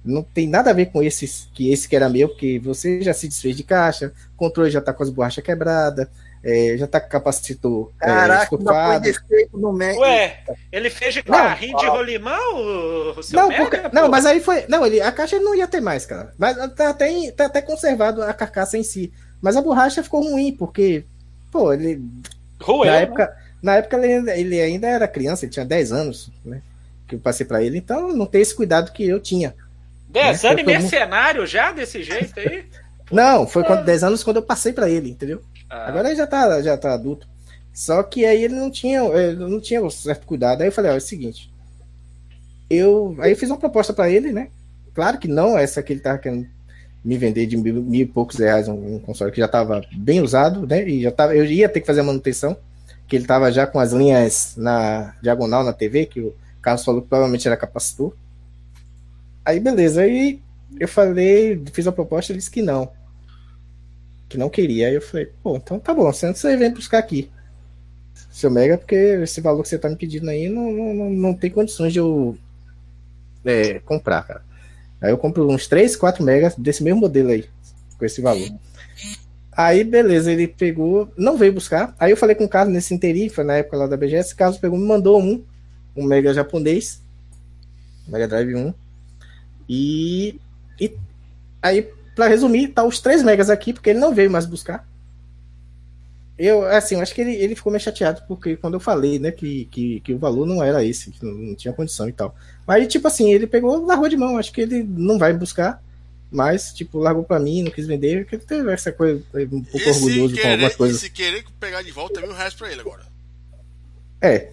Não tem nada a ver com esse que, esse que era meu, porque você já se desfez de caixa, o controle já tá com as borrachas quebradas, é, já tá com capacitor Caraca, é, ainda foi defeito no Mac. Ué, ele fez de carrinho de rolimão, o seu Não, Mega, porque, pô? não, mas aí foi. Não, ele, a caixa não ia ter mais, cara. Mas tá até, tá até conservado a carcaça em si. Mas a borracha ficou ruim, porque, pô, ele. Ruim, na né? época, na época ele, ainda- ele ainda era criança, ele tinha dez anos, né? Que eu passei pra ele, então não tem esse cuidado que eu tinha. Dez né? anos e Eu tô muito- mercenário já, desse jeito aí? Não, foi quando, dez anos quando eu passei pra ele, entendeu? Ah. Agora ele já tá, já tá adulto. Só que aí ele não tinha, ele não tinha um certo cuidado. Aí eu falei, ó, é o seguinte. Eu, aí eu fiz uma proposta pra ele, né? Claro que não essa que ele tava querendo me vender de mil, mil e poucos reais, um, um console que já tava bem usado, né? E já tava, eu ia ter que fazer a manutenção, que ele tava já com as linhas na diagonal na T V, que o Carlos falou que provavelmente era capacitor. Aí beleza, aí eu falei, fiz a proposta, ele disse que não. Que não queria. Aí eu falei, pô, então tá bom, você vem buscar aqui. Seu Mega, porque esse valor que você tá me pedindo aí não, não, não, não tem condições de eu é, comprar, cara. Aí eu compro uns três, quatro megas desse mesmo modelo aí, com esse valor. Aí, beleza, ele pegou, não veio buscar. Aí eu falei com o Carlos nesse inteirinho, foi na época lá da B G S. O Carlos pegou, me mandou um, um Mega japonês, Mega Drive um. E, e aí, pra resumir, tá os três megas aqui, porque ele não veio mais buscar. Eu, assim, eu acho que ele, ele ficou meio chateado, porque quando eu falei, né, que, que, que o valor não era esse, que não, não tinha condição e tal. Mas, tipo assim, ele pegou, largou de mão, acho que ele não vai buscar, mas, tipo, largou pra mim, não quis vender, porque ele teve essa coisa, um pouco E se orgulhoso com querer, algumas e coisas. se querer pegar de volta, é mil reais pra ele agora. É.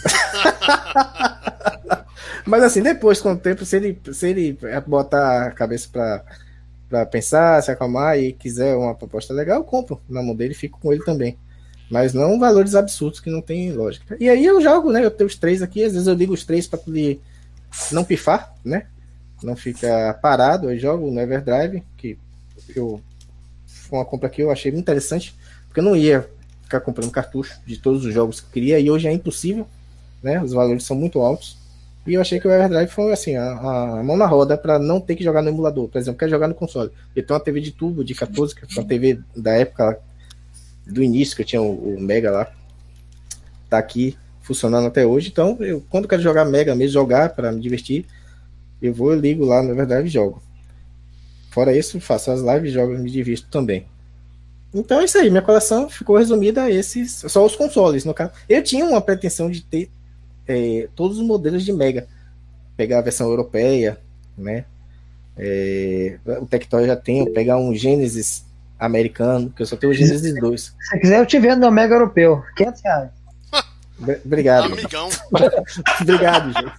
Mas assim, depois, com o tempo, se ele, se ele botar a cabeça pra, pra pensar, se acalmar e quiser uma proposta legal, eu compro na mão dele e fico com ele também. Mas não valores absurdos que não tem lógica. E aí eu jogo, né? Eu tenho os três aqui, às vezes eu ligo os três pra ele não pifar, né? Não fica parado. Eu jogo no Everdrive, que eu, foi uma compra que eu achei muito interessante, porque eu não ia ficar comprando cartucho de todos os jogos que eu queria, e hoje é impossível, né? Os valores são muito altos. E eu achei que o Everdrive foi assim, a, a mão na roda para não ter que jogar no emulador. Por exemplo, quer jogar no console. Eu tenho uma T V de tubo de quatorze, que é uma T V da época do início, que eu tinha o, o Mega lá. Tá aqui funcionando até hoje. Então, eu, quando eu quero jogar Mega mesmo, jogar para me divertir, eu vou, eu ligo lá no Everdrive e jogo. Fora isso, faço as lives, jogo e me divirto também. Então é isso aí, minha coleção ficou resumida a esses, só os consoles, no caso. Eu tinha uma pretensão de ter é, todos os modelos de Mega, pegar a versão europeia, né? É, o Tectoy já tenho, pegar um Genesis americano, que eu só tenho o Genesis dois. Se você quiser, eu te vendo no Mega Europeu, quinhentos reais. B- Obrigado. Amigão. Obrigado, gente.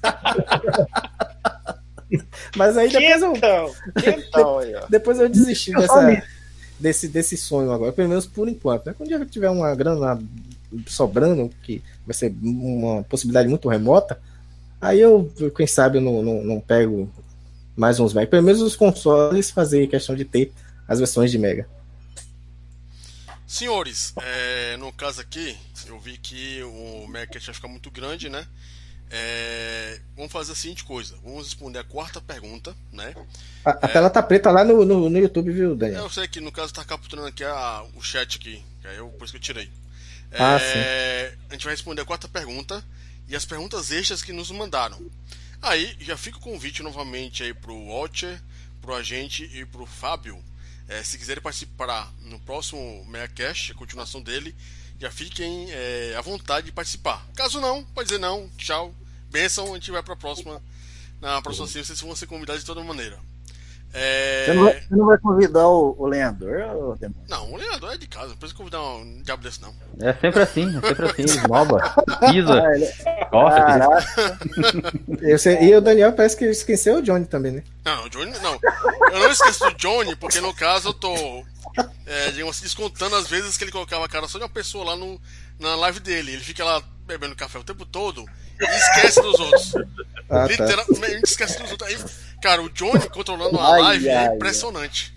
Mas aí depois eu, Quentão, quentão aí, ó. depois eu desisti Eu só dessa, desse, desse sonho agora, pelo menos por enquanto. Né? Quando eu tiver uma grana sobrando, que vai ser uma possibilidade muito remota, aí eu, quem sabe, eu não, não, não pego mais uns Mega. Pelo menos os consoles fazer questão de ter as versões de Mega. Senhores, é, no caso aqui, eu vi que o Megacast vai ficar muito grande, né? É, vamos fazer a seguinte coisa, vamos responder a quarta pergunta, né? A, a tela tá preta lá no, no, no YouTube, viu, Daniel? Eu sei que no caso tá capturando aqui a, o chat aqui, que aí eu, por isso que eu tirei. Ah, É, a gente vai responder a quarta pergunta e as perguntas extras que nos mandaram. Aí já fica o convite novamente aí pro Watcher, pro Agente e pro Fábio. É, se quiserem participar no próximo Megacast, a continuação dele, já fiquem é, à vontade de participar. Caso não, pode dizer não, tchau, benção, a gente vai para a próxima. Na próxima sim, vocês vão ser convidados de toda maneira. É... Você, não vai, você não vai convidar o, o Leandro, ô, Demônio? Não, o Leandro é de casa, não precisa convidar um diabo desse não. É sempre assim, é sempre assim, esnoba, pisa, Ah, ele- gosta, Caraca, Eu sei- e o Daniel parece que esqueceu o Johnny também, né? Não, o Johnny não. Eu não esqueço do Johnny, porque no caso eu tô é, digamos assim, descontando as vezes que ele colocava a cara só de uma pessoa lá no, na live dele. Ele fica lá bebendo café o tempo todo e esquece dos outros. Ah, tá. Literalmente esquece dos outros. Aí, cara, o Johnny controlando a Ai, live ai, é impressionante.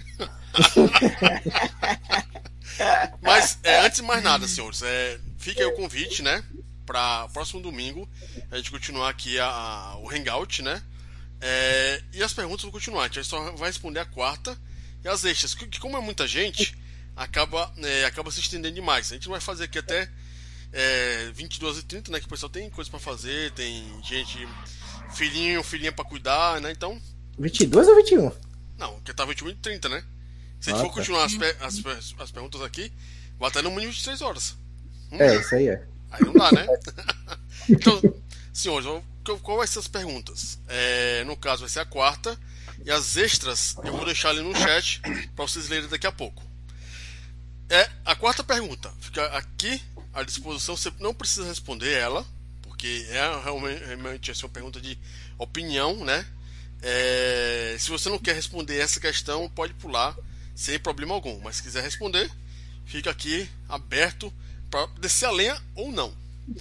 Mas é, antes de mais nada, senhores, é, fica aí o convite, né? Para próximo domingo a gente continuar aqui a, a- o Hangout, né? É, e as perguntas vão continuar. A gente só vai responder a quarta e as extras. Que, que como é muita gente, acaba, é, acaba se estendendo demais. A gente não vai fazer aqui até é, vinte e duas e trinta, né? Que o pessoal tem coisa pra fazer, tem gente, filhinho, filhinha pra cuidar, né? Então. vinte e dois ou vinte e um? Não, porque tá vinte e um e trinta, né? Se a Ah, gente for tá. continuar as, pe- as, pe- as perguntas aqui, vai até no mínimo vinte e três horas. Hum, É, isso aí é. Aí não dá, né? Então, senhores, qual qual vai ser as perguntas? É, no caso, vai ser a quarta. E as extras eu vou deixar ali no chat para vocês lerem daqui a pouco. É, a quarta pergunta fica aqui à disposição. Você não precisa responder ela, porque é realmente, realmente essa é uma pergunta de opinião, né? É, se você não quer responder essa questão, pode pular sem problema algum. Mas se quiser responder, fica aqui aberto para descer a lenha ou não.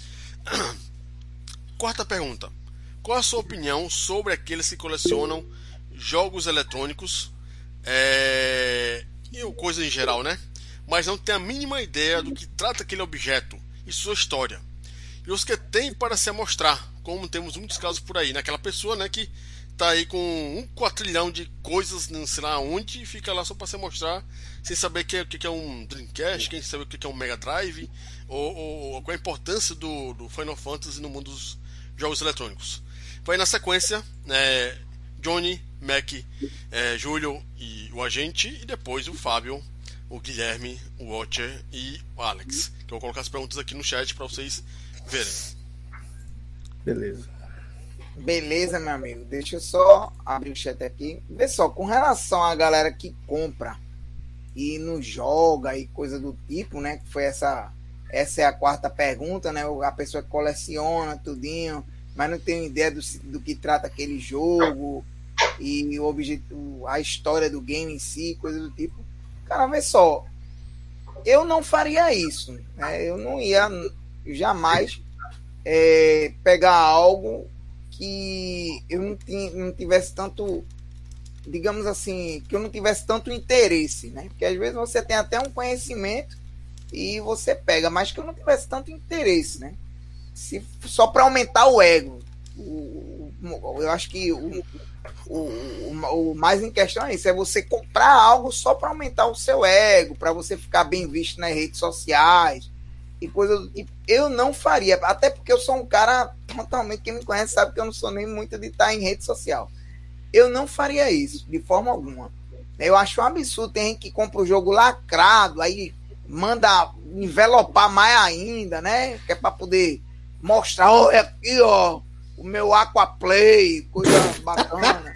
Quarta pergunta: qual a sua opinião sobre aqueles que colecionam jogos eletrônicos é... e coisa em geral, né? Mas não tem a mínima ideia do que trata aquele objeto e sua história. E os que têm para se amostrar, como temos muitos casos por aí, naquela pessoa, né, que tá aí com um quatrilhão de coisas, não sei lá onde, e fica lá só para se mostrar, sem saber o que, que é um Dreamcast, quem sabe o que é um Mega Drive, ou, ou qual a importância do, do Final Fantasy no mundo dos jogos eletrônicos. Vai na sequência, né, Johnny, Mac, é, Júlio e o Agente, e depois o Fábio, o Guilherme, o Watcher e o Alex. Que eu vou colocar as perguntas aqui no chat para vocês verem. Beleza. Beleza, meu amigo. Deixa eu só abrir o chat aqui. Vê só, com relação à galera que compra e não joga e coisa do tipo, né? Que foi essa. Essa é a quarta pergunta, né? A pessoa que coleciona tudinho, mas não tem ideia do, do que trata aquele jogo e o objetivo, a história do game em si, coisa do tipo. Cara, vê só. Eu não faria isso, né? Eu não ia jamais é, pegar algo que eu não, tinha, não tivesse tanto, digamos assim, que eu não tivesse tanto interesse, né? Porque às vezes você tem até um conhecimento e você pega, mas que eu não tivesse tanto interesse, né? Se, só para aumentar o ego. O, o, eu acho que o, o, o, o mais em questão é isso, é você comprar algo só para aumentar o seu ego, para você ficar bem visto nas redes sociais e coisa do tipo. Eu não faria, até porque eu sou um cara totalmente, quem me conhece sabe que eu não sou nem muito de estar em rede social. Eu não faria isso, de forma alguma. Eu acho um absurdo, tem gente que compra o jogo lacrado, aí manda envelopar mais ainda, né? Que é para poder mostrar, olha aqui, ó, o meu Aquaplay, coisa bacana.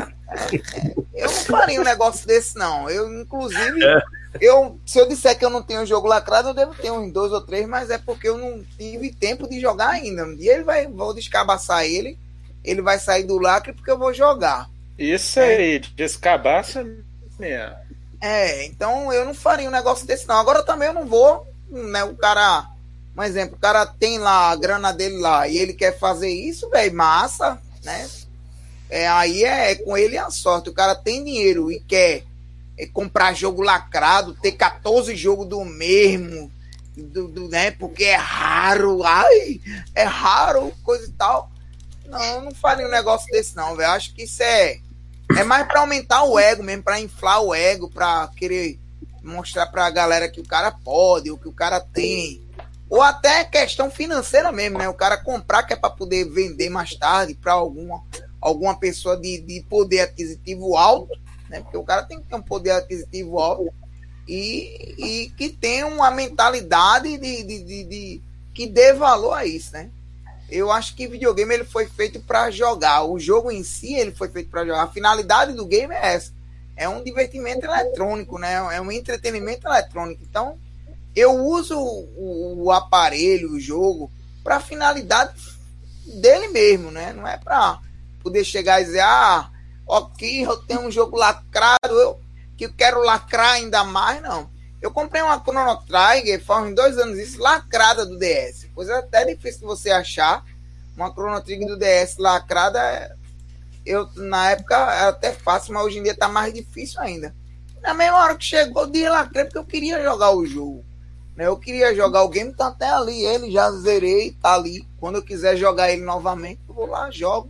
Eu não faria um negócio desse, não. Eu, inclusive, eu, se eu disser que eu não tenho um jogo lacrado, eu devo ter uns dois ou três, mas é porque eu não tive tempo de jogar ainda. Um dia ele vai, vou descabaçar ele, ele vai sair do lacre porque eu vou jogar. Isso aí, descabaça mesmo. É, então eu não faria um negócio desse, não. Agora também eu não vou, né? O cara, um exemplo, o cara tem lá a grana dele lá e ele quer fazer isso, velho, massa, né? É, aí é, é com ele a sorte. O cara tem dinheiro e quer é, comprar jogo lacrado, ter quatorze jogos do mesmo, do, do, né? Porque é raro, ai, é raro, coisa e tal. Não, eu não faria um negócio desse, não, velho. Acho que isso é. É mais pra aumentar o ego mesmo, pra inflar o ego, pra querer mostrar pra galera que o cara pode, o que o cara tem. Ou até questão financeira mesmo, né? O cara comprar que é pra poder vender mais tarde pra alguma, alguma pessoa de, de poder aquisitivo alto, né? Porque o cara tem que ter um poder aquisitivo alto e, e que tenha uma mentalidade de, de, de, de que dê valor a isso, né? Eu acho que videogame ele foi feito para jogar. O jogo em si ele foi feito para jogar. A finalidade do game é essa. É um divertimento eletrônico, né? É um entretenimento eletrônico. Então, eu uso o, o aparelho, o jogo, para a finalidade dele mesmo, né? Não é para poder chegar e dizer, ah, aqui eu tenho um jogo lacrado, eu que eu quero lacrar ainda mais, não. Eu comprei uma Chrono Trigger faz uns dois anos isso, lacrada do D S. Coisa até difícil de você achar. Uma Chrono Trigger do D S lacrada, eu, na época era até fácil, mas hoje em dia tá mais difícil ainda. Na mesma hora que chegou, eu deslacrei porque eu queria jogar o jogo. Né? Eu queria jogar o game, tá até ali. Ele já zerei, tá ali. Quando eu quiser jogar ele novamente, eu vou lá, jogo.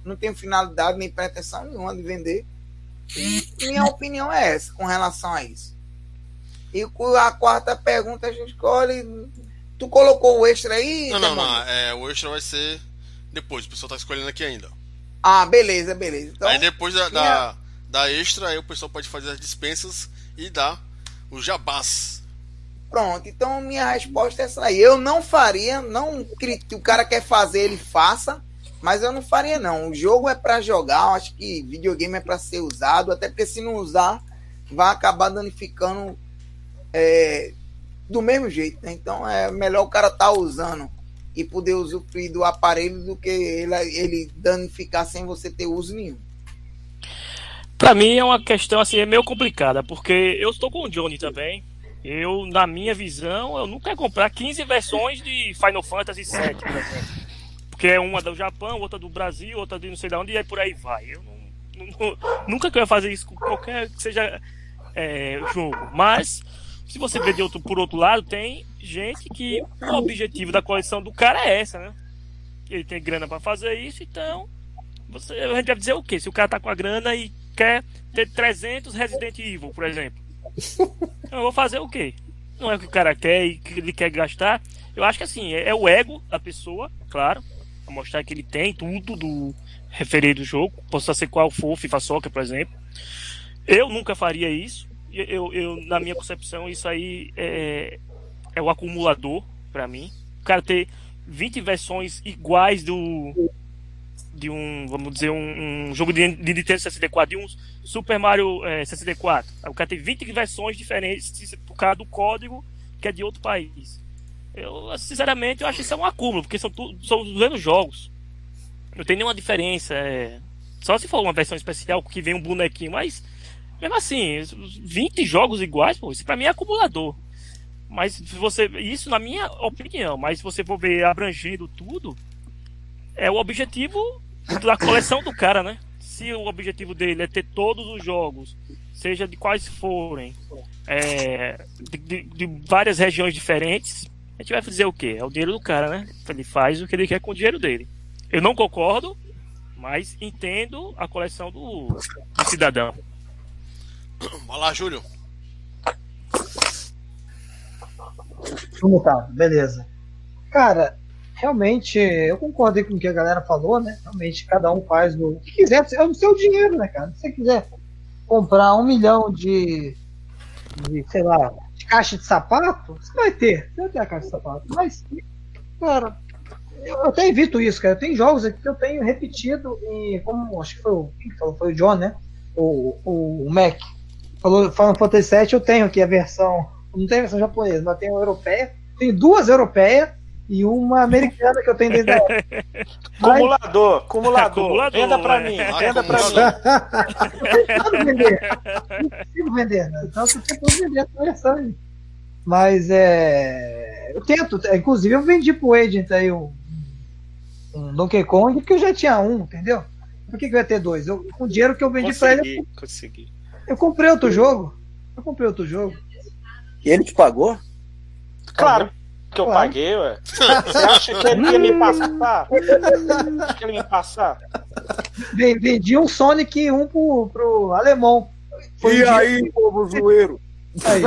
não tenho finalidade nem pretensão nenhuma de vender. E minha opinião é essa com relação a isso. E com a quarta pergunta a gente escolhe. Tu colocou o extra aí? Não, não, não. É, o extra vai ser depois. O pessoal tá escolhendo aqui ainda. Ah, beleza, beleza. Então, aí depois da, minha... da, da extra, aí o pessoal pode fazer as dispensas e dar os jabás. Pronto, então minha resposta é essa aí. Eu não faria, não o cara quer fazer, ele faça, mas eu não faria não. O jogo é para jogar, eu acho que videogame é para ser usado, até porque se não usar, vai acabar danificando é, do mesmo jeito, né? Então é melhor o cara estar tá usando e poder usufruir do aparelho do que ele, ele danificar sem você ter uso nenhum. Pra mim é uma questão assim, é meio complicada, porque eu estou com o Johnny também. Eu, na minha visão, eu nunca ia comprar quinze versões de Final Fantasy sete, por exemplo. Porque é uma do Japão, outra do Brasil, outra de não sei de onde, e aí por aí vai. Eu não, não, nunca que eu ia fazer isso com qualquer que seja é, jogo. Mas, se você ver de outro, por outro lado, tem gente que o objetivo da coleção do cara é essa, né? Ele tem grana pra fazer isso, então você, a gente vai dizer o quê? Se o cara tá com a grana e quer ter trezentos Resident Evil, por exemplo. Eu vou fazer o quê? Não é o que o cara quer e que ele quer gastar. Eu acho que assim, é, é o ego da pessoa, claro, pra mostrar que ele tem tudo do referido do jogo, possa ser qual for, FIFA Soccer, por exemplo. Eu nunca faria isso. Eu, eu, na minha concepção, isso aí é, é o acumulador pra mim. O cara ter vinte versões iguais do de um, vamos dizer, um, um jogo de, de Nintendo sessenta e quatro, de um Super Mario é, sessenta e quatro. O cara tem vinte versões diferentes por causa do código que é de outro país. Eu, sinceramente, eu acho que isso é um acúmulo, porque são, tu, são os mesmos jogos. Não tem nenhuma diferença. É... Só se for uma versão especial que vem um bonequinho, mas mesmo assim, vinte jogos iguais, pô, isso pra mim é acumulador. Mas se você, isso na minha opinião, mas se você for ver abrangendo tudo, é o objetivo da coleção do cara, né? Se o objetivo dele é ter todos os jogos, seja de quais forem, é, de, de, de várias regiões diferentes, a gente vai dizer o quê? É o dinheiro do cara, né? Ele faz o que ele quer com o dinheiro dele. Eu não concordo, mas entendo a coleção do, do cidadão. Vai lá, Júlio. Vamos tá, beleza. Cara, realmente, eu concordo com o que a galera falou, né? Realmente, cada um faz o que quiser. É o seu dinheiro, né, cara? Se você quiser comprar um milhão de, de sei lá, de caixa de sapato, você vai ter. Você vai ter a caixa de sapato. Mas, cara, eu até evito isso, cara. Tem jogos aqui que eu tenho repetido e, como acho que foi o, foi o John, né? O, o, o Mac falou Final Fantasy sete, eu tenho aqui a versão, não tem a versão japonesa, mas tem a europeia. Tenho duas europeias e uma americana que eu tenho desde a época. Acumulador, acumulador. Acumulador, Venda pra é. mim, venda pra mim. Eu não consigo vender. Não consigo vender, né? Então eu tento vender essa versão aí. Mas é. Eu tento, inclusive eu vendi pro Agent aí um, um Donkey Kong, porque eu já tinha um, entendeu? Por que, que eu ia ter dois? Eu, com o dinheiro que eu vendi Consegui, pra ele. Eu, consegui. eu comprei outro jogo. Eu comprei outro jogo. E ele te pagou? Claro que eu Claro. paguei, ué. Você acha que ele ia me passar? Você acha que ele ia me passar? Vendi um Sonic e um pro, pro alemão. Foi E um dia- aí, povo zoeiro? Aí.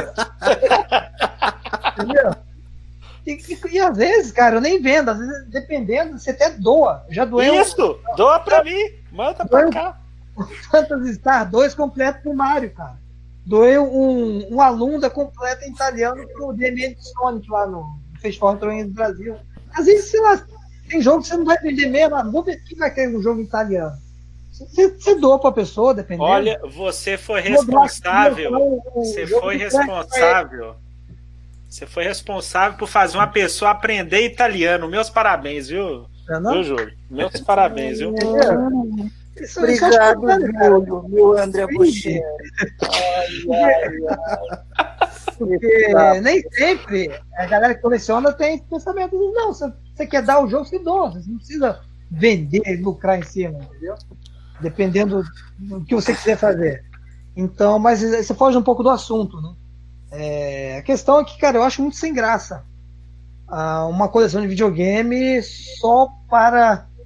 Entendeu? E, e, e às vezes, cara, eu nem vendo, às vezes, dependendo, você até doa. Eu já doei um Isso, doa pra mim, manda pra cá. Phantasy Star dois completo pro Mario, cara. Doei um, um Alunda completo em italiano pro D M de Sonic lá no Festival Retroinha do Brasil. Às vezes, sei lá, tem jogo que você não vai vender mesmo, ah, vou ver quem vai ter um jogo em italiano. Você, você doa pra pessoa, dependendo. Olha, você foi Vou doar aqui, responsável. o- o Você jogo foi de flash pra responsável. Você foi responsável por fazer uma pessoa aprender italiano. Meus parabéns, viu? ele, não? Viu, Júlio? Meus parabéns, viu? Entendeu? Isso- isso eu acho Obrigado, bacana, cara. Júlio, meu André Sim. Bocelli. Ai, ai, ai. Porque nem sempre a galera que coleciona tem esse pensamento. Não, você, você quer dar o jogo, você doa. Você não precisa vender e lucrar em cima, entendeu? Dependendo do que você quiser fazer. Então, mas você foge um pouco do assunto, né? É, a questão é que, cara, eu acho muito sem graça ah, uma coleção de videogame só para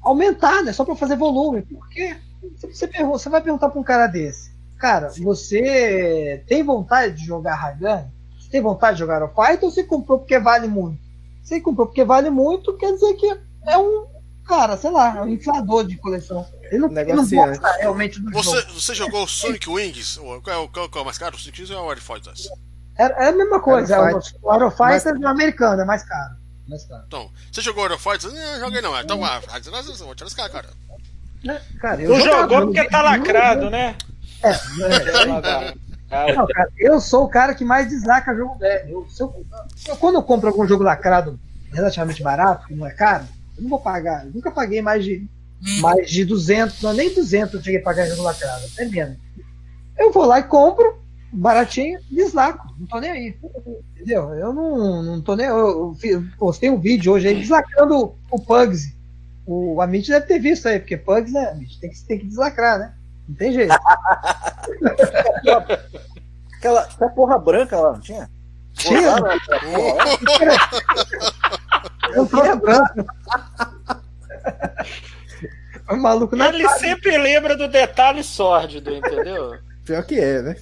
aumentar, né? Só para fazer volume. Porque você, pergunta, você vai perguntar para um cara desse, cara, você tem vontade de jogar Ragan? Você tem vontade de jogar o Fight ou você comprou porque vale muito? Você comprou porque vale muito, quer dizer que é um, cara, sei lá, é um inflador de coleção. Ele não, ele não gosta realmente do você, jogo. Você jogou o Sonic Wings? Qual é o, qual é o mais caro? O Sonic Wings ou é o Air Fighters? É, é a mesma coisa, Aero o Aero Fighter é americano, é mais caro. mais caro. Então, você jogou Air Fighters? Não, joguei não. Então, vou tirar esse cara, cara. Cara, eu Não jogava, jogou porque eu- tá lacrado, né? É, é. Não, cara, eu sou o cara que mais deslaca jogo velho. Eu, se eu- eu- quando eu compro algum jogo lacrado relativamente barato, que não é caro, eu não vou pagar. Eu nunca paguei mais de, mais de duzentos, não, nem duzentos eu cheguei a pagar em jogo lacrado, até menos. Eu vou lá e compro, baratinho, deslaco. Não tô nem aí. Entendeu? Eu não, não tô nem. Eu, eu fi- postei um vídeo hoje aí deslacrando o Pugs. O Amit deve ter visto aí, porque Pugs, né, Amit, tem que, tem que deslacrar, né? Não tem jeito. Aquela, aquela porra branca lá, não tinha? Tinha? Botaram aquela porra lá? Eu tô branco. O maluco na Ele sempre lembra do detalhe sórdido, entendeu? Pior que é, né?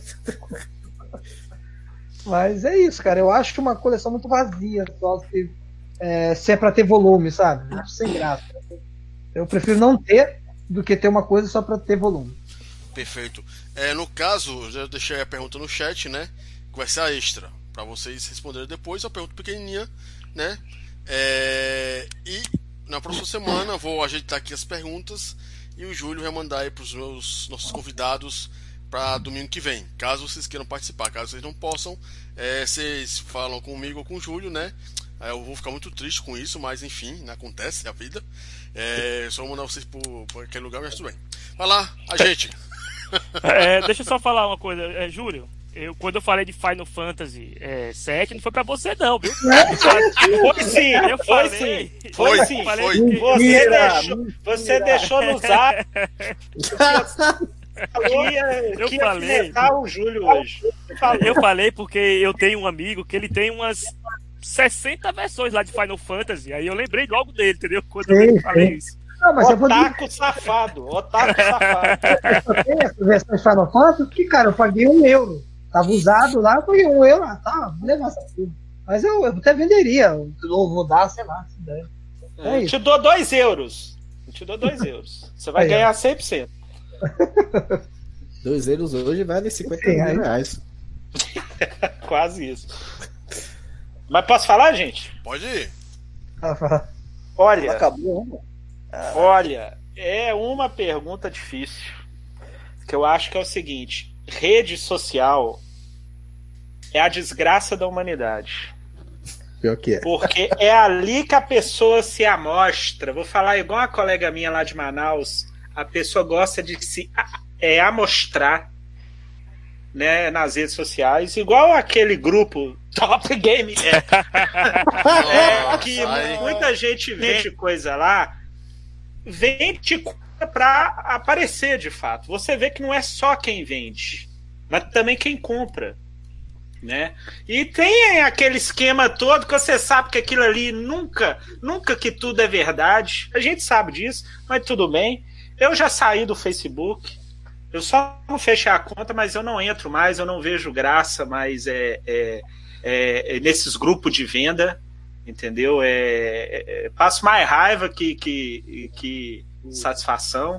Mas é isso, cara. Eu acho uma coleção muito vazia, só se é, se é pra ter volume, sabe? Eu acho sem graça. Eu prefiro não ter do que ter uma coisa só pra ter volume. Perfeito. É, no caso, eu deixei a pergunta no chat, né? Que vai ser a extra. Pra vocês responderem depois, a pergunta pequenininha, né? É, e na próxima semana vou ajeitar aqui as perguntas e o Júlio vai mandar aí pros meus nossos convidados para domingo que vem, caso vocês queiram participar. Caso vocês não possam, é, vocês falam comigo ou com o Júlio, né? Aí eu vou ficar muito triste com isso, mas enfim, né? Acontece, é a vida. É, só mandar vocês por, por aquele lugar, mas tudo bem. Vai lá, a gente. É, deixa eu só falar uma coisa, é, Júlio. Eu, quando eu falei de Final Fantasy é, sete, não foi pra você não, viu? Foi sim, Eu foi falei, sim, Foi, foi sim. falei foi. que- Você Mentira, deixou, você deixou no zap. Que ia, Eu que ia falei. alfinetar o Júlio hoje. Falou. Eu falei porque eu tenho um amigo que ele tem umas sessenta versões lá de Final Fantasy. Aí eu lembrei logo dele, entendeu? Quando eu Sim, falei sim. isso. Não, mas eu vou dizer Otaku safado, otaku safado. que eu tenho essa versão de Final Fantasy, porque, cara, eu paguei um euro. Tava usado lá, eu paguei um euro. Ah, tá, vou levar essa porra. Mas eu, eu até venderia, ou vou dar, sei lá, se der. É Eu isso. te dou dois euros. Eu te dou dois euros. Você vai Aí, ó. ganhar cem por cento. Dois euros hoje vale cinquenta Sim, aí- mil reais. Quase isso. Mas posso falar, gente? Pode ir. Fala, fala. Olha, Acabou, né? olha, é uma pergunta difícil. Que eu acho que é o seguinte: rede social é a desgraça da humanidade. Pior que é. Porque é ali que a pessoa se amostra. Vou falar igual a colega minha lá de Manaus. A pessoa gosta de se a- é, amostrar, né, nas redes sociais, igual aquele grupo Top Game, é, é, que Ai. muita gente vende coisa lá, vende coisa para aparecer de fato. Você vê que não é só quem vende, mas também quem compra. Né? E tem aquele esquema todo que você sabe que aquilo ali nunca, nunca que tudo é verdade. A gente sabe disso, mas tudo bem. Eu já saí do Facebook. Eu só não fechei a conta, mas eu não entro mais, eu não vejo graça mais é, é, é, é nesses grupos de venda, entendeu? É, é, é, passo mais raiva que, que, que satisfação.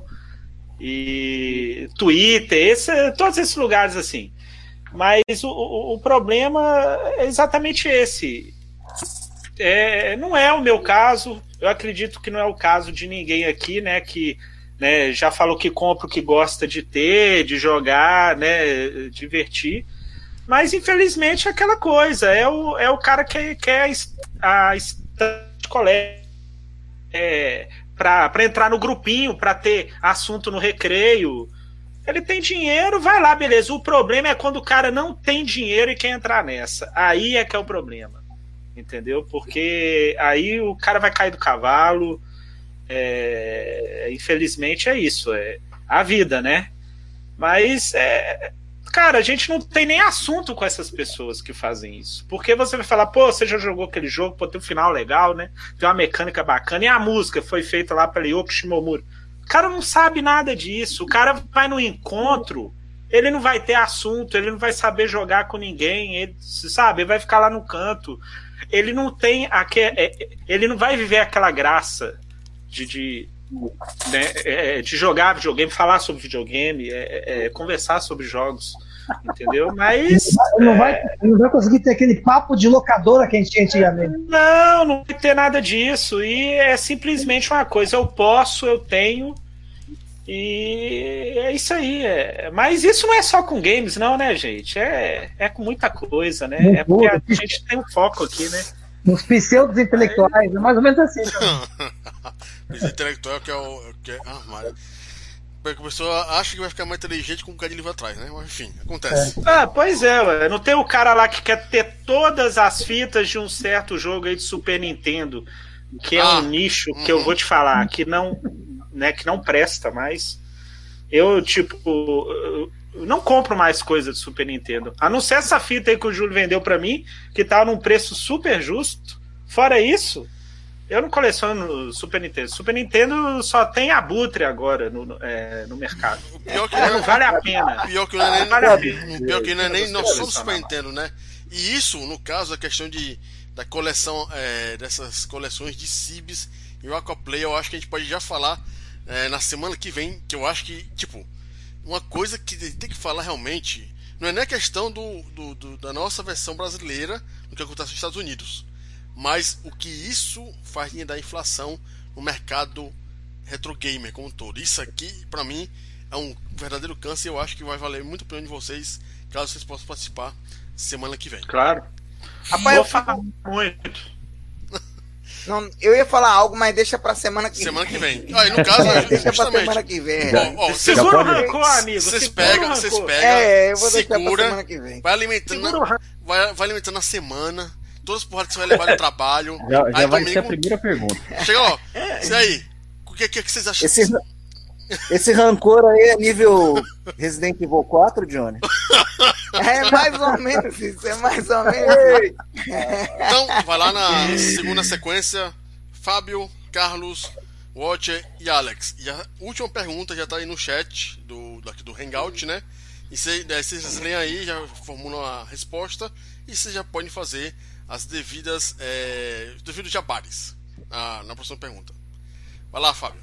E Twitter, esse, todos esses lugares assim. Mas o, o, o problema é exatamente esse. É, não é o meu caso, eu acredito que não é o caso de ninguém aqui, né? Que, né, já falou que compra o que gosta de ter, de jogar, né? Divertir. Mas infelizmente é aquela coisa, é o, é o cara que quer a estante de colégio. É, para entrar no grupinho, para ter assunto no recreio. Ele tem dinheiro, vai lá, beleza. O problema é quando o cara não tem dinheiro e quer entrar nessa. Aí é que é o problema. Entendeu? Porque aí o cara vai cair do cavalo. É... Infelizmente é isso. É a vida, né? Mas, é... cara, a gente não tem nem assunto com essas pessoas que fazem isso. Porque você vai falar, pô, você já jogou aquele jogo, pô, tem um final legal, né? Tem uma mecânica bacana. E a música foi feita lá pela Yoko Shimomura. O cara não sabe nada disso. O cara vai no encontro, ele não vai ter assunto, ele não vai saber jogar com ninguém, ele, sabe? Ele vai ficar lá no canto. Ele não tem... Aqu... Ele não vai viver aquela graça de... de Né, é, de jogar videogame, falar sobre videogame, é, é, conversar sobre jogos, entendeu? Mas não, é... vai, não vai conseguir ter aquele papo de locadora que a gente tinha antigamente. Não, não vai ter nada disso. E é simplesmente uma coisa: eu posso, eu tenho, e é isso aí. É... Mas isso não é só com games, não, né, gente? É, é com muita coisa, né? Muito é porque a gente tem um foco aqui, né? Nos pseudos intelectuais, é mais ou menos assim. Os intelectual que é o. Que é, ah, mas, a pessoa acha que vai ficar mais inteligente com um bocado de livro atrás, né? Mas enfim, acontece. É. Ah, pois é, ué. Não tem o cara lá que quer ter todas as fitas de um certo jogo aí de Super Nintendo, que é ah, um nicho que uhum. eu vou te falar, que não, né, que não presta mais. Eu, tipo, eu não compro mais coisa de Super Nintendo. A não ser essa fita aí que o Júlio vendeu pra mim, que tava num preço super justo. Fora isso, eu não coleciono Super Nintendo. Super Nintendo só tem abutre agora no, é, no mercado. O pior que é, não, não vale a pena. O pior que não é nem, vale a pena. O pior que não é nem não só do Super Nintendo, né? E isso, no caso, a questão de, da coleção, é, dessas coleções de Cibs e o Aquaplay, eu acho que a gente pode já falar é, na semana que vem, que eu acho que, tipo, uma coisa que tem que falar realmente, não é nem a questão do, do, do, da nossa versão brasileira, do que acontece nos Estados Unidos, mas o que isso faz da inflação no mercado retro gamer como um todo. Isso aqui, pra mim, é um verdadeiro câncer e eu acho que vai valer muito a pena de vocês, caso vocês possam participar semana que vem. Claro. Rapaz, eu falo muito. Não, eu ia falar algo, mas deixa pra semana que semana vem. Semana que vem. Aí, no caso, é, deixa pra semana que vem. Já, ó, ó, segura o rancor, amigo. Vocês pegam, vocês pegam. É, eu vou deixar segura, pra semana que vem. Vai alimentando, na, vai, vai alimentando na semana. Todas as porradas que você vai levar no trabalho. Já, já aí, vai domingo, ser a primeira pergunta. Chega lá. E aí? O que, que, que vocês acham? Esse, esse rancor aí é nível Resident Evil quatro, Johnny? É mais ou menos isso, é mais ou menos. Então, vai lá na segunda sequência. Fábio, Carlos, Watcher e Alex. E a última pergunta já tá aí no chat do, daqui do Hangout, né? E vocês leem aí, já formulam a resposta. E vocês já podem fazer as devidas é, os devidos jabares na, na próxima pergunta. Vai lá, Fábio.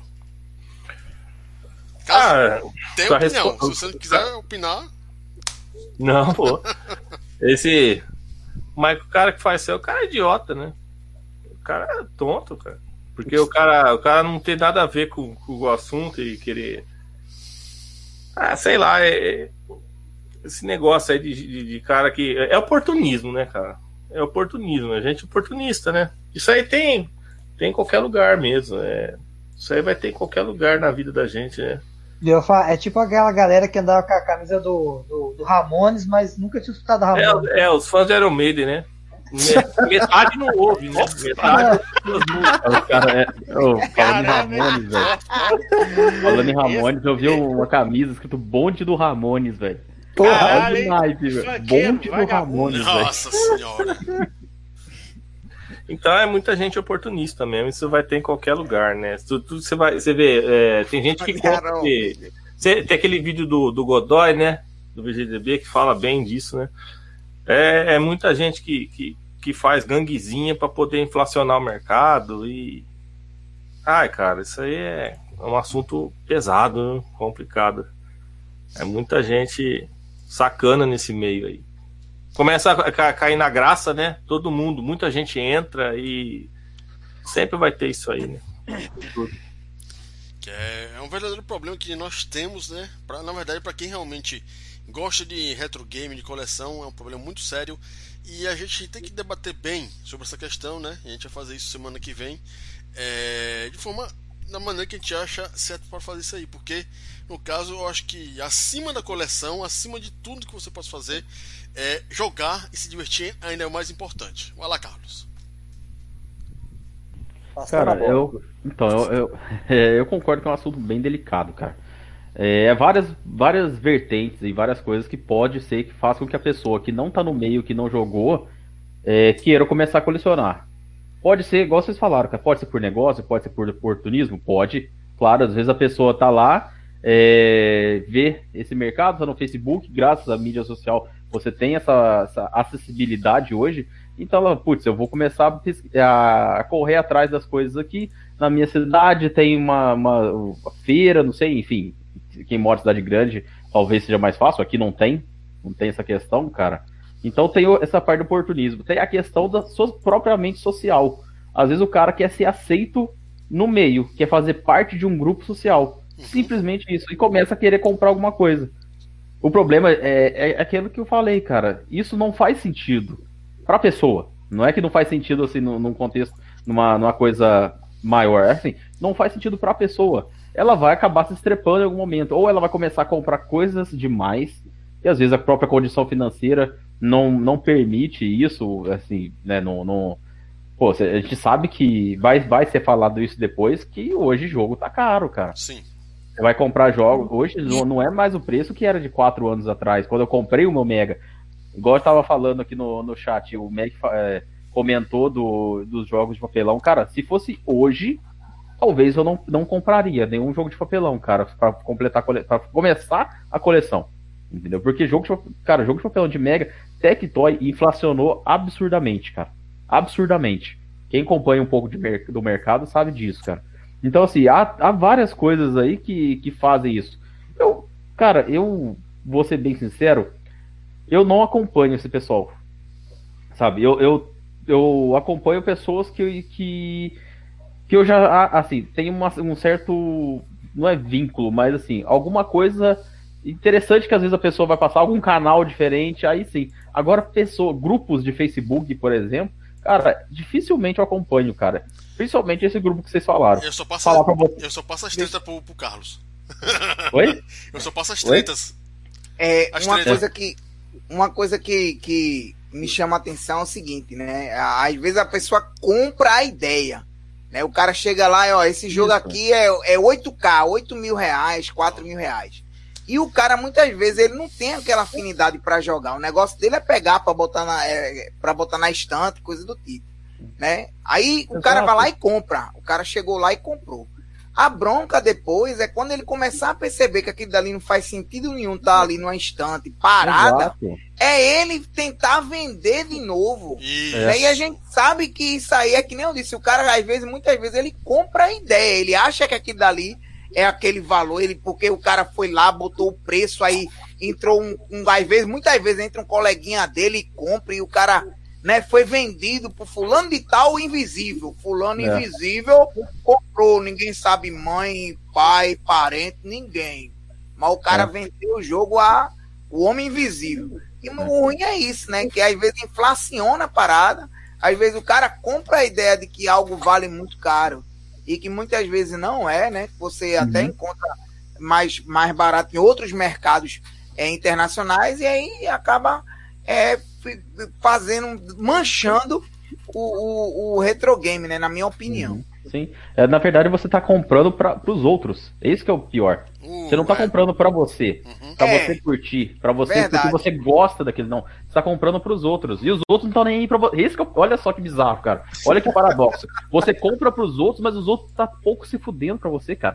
Caso, ah, tem opinião. Respo... Se você não quiser opinar. Não, pô. Esse. Mas o cara que faz isso é o cara idiota, né? O cara é tonto, cara. Porque o cara, o cara não tem nada a ver com, com o assunto e querer. Ah, sei lá, é... esse negócio aí de, de, de cara que. É oportunismo, né, cara? É oportunismo, a gente é oportunista, né? Isso aí tem, tem em qualquer lugar mesmo. É... Isso aí vai ter em qualquer lugar na vida da gente, né? É tipo aquela galera que andava com a camisa do, do, do Ramones, mas nunca tinha escutado Ramones. É, é, os fãs de Iron Maiden, né? Metade não ouve, né? Metade os cara, é, oh, falando em Ramones, velho. Falando em Ramones, eu vi uma camisa escrito Bonde do Ramones, velho. Porra, olha demais, velho. Bonde do Ramones, velho. Nossa senhora. Então é muita gente oportunista mesmo. Isso vai ter em qualquer lugar, né? Tudo você vai, você vê, é, tem gente que compra. Você, tem aquele vídeo do, do Godoy, né? Do V G D B que fala bem disso, né? É, é muita gente que, que, que faz ganguezinha para poder inflacionar o mercado e. Ai, cara, isso aí é um assunto pesado, né? Complicado. É muita gente sacana nesse meio aí. Começa a cair na graça, né? Todo mundo, muita gente entra e sempre vai ter isso aí, né? Que é, é um verdadeiro problema que nós temos, né? Pra, na verdade, para quem realmente gosta de retro game, de coleção, é um problema muito sério e a gente tem que debater bem sobre essa questão, né? E a gente vai fazer isso semana que vem, é, de forma, da maneira que a gente acha certo para fazer isso aí, porque no caso eu acho que acima da coleção, acima de tudo que você possa fazer, é jogar e se divertir ainda é o mais importante. Vai lá, Carlos. Cara, eu então eu, eu, é, eu concordo que é um assunto bem delicado, cara. É várias, várias vertentes e várias coisas que pode ser que façam com que a pessoa que não tá no meio, que não jogou, é, queira começar a colecionar. Pode ser, igual vocês falaram, cara, pode ser por negócio, pode ser por oportunismo, pode. Claro, às vezes a pessoa tá lá, é, vê esse mercado, tá no Facebook, graças à mídia social, você tem essa, essa acessibilidade hoje, então ela, putz, eu vou começar a, a correr atrás das coisas aqui. Na minha cidade tem uma, uma, uma feira, não sei, enfim, quem mora em cidade grande talvez seja mais fácil, aqui não tem, não tem essa questão, cara. Então tem essa parte do oportunismo, tem a questão da so, propriamente social. Às vezes o cara quer ser aceito no meio, quer fazer parte de um grupo social, simplesmente isso, e começa a querer comprar alguma coisa. O problema é, é aquilo que eu falei, cara, isso não faz sentido pra pessoa, não é que não faz sentido assim num contexto, numa, numa coisa maior, assim, não faz sentido pra pessoa. Ela vai acabar se estrepando em algum momento, ou ela vai começar a comprar coisas demais, e às vezes a própria condição financeira não, não permite isso, assim, né, não, não... Pô, a gente sabe que vai, vai ser falado isso depois, que hoje o jogo tá caro, cara. Sim. Você vai comprar jogos, hoje não, não é mais o preço que era de quatro anos atrás, quando eu comprei o meu Mega. Igual eu tava falando aqui no, no chat, o Meg é, comentou do, dos jogos de papelão. Cara, se fosse hoje, talvez eu não, não compraria nenhum jogo de papelão, cara, pra completar, pra começar a coleção. Entendeu? Porque jogo de, cara, jogo de papelão de Mega, Tectoy inflacionou absurdamente, cara. Absurdamente. Quem acompanha um pouco de mer do mercado sabe disso, cara. Então, assim, há, há várias coisas aí que, que fazem isso. Eu, cara, eu vou ser bem sincero, eu não acompanho esse pessoal, sabe? Eu, eu, eu acompanho pessoas que, que, que eu já, assim, tenho uma, um certo, não é vínculo, mas, assim, alguma coisa interessante que às vezes a pessoa vai passar, algum canal diferente, aí sim. Agora, pessoa, grupos de Facebook, por exemplo, cara, dificilmente eu acompanho, cara. Principalmente esse grupo que vocês falaram. Eu só passo, Falar pra você. eu só passo as tretas pro, pro Carlos. Oi? Eu só passo as tretas. É, As uma tretas. coisa que uma coisa que, que me chama a atenção é o seguinte, né? Às vezes a pessoa compra a ideia, né? O cara chega lá e, ó, esse jogo Isso. aqui é, é oito K, oito mil reais, quatro mil reais. E o cara, muitas vezes, ele não tem aquela afinidade para jogar. O negócio dele é pegar para botar na, é, para botar na estante, coisa do tipo, né? Aí o Exato. cara vai lá e compra. O cara chegou lá e comprou. A bronca depois é quando ele começar a perceber que aquilo dali não faz sentido nenhum tá ali numa estante parada, Exato. é ele tentar vender de novo. Isso. Né? E a gente sabe que isso aí é que nem eu disse, o cara às vezes, muitas vezes ele compra a ideia, ele acha que aquilo dali é aquele valor, ele, porque o cara foi lá, botou o preço, aí entrou um, um às vezes, muitas vezes entra um coleguinha dele e compra, e o cara, né, foi vendido por fulano de tal invisível, fulano É. invisível comprou, ninguém sabe mãe, pai, parente, ninguém, mas o cara É. vendeu o jogo a o homem invisível, e o ruim é isso, né, que às vezes inflaciona a parada, às vezes o cara compra a ideia de que algo vale muito caro, e que muitas vezes não é, né? Você Uhum. até encontra mais, mais barato em outros mercados é, internacionais e aí acaba é, f- fazendo, manchando o, o, o retro game, né? Na minha opinião. Uhum. Sim. É, na verdade, você tá comprando para os outros. É isso que é o pior. Uh, Você não tá é. comprando pra você, Uhum. pra É. você curtir, pra você Verdade. porque você gosta daquilo, não. Você tá comprando pros outros. E os outros não estão nem aí pra você. Esse que eu- olha só que bizarro, cara. Olha que paradoxo. Você compra pros outros, mas os outros tá pouco se fudendo pra você, cara.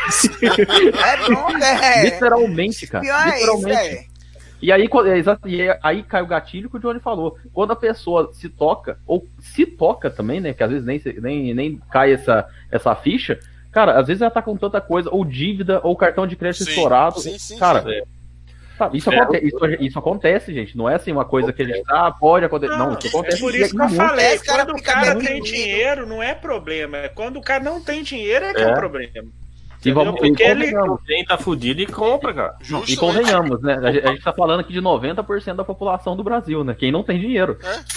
É pronto, é. Literalmente, cara. Pior é isso, Literalmente. é. E aí, quando- é exato, e aí- aí cai o gatilho que o Johnny falou. Quando a pessoa se toca, ou se toca também, né? Que às vezes nem, se- nem, nem cai essa, essa ficha. Cara, às vezes ela tá com tanta coisa, ou dívida, ou cartão de crédito Sim, estourado. sim, sim, cara, sim. sabe, isso, É. aconte- isso, isso acontece, gente. Não é assim uma coisa que a gente tá, pode acontecer. Não, isso é acontece. por e isso que eu muito. falei, Esse cara quando o fica cara deprimido. tem dinheiro, não é problema. É quando o cara não tem dinheiro é que é, É. o problema. E vamos, Entendeu? Porque e ele- convenhamos, Quem tá fudido e compra, cara. e Justamente. convenhamos, né? A gente, a gente tá falando aqui de noventa por cento da população do Brasil, né? Quem não tem dinheiro.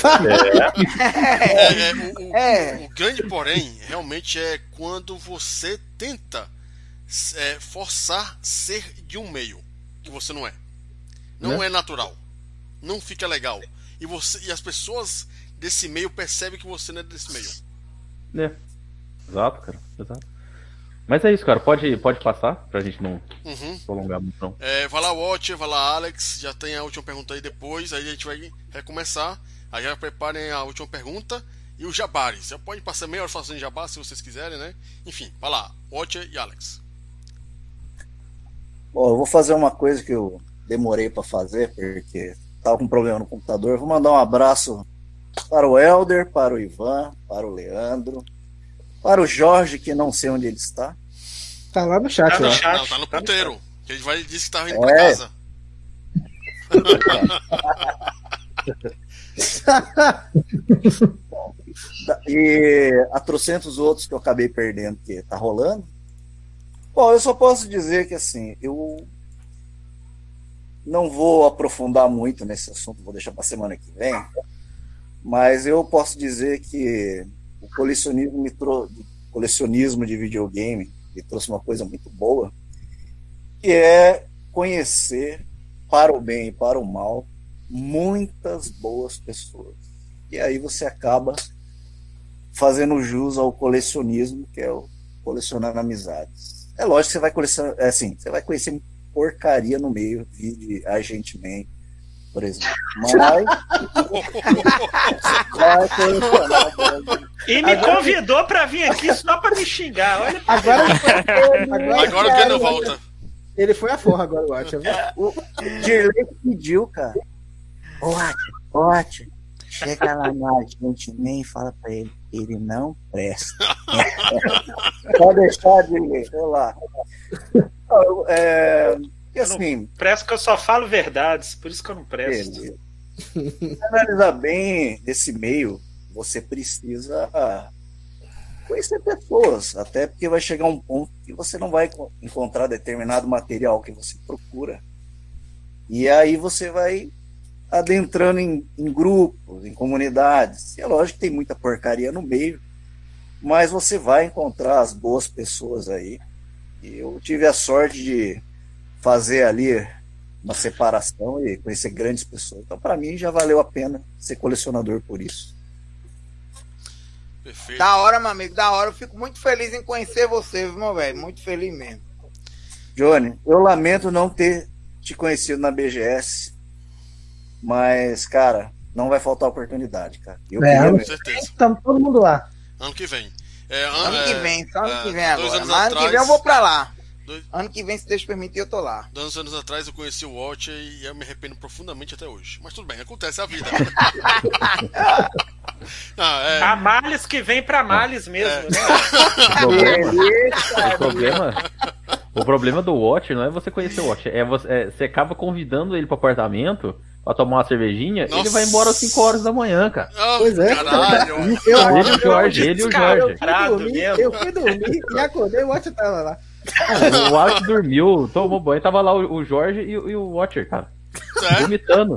É, é, o, o- É. o grande porém realmente é quando você tenta é, forçar ser de um meio que você não é. Não Né? é natural. Não fica legal. E, você, e as pessoas desse meio percebem que você não é desse meio. É. Exato, cara. Exato. Mas é isso, cara. Pode, pode passar, pra gente não Uhum. prolongar muito, não. É, vai lá, Watcher, vai lá, Alex. Já tem a última pergunta aí depois. Aí a gente vai recomeçar. Aí já preparem a última pergunta. E o Jabari. Você pode passar meia hora fazendo Jabá se vocês quiserem, né? Enfim, vai lá, Watcher e Alex. Bom, eu vou fazer uma coisa que eu demorei para fazer, porque estava com problema no computador. Eu vou mandar um abraço para o Helder, para o Ivan, para o Leandro, para o Jorge, que não sei onde ele está. Tá lá no chat, Tá no lá. chat. Não, tá no puteiro. Que ele vai disse que tava indo É. pra casa. E a trocentos outros que eu acabei perdendo, que tá rolando. Bom, eu só posso dizer que assim, eu não vou aprofundar muito nesse assunto, vou deixar para semana que vem, mas eu posso dizer que o colecionismo me trouxe, colecionismo de videogame me trouxe uma coisa muito boa, que é conhecer, para o bem e para o mal, muitas boas pessoas. E aí você acaba fazendo jus ao colecionismo, que é o colecionar amizades. É lógico que você vai colecionar, é assim, você vai conhecer porcaria no meio, de Agent Man, por exemplo. Mas vai colecionar. E me convidou pra vir aqui só pra me xingar. Olha pra Agora, agora, Agora o Keno volta. ele foi a forra agora, eu acho. O Dirley pediu, cara. Ô, Watch, chega lá no Agent Man e fala pra ele, ele não presta. Pode deixar, Dirley, vou lá. É, e assim, Parece que eu só falo verdades, por isso que eu não presto. beleza. Se analisar bem esse meio, você precisa conhecer pessoas, até porque vai chegar um ponto que você não vai encontrar determinado material que você procura. E aí você vai adentrando em, em grupos, em comunidades. E é lógico que tem muita porcaria no meio, mas você vai encontrar as boas pessoas aí. E eu tive a sorte de fazer ali uma separação e conhecer grandes pessoas. Então, para mim, já valeu a pena ser colecionador por isso. Perfeito. Da hora, meu amigo, da hora. Eu fico muito feliz em conhecer você, viu, meu velho? Muito feliz mesmo. Johnny, eu lamento não ter te conhecido na B G S, mas, cara, não vai faltar oportunidade, cara. Eu É, queria Com ver. certeza. Estamos todo mundo lá. Ano que vem. É, an- Ano que é, vem, só ano é, que vem dois agora. anos Mas ano que atrás- vem eu vou pra lá. Dois, Ano que vem, se Deus permitir, eu tô lá. dois anos atrás eu conheci o Watcher e eu me arrependo profundamente até hoje. Mas tudo bem, acontece, é a vida. Não, é, Há males que vem pra males mesmo, É. né? O problema, o problema, o problema do Watch não é você conhecer o Watch, é você, é, você acaba convidando ele pro apartamento pra tomar uma cervejinha, Nossa. ele vai embora às cinco horas da manhã, cara. ah, Pois é. caralho. Eu, Ele e o Jorge, ele e o Jorge. eu fui dormir, mesmo. eu fui dormir e acordei e o Watch tava lá. O Watch dormiu, tomou banho, tava lá o, o Jorge e, o- e o Watcher, cara. É? Vomitando.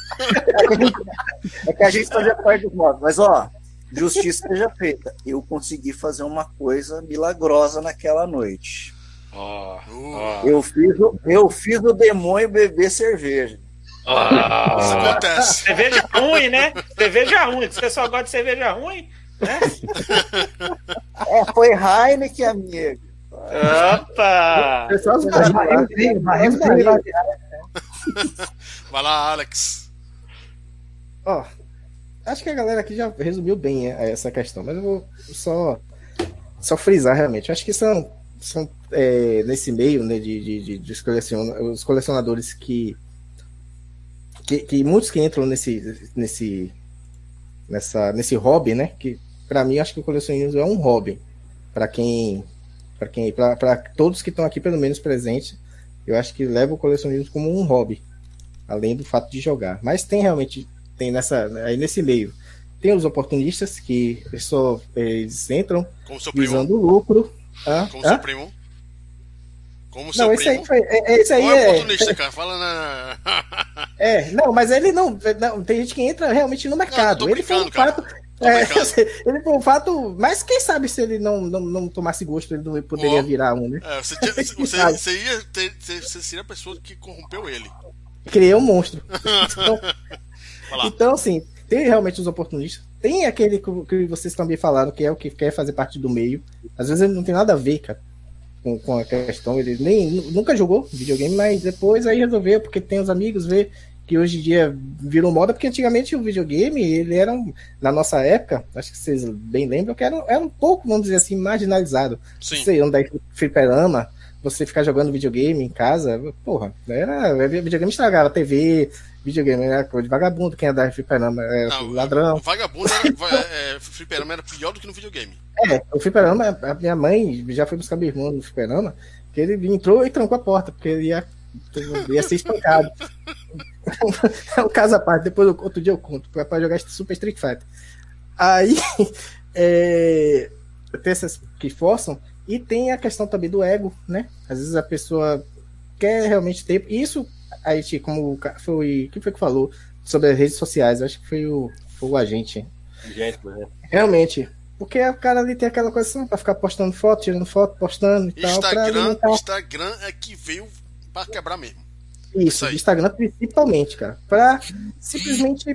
É que a gente fazia parte dos modos. Mas, ó, justiça seja feita. Eu consegui fazer uma coisa milagrosa naquela noite. Ó, Uh, Eu fiz o, eu fiz o demônio beber cerveja. Isso acontece. cerveja ruim, né? Cerveja ruim. Você só gosta de cerveja ruim? Né? É, foi Heineken, amigo. Opa! É só os Barrilzinho, barrilzinho. Vai lá, Alex. Ó, acho que a galera aqui já resumiu bem é, essa questão, mas eu vou só, só frisar realmente. Eu acho que são, são é, nesse meio, né, de, de, de, de os, colecion, os colecionadores que, que, que muitos que entram nesse, nesse, nessa, nesse hobby, né? Que para mim acho que o colecionismo é um hobby. Para quem, para quem, para todos que estão aqui pelo menos presentes, eu acho que leva o colecionismo como um hobby, além do fato de jogar. Mas tem realmente tem nessa aí nesse meio tem os oportunistas que só eles entram Como seu primo. visando lucro. Hã? Como Hã? seu primo. Como seu Não, esse aí primo. foi, é- esse aí Não é é, oportunista, cara. Fala na. é, não, mas ele não, não, tem gente que entra realmente no mercado. tô Ele foi um brincando, cara. fato, Tô é, brincando. ele foi um fato, mas quem sabe se ele não, não, não tomasse gosto, ele não poderia Ó. virar um, né? É, você, tinha- você, você ia ter, você, você seria a pessoa que corrompeu ele. Criei um monstro. Então, Vai lá. então, assim, tem realmente os oportunistas. Tem aquele que, que vocês também falaram, que é o que quer fazer parte do meio. Às vezes ele não tem nada a ver, cara. com, com a questão, ele nem, nunca jogou videogame, mas depois aí resolveu, porque tem os amigos, vê que hoje em dia virou moda, porque antigamente o videogame, ele era, um, na nossa época, acho que vocês bem lembram, que era, era um pouco, vamos dizer assim, marginalizado. Sim. Você andar em fliperama, você ficar jogando videogame em casa, porra, era, videogame estragava a T V, videogame era coisa de vagabundo, quem andava em fliperama era Não, ladrão. O vagabundo era, é, fliperama era pior do que no videogame. É, o fliperama, a minha mãe já foi buscar meu irmão no fliperama, que ele entrou e trancou a porta, porque ele ia, ia ser espancado. É um caso à parte, depois outro dia eu conto, para jogar Super Street Fighter. Aí, é, tem essas que forçam, e tem a questão também do ego, né? Às vezes a pessoa quer realmente ter. Isso, a gente, como foi. Quem foi que falou sobre as redes sociais? Eu acho que foi o, foi o agente. Gente, né? Realmente. Porque o cara ali tem aquela coisa assim, pra ficar postando foto, tirando foto, postando e tal. Instagram, pra Instagram é que veio pra quebrar mesmo. Isso, Isso Instagram principalmente, cara. Pra simplesmente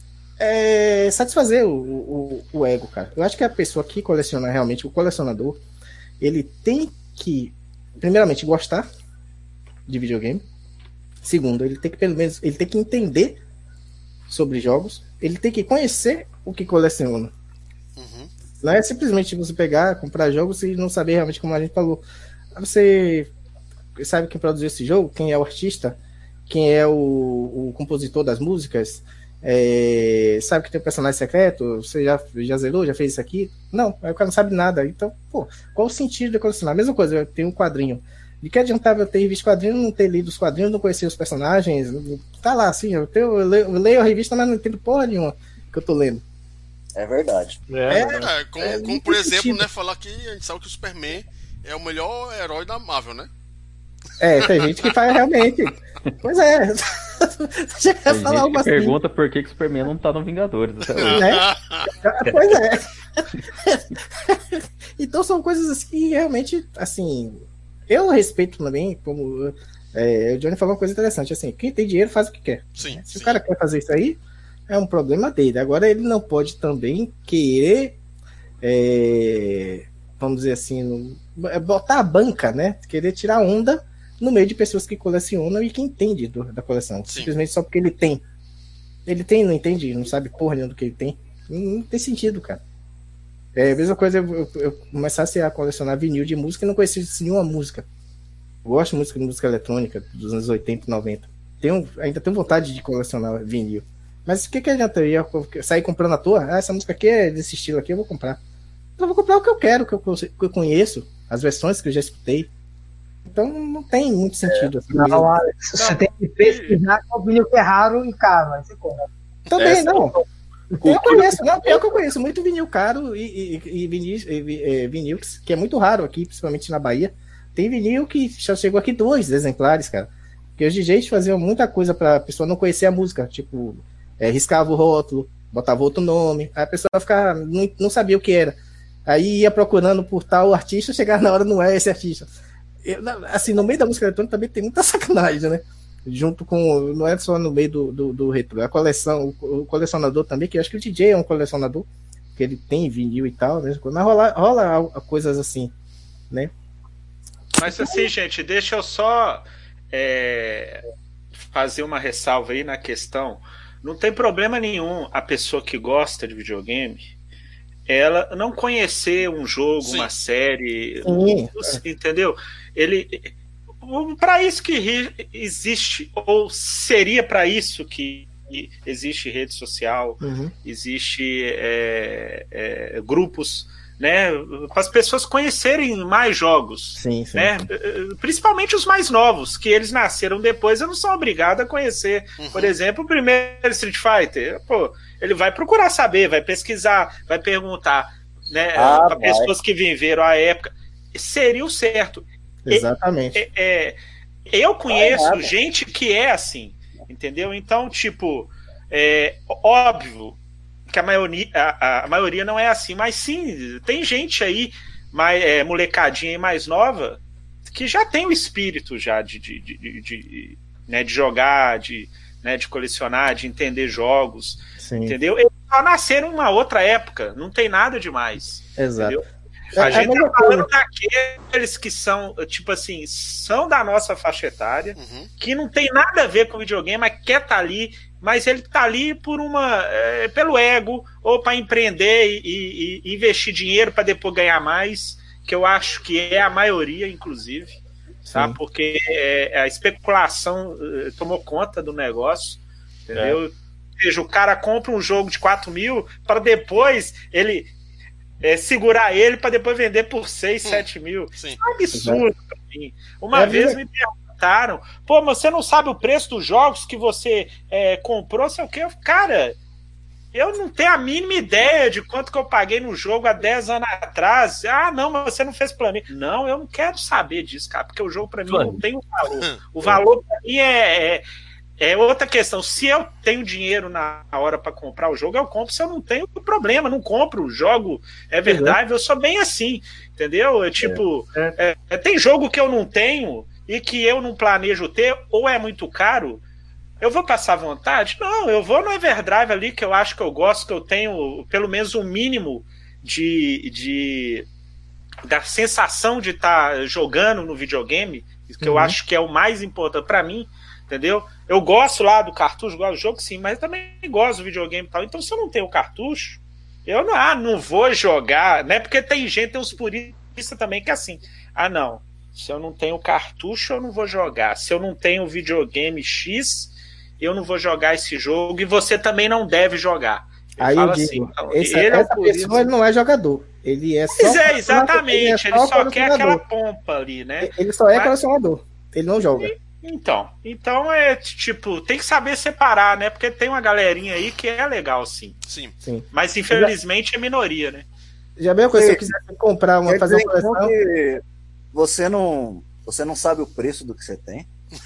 é, satisfazer o, o, o ego, cara. Eu acho que a pessoa que coleciona realmente, o colecionador, ele tem que, primeiramente, gostar de videogame. Segundo, ele tem que, pelo menos, ele tem que entender sobre jogos. Ele tem que conhecer o que coleciona. Uhum. Não é simplesmente você pegar, comprar jogos e não saber realmente, como a gente falou. Você sabe quem produziu esse jogo? Quem é o artista? Quem é o, o compositor das músicas? É, sabe que tem um personagem secreto? Você já, já zerou? Já fez isso aqui? Não, aí o cara não sabe nada. Então, pô, qual o sentido de colecionar? A mesma coisa, eu tenho um quadrinho. De que adiantava eu ter visto quadrinho, não ter lido os quadrinhos, não conhecer os personagens? Tá lá, assim, eu, tenho, eu, leio, eu leio a revista, mas não entendo porra nenhuma que eu tô lendo. É verdade. É, é, como, é, como por exemplo, sentido. né, falar que a gente sabe que o Superman é o melhor herói da Marvel, né? É, tem gente que faz realmente. Pois é. Você quer falar algo assim? Pergunta por que, que o Superman não tá no Vingadores até hoje. Né? Pois é. Então são coisas assim que realmente, assim, eu respeito também, como é, o Johnny falou uma coisa interessante, assim, quem tem dinheiro faz o que quer. Sim, né? Se sim. o cara quer fazer isso aí, é um problema dele. Agora ele não pode também querer, é, vamos dizer assim, botar a banca, né? Querer tirar onda no meio de pessoas que colecionam e que entendem do, da coleção. Sim. Simplesmente só porque ele tem. Ele tem, não entende, não sabe porra nenhuma do que ele tem. Não, não tem sentido, cara. É a mesma coisa eu, eu, eu começasse a colecionar vinil de música e não conhecia nenhuma música. Eu gosto de música, de música eletrônica dos anos oitenta e noventa. Tenho, ainda tenho vontade de colecionar vinil. Mas o que, que adianta? Eu ia sair comprando à toa? Ah, essa música aqui é desse estilo aqui, eu vou comprar. Eu vou comprar o que eu quero, o que eu, que eu conheço, as versões que eu já escutei. Então não tem muito sentido. É, assim, não, Alex, você tem que pesquisar qual vinil que é raro e caro, aí você compra. Também, Essa não. Eu conheço, não, pior que eu conheço muito vinil caro e, e, e vinil, e, vinil que é muito raro aqui, principalmente na Bahia. Tem vinil que já chegou aqui dois exemplares, cara. Porque os D Js faziam muita coisa pra pessoa não conhecer a música. Tipo, é, riscava o rótulo, botava outro nome. Aí a pessoa ficava, não, não sabia o que era. Aí ia procurando por tal artista, chegava na hora, não é esse artista. Eu, assim, no meio da música eletrônica também tem muita sacanagem, né? Junto com, não é só no meio do, do, do retro, a coleção, o, o colecionador também, que eu acho que o D J é um colecionador, que ele tem vinil e tal, né? Mas rola, rola coisas assim, né? Mas assim, gente, deixa eu só é, fazer uma ressalva aí na questão. Não tem problema nenhum a pessoa que gosta de videogame ela não conhecer um jogo, Sim. uma série, Sim. entendeu? Ele, para isso que existe, ou seria para isso que existe rede social, uhum. existe é, é, grupos, né, para as pessoas conhecerem mais jogos, sim, sim, né, sim. Principalmente os mais novos, que eles nasceram depois, eles não são obrigados a conhecer, uhum. por exemplo, o primeiro Street Fighter, pô, ele vai procurar saber, vai pesquisar, vai perguntar, né, ah, para pessoas que viveram a época, seria o certo. Exatamente. É, é, eu conheço ah, gente que é assim, entendeu? Então, tipo, é óbvio que a maioria, a, a maioria não é assim, mas sim, tem gente aí, mais, é, molecadinha mais nova, que já tem o espírito já de, de, de, de, de, né, de jogar, de, né, de colecionar, de entender jogos, sim. entendeu? Eles só nasceram em uma outra época, não tem nada demais. Exato. Entendeu? A É, gente é tá falando daqueles que são, tipo assim, são da nossa faixa etária, Uhum. que não tem nada a ver com videogame, mas quer tá ali, mas ele tá ali por uma, é, pelo ego, ou para empreender e, e- e investir dinheiro para depois ganhar mais, que eu acho que é a maioria, inclusive, tá? Sim. Porque é, a especulação eh, tomou conta do negócio, entendeu? Ou seja, o cara compra um jogo de quatro mil para depois ele é, segurar ele para depois vender por seis, sete mil. Sim. Isso é um absurdo pra mim. Uma É vez verdade. me perguntaram, pô, mas você não sabe o preço dos jogos que você é, comprou, sei o quê? Cara, eu não tenho a mínima ideia de quanto que eu paguei no jogo há dez anos atrás. Ah, não, mas você não fez planilha. Não, eu não quero saber disso, cara, porque o jogo para mim não tem o valor. O valor para mim é, é, é outra questão. Se eu tenho dinheiro na hora para comprar o jogo, eu compro. Se eu não tenho, problema, não compro. Jogo é verdade, eu sou bem assim, entendeu? Eu, tipo, é. É, tem jogo que eu não tenho e que eu não planejo ter, ou é muito caro. Eu vou passar vontade? Não, eu vou no Everdrive ali, que eu acho que eu gosto, que eu tenho pelo menos um mínimo de, de da sensação de estar tá jogando no videogame, que uhum. eu acho que é o mais importante para mim, entendeu? Eu gosto lá do cartucho, gosto do jogo sim, mas também gosto do videogame e tal. Então, se eu não tenho o cartucho, eu não, ah, não vou jogar, né? Porque tem gente, tem uns puristas também que é assim, ah, não, se eu não tenho cartucho, eu não vou jogar. Se eu não tenho videogame X, eu não vou jogar esse jogo e você também não deve jogar. Eu Aí eu digo, assim, então, esse, ele essa é o pessoa ele não é jogador. Ele é só. Pois é, exatamente. Ele, é só, ele só quer aquela pompa ali, né? Ele só é Mas, colecionador. Ele não joga. E, então, então é tipo, tem que saber separar, né? Porque tem uma galerinha aí que é legal, sim. Sim. sim. Mas infelizmente é minoria, né? Já bem uma coisa, se eu quiser comprar uma, fazer uma coleção. Que você não, você não sabe o preço do que você tem?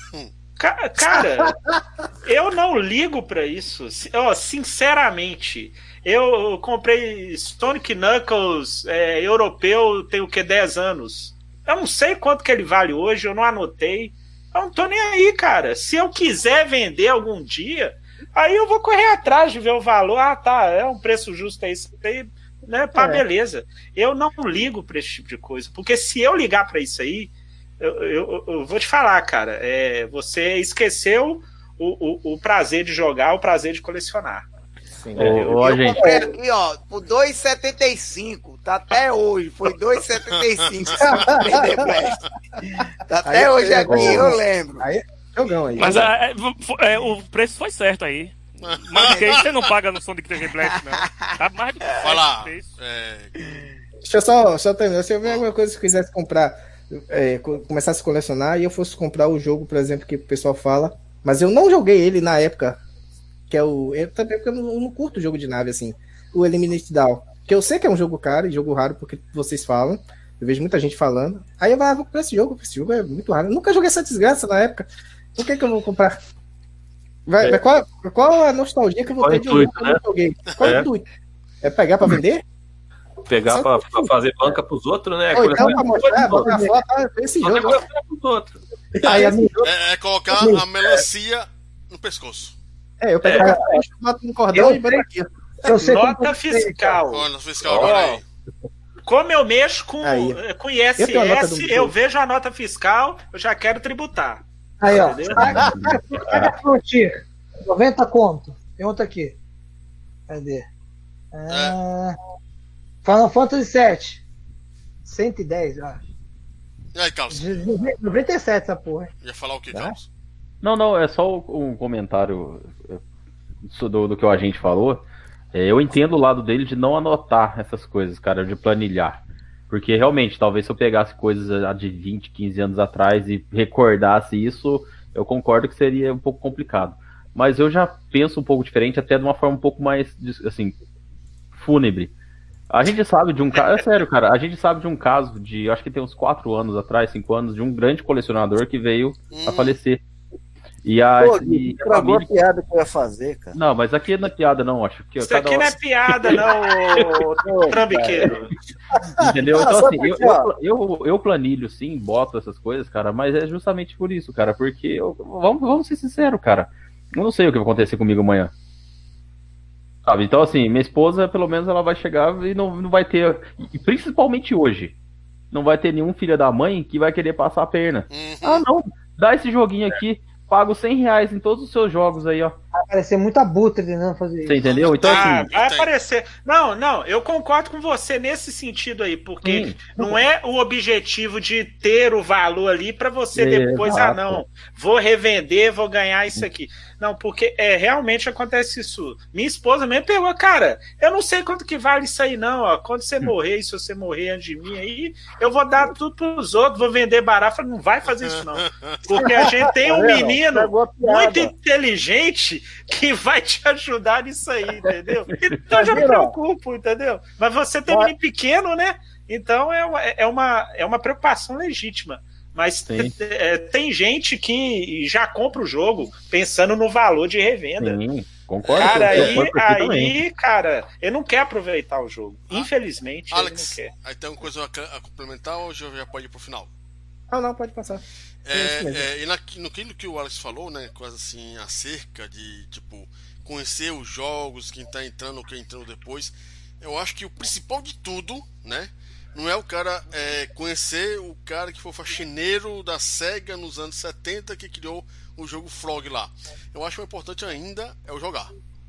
Cara, eu não ligo pra isso. Oh, sinceramente, eu comprei Sonic Knuckles é, europeu tem o que, dez anos. Eu não sei quanto que ele vale hoje, eu não anotei. Eu não tô nem aí, cara. Se eu quiser vender algum dia, aí eu vou correr atrás de ver o valor. Ah, tá, é um preço justo aí, aí né? Pá, é. Beleza. Eu não ligo pra esse tipo de coisa, porque se eu ligar pra isso aí, Eu, eu, eu vou te falar, cara, é, você esqueceu o, o, o prazer de jogar, o prazer de colecionar. Sim, ô, eu, ô, eu gente. comprei aqui, ó, por dois reais e setenta e cinco, tá até hoje, foi dois reais e setenta e cinco. Tá até aí, hoje aqui, bom. Eu lembro. Aí, jogão aí. Mas a, é, o preço foi certo aí. Mas que você não paga no som de T G Black, não. Tá mais do que Vai lá. É... Deixa eu só, só terminar. Se eu ver alguma coisa que quisesse comprar, é, começasse a colecionar e eu fosse comprar o jogo, por exemplo, que o pessoal fala, mas eu não joguei ele na época, que é o. Eu também porque eu não, eu não curto jogo de nave assim. O Eliminate Down. Que eu sei que é um jogo caro e jogo raro, porque vocês falam. Eu vejo muita gente falando. Aí eu ah, vou comprar esse jogo, esse jogo é muito raro. Eu nunca joguei essa desgraça na época. Por que, que eu vou comprar? Vai, é. qual, qual a nostalgia que eu vou ter de um jogo que eu não joguei? Qual é o intuito? É pegar pra vender? Pegar pra, pra fazer banca pros outros, né? Ou então pra mostrar, botar foto, esse jogo. Pros outros. Aí, é, é colocar a melancia no pescoço. É, eu pego é. a festa, boto no cordão eu e boto aqui. Nota fiscal. Oh, nota fiscal, oh. Aí. Como eu mexo com, com I S S, eu, eu vejo a nota fiscal, eu já quero tributar. Aí, ó. Frontier, noventa conto. Tem outro aqui. Cadê? Ah, é. Final Fantasy sete. cento e dez, ó. E aí, Carlos? noventa e sete essa porra. Ia falar o que, Carlos? Não, não, é só um comentário do, do que o agente falou. Eu entendo o lado dele de não anotar essas coisas, cara, de planilhar. Porque realmente, talvez se eu pegasse coisas de vinte, quinze anos atrás e recordasse isso, eu concordo que seria um pouco complicado. Mas eu já penso um pouco diferente, até de uma forma um pouco mais, assim, fúnebre. A gente sabe de um caso, é sério, cara, a gente sabe de um caso de, acho que tem uns quatro anos atrás, cinco anos, de um grande colecionador que veio hum. a falecer. E a, Pô, e a família... a piada que eu ia fazer, cara. Não, mas aqui não é piada, não, acho que. Isso aqui não é piada, não, trambiqueiro. Entendeu? Então, assim, eu, eu, eu, eu planilho, sim, boto essas coisas, cara, mas é justamente por isso, cara, porque eu, vamos, vamos ser sinceros, cara. Eu não sei o que vai acontecer comigo amanhã. Sabe? Então, assim, minha esposa, pelo menos, ela vai chegar e não, não vai ter. E principalmente hoje, não vai ter nenhum filho da mãe que vai querer passar a perna. Uhum. Ah, não, dá esse joguinho aqui, pago cem reais em todos os seus jogos aí, ó. Vai parecer muito abutre tentando fazer isso. Você entendeu? Então, Ah, assim. vai aparecer. Não, não, eu concordo com você nesse sentido aí, porque Sim. não é o objetivo de ter o valor ali para você depois, Exato. ah, não, vou revender, vou ganhar isso aqui. Não, porque é, realmente acontece isso. Minha esposa mesmo pegou, cara, eu não sei quanto que vale isso aí, não. Ó. Quando você morrer, e se você morrer antes de mim aí, eu vou dar tudo pros outros, vou vender barato. Falei, não vai fazer isso, não. Porque a gente tem um menino muito inteligente que vai te ajudar nisso aí, entendeu? Então eu já me preocupo, entendeu? Mas você tem menino pequeno, né? Então é uma, é uma, é uma preocupação legítima. Mas é, tem gente que já compra o jogo pensando no valor de revenda. Sim, concordo. Cara, aí, concordo aí cara, ele não quer aproveitar o jogo. Ah, Infelizmente, Alex, ele não quer. Aí tem uma coisa a complementar ou já pode ir pro final? Não, não, pode passar. É, é, e na, no que o Alex falou, né, quase assim, acerca de, tipo, conhecer os jogos, quem tá entrando, quem entrou depois, eu acho que o principal de tudo, né, não é o cara é, conhecer o cara que foi faxineiro da SEGA nos anos setenta que criou o jogo Frog lá. Eu acho que o importante ainda é o jogar.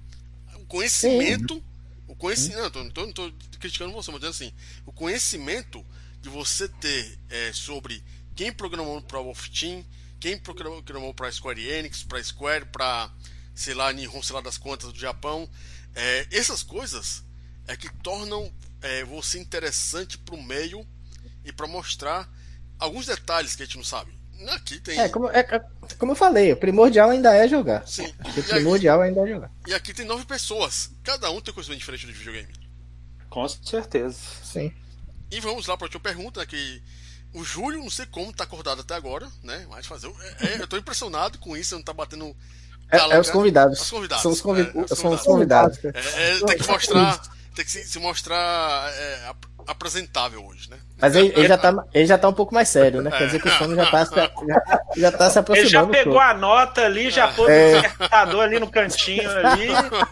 O conhecimento, Sim. o conhecimento, não, tô, não tô criticando você, mas dizendo assim, o conhecimento de você ter é, sobre quem programou para Wolf Team, quem programou para Square Enix, para Square, para, sei lá, Nihon, sei lá das quantas do Japão, é, essas coisas é que tornam é, você interessante para o meio e para mostrar alguns detalhes que a gente não sabe. Aqui tem... É, como, é, como eu falei, o primordial ainda é jogar. Sim. O primordial aqui, ainda é jogar. E aqui tem nove pessoas, cada um tem coisa diferente do videogame. Com certeza. Sim. E vamos lá para a última pergunta, né, que o Júlio, não sei como, tá acordado até agora, né? Mas fazer. É, eu tô impressionado com isso, não tá batendo. É, é os convidados. Os convidados. São os, convi é, é, são os convidados. É, é, tem que mostrar. Tem que se, se mostrar é, apresentável hoje, né? Mas ele, ele, já tá, ele já tá um pouco mais sério, né? Quer dizer que o sono já tá, já, já tá se aproximando. Ele já pegou a nota ali, já pôs é. o despertador ali no cantinho ali.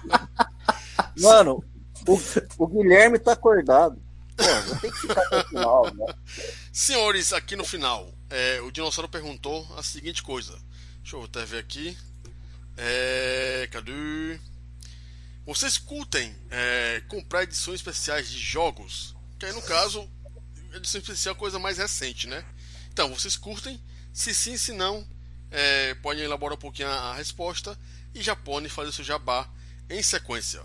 Mano, o, o Guilherme tá acordado. Pô, eu tenho que ficar até o final, né? Senhores, aqui no final, é, o Dinossauro perguntou a seguinte coisa. Deixa eu até ver aqui. É, cadê? Vocês curtem é, comprar edições especiais de jogos? Que aí, no caso, edição especial é a coisa mais recente, né? Então, vocês curtem? Se sim, se não, é, podem elaborar um pouquinho a, a resposta e já podem fazer seu jabá em sequência.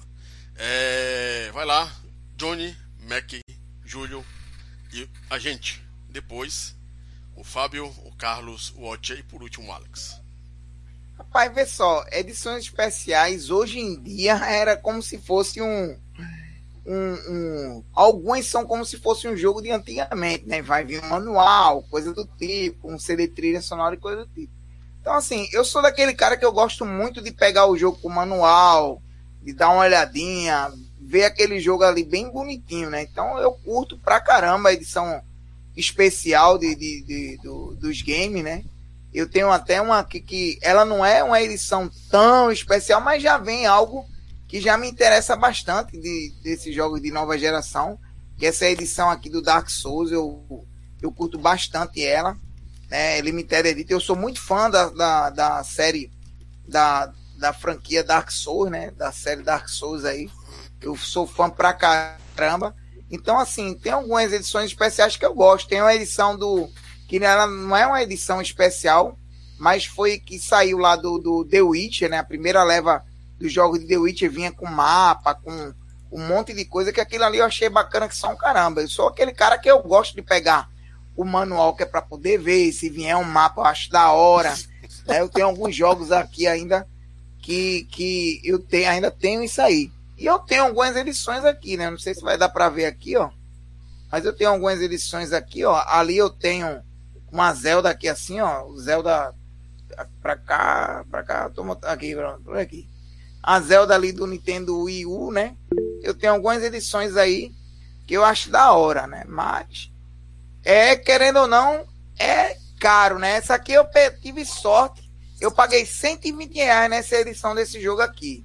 É, vai lá, Johnny, Mac, Júlio e a gente. Depois, o Fábio, o Carlos, o Otcha e por último o Alex. Rapaz, vê só, edições especiais hoje em dia era como se fosse um, um, um... Algumas são como se fosse um jogo de antigamente, né? Vai vir um manual, coisa do tipo, um C D trilha sonora e coisa do tipo. Então, assim, eu sou daquele cara que eu gosto muito de pegar o jogo com manual, de dar uma olhadinha, ver aquele jogo ali bem bonitinho, né? Então eu curto pra caramba a edição especial de, de, de, do, dos games, né? Eu tenho até uma aqui que ela não é uma edição tão especial, mas já vem algo que já me interessa bastante de, desses jogos de nova geração, que essa edição aqui do Dark Souls, eu, eu curto bastante ela, né? Limited Edition, eu sou muito fã da, da, da série, da, da franquia Dark Souls, né? Da série Dark Souls aí, eu sou fã pra caramba. Então, assim, tem algumas edições especiais que eu gosto. Tem uma edição do... que ela não é uma edição especial, mas foi que saiu lá do, do The Witcher, né? A primeira leva dos jogos de The Witcher vinha com mapa, com um monte de coisa, que aquilo ali eu achei bacana que são caramba. Eu sou aquele cara que eu gosto de pegar o manual que é para poder ver, se vier um mapa eu acho da hora. Né? Eu tenho alguns jogos aqui ainda que, que eu tenho, ainda tenho isso aí. E eu tenho algumas edições aqui, né? Não sei se vai dar para ver aqui, ó. Mas eu tenho algumas edições aqui, ó. Ali eu tenho uma Zelda aqui assim, ó. O Zelda pra cá, pra cá. Tô botando aqui, pronto, aqui. A Zelda ali do Nintendo Wii U, né? Eu tenho algumas edições aí que eu acho da hora, né? Mas, é, querendo ou não, é caro, né? Essa aqui eu tive sorte. Eu paguei cento e vinte reais nessa edição desse jogo aqui.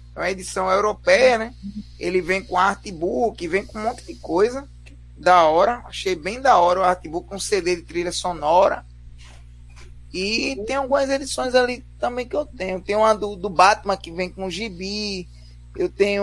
é uma edição europeia, né? Ele vem com artbook, vem com um monte de coisa da hora. Achei bem da hora o artbook com C D de trilha sonora. E tem algumas edições ali também que eu tenho. Tem uma do, do Batman que vem com gibi. Eu tenho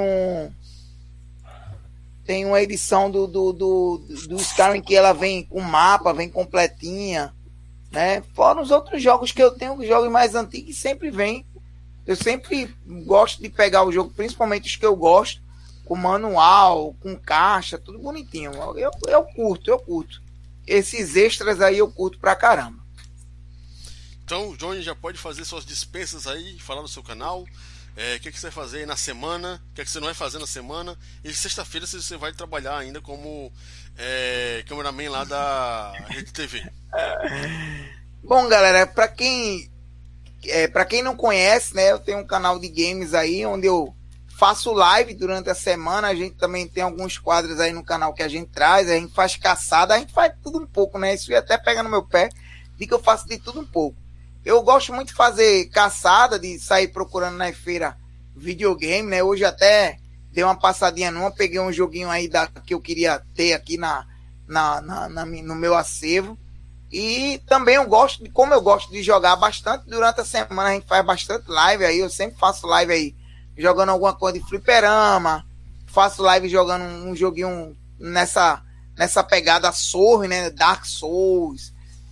tem uma edição do, do, do, do Skyrim que ela vem com mapa, vem completinha, né? Fora os outros jogos que eu tenho, os jogos mais antigos, sempre vem. Eu sempre gosto de pegar o jogo, principalmente os que eu gosto, com manual, com caixa, tudo bonitinho. Eu, eu curto, eu curto. Esses extras aí eu curto pra caramba. Então, o Johnny já pode fazer suas dispensas aí, falar no seu canal. É, o que, que você vai fazer na semana, o que, que você não vai fazer na semana. E sexta-feira você vai trabalhar ainda como é, cameraman lá da Rede T V. Bom, galera, pra quem, é, pra quem não conhece, né, eu tenho um canal de games aí, onde eu faço live durante a semana. A gente também tem alguns quadros aí no canal que a gente traz, a gente faz caçada, a gente faz tudo um pouco, né? Isso até pega no meu pé, de que eu faço de tudo um pouco. Eu gosto muito de fazer caçada, de sair procurando na feira videogame, né? Hoje até dei uma passadinha numa, peguei um joguinho aí da, que eu queria ter aqui na, na, na, na, no meu acervo. E também eu gosto, de como eu gosto de jogar bastante, durante a semana a gente faz bastante live aí, eu sempre faço live aí, jogando alguma coisa de fliperama, faço live jogando um, um joguinho nessa, nessa pegada Souls, né? Dark Souls.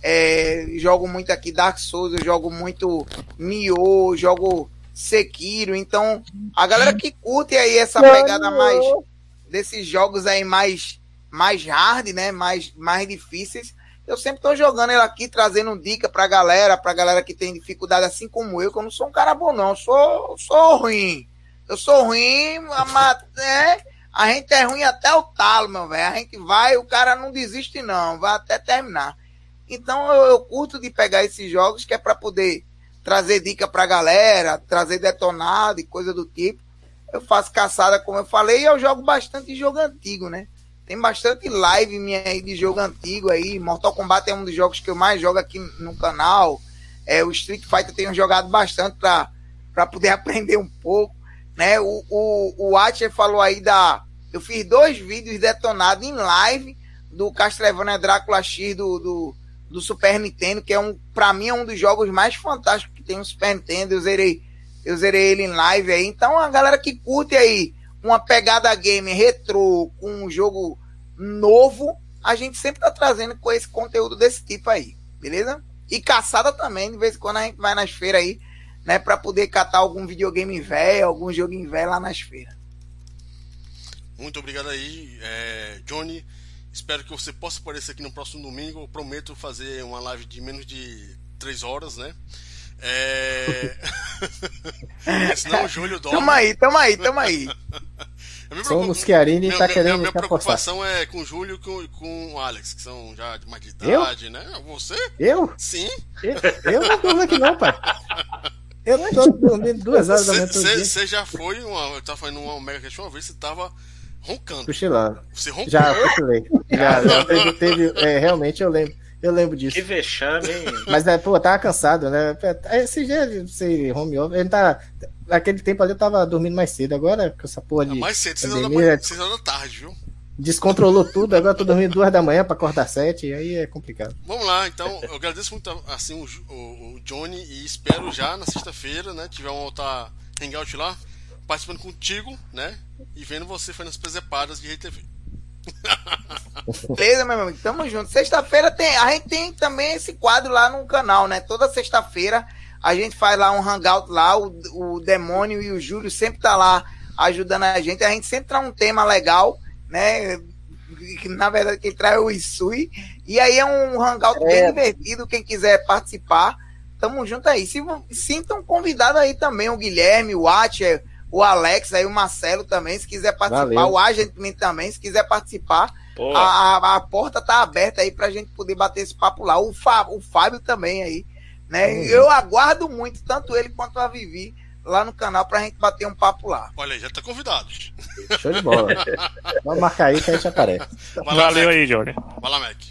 É, jogo muito aqui Dark Souls, eu jogo muito Nioh, jogo Sekiro. Então a galera que curte aí essa pegada mais desses jogos aí mais, mais hard, né, mais, mais difíceis, eu sempre tô jogando ele aqui, trazendo dica pra galera, pra galera que tem dificuldade assim como eu, que eu não sou um cara bom não, eu sou, eu sou ruim, eu sou ruim, mas é, a gente é ruim até o talo, meu velho, a gente vai, o cara não desiste não, vai até terminar. Então eu, eu curto de pegar esses jogos que é para poder trazer dica pra galera, trazer detonado e coisa do tipo. Eu faço caçada, como eu falei, e eu jogo bastante jogo antigo, né? Tem bastante live minha aí de jogo antigo aí. Mortal Kombat é um dos jogos que eu mais jogo aqui no canal. É, o Street Fighter eu tenho jogado bastante pra, pra poder aprender um pouco, né? O, o, o Atcher falou aí da... Eu fiz dois vídeos detonados em live do Castlevania Drácula X do... do do Super Nintendo, que é um, pra mim é um dos jogos mais fantásticos que tem no Super Nintendo. Eu zerei, eu zerei ele em live aí. Então a galera que curte aí uma pegada game retrô com um jogo novo, a gente sempre tá trazendo com esse conteúdo desse tipo aí, beleza? E caçada também, de vez em quando a gente vai nas feiras aí, né, pra poder catar algum videogame velho, algum joguinho velho lá nas feiras. Muito obrigado aí, é, Johnny. Espero que você possa aparecer aqui no próximo domingo. Eu prometo fazer uma live de menos de três horas, né? É... Senão o Júlio dorme. Tamo aí, tamo aí, tamo aí. Somos Chiarini e tá querendo Minha preocupação é com o Júlio e com, com o Alex, que são já de mais de idade, eu? né? Você? Eu? Sim. Eu, eu não durmo aqui não, pai. Eu não tô dormindo duas horas da manhã todo dia. Você já foi, uma, eu tava fazendo uma Mega Questão uma vez, você tava... roncando. Cochilando. Você roncou? Já, cochilei. Já, já teve, teve é, realmente eu lembro. Eu lembro disso. Que vexame, hein? Mas, né, pô, tava cansado, né? Esse dia de ser home office, ele tá. Naquele tempo ali eu tava dormindo mais cedo. Agora, com essa porra de. Mais cedo, seis horas da tarde, viu? Descontrolou tudo, agora eu tô dormindo duas da manhã pra acordar sete, e aí é complicado. Vamos lá, então, eu agradeço muito assim o, o, o Johnny e espero já na sexta-feira, né? Tiver um outro hangout lá, participando contigo, né? E vendo você fazendo as presepadas de Rede T V. Beleza, meu amigo, tamo junto. Sexta-feira tem, a gente tem também esse quadro lá no canal, né? Toda sexta-feira a gente faz lá um hangout lá, o, o Demônio e o Júlio sempre tá lá ajudando a gente. A gente sempre traz um tema legal, né? Que, na verdade quem traz é o Isui. E aí é um hangout é. bem divertido. Quem quiser participar, tamo junto aí. Se sintam convidados aí também, o Guilherme, o Atcher, o Alex, aí o Marcelo também, se quiser participar, Valeu. O Agent também, se quiser participar, a, a, a porta tá aberta aí pra gente poder bater esse papo lá. O, Fá, o Fábio também aí, né? Uhum. Eu aguardo muito, tanto ele quanto a Vivi, lá no canal pra gente bater um papo lá. Olha aí, já tá convidado. Show de bola. Vamos marcar aí que a gente aparece. Vai lá, Valeu Mac. Aí, Johnny. Vai lá, Mac.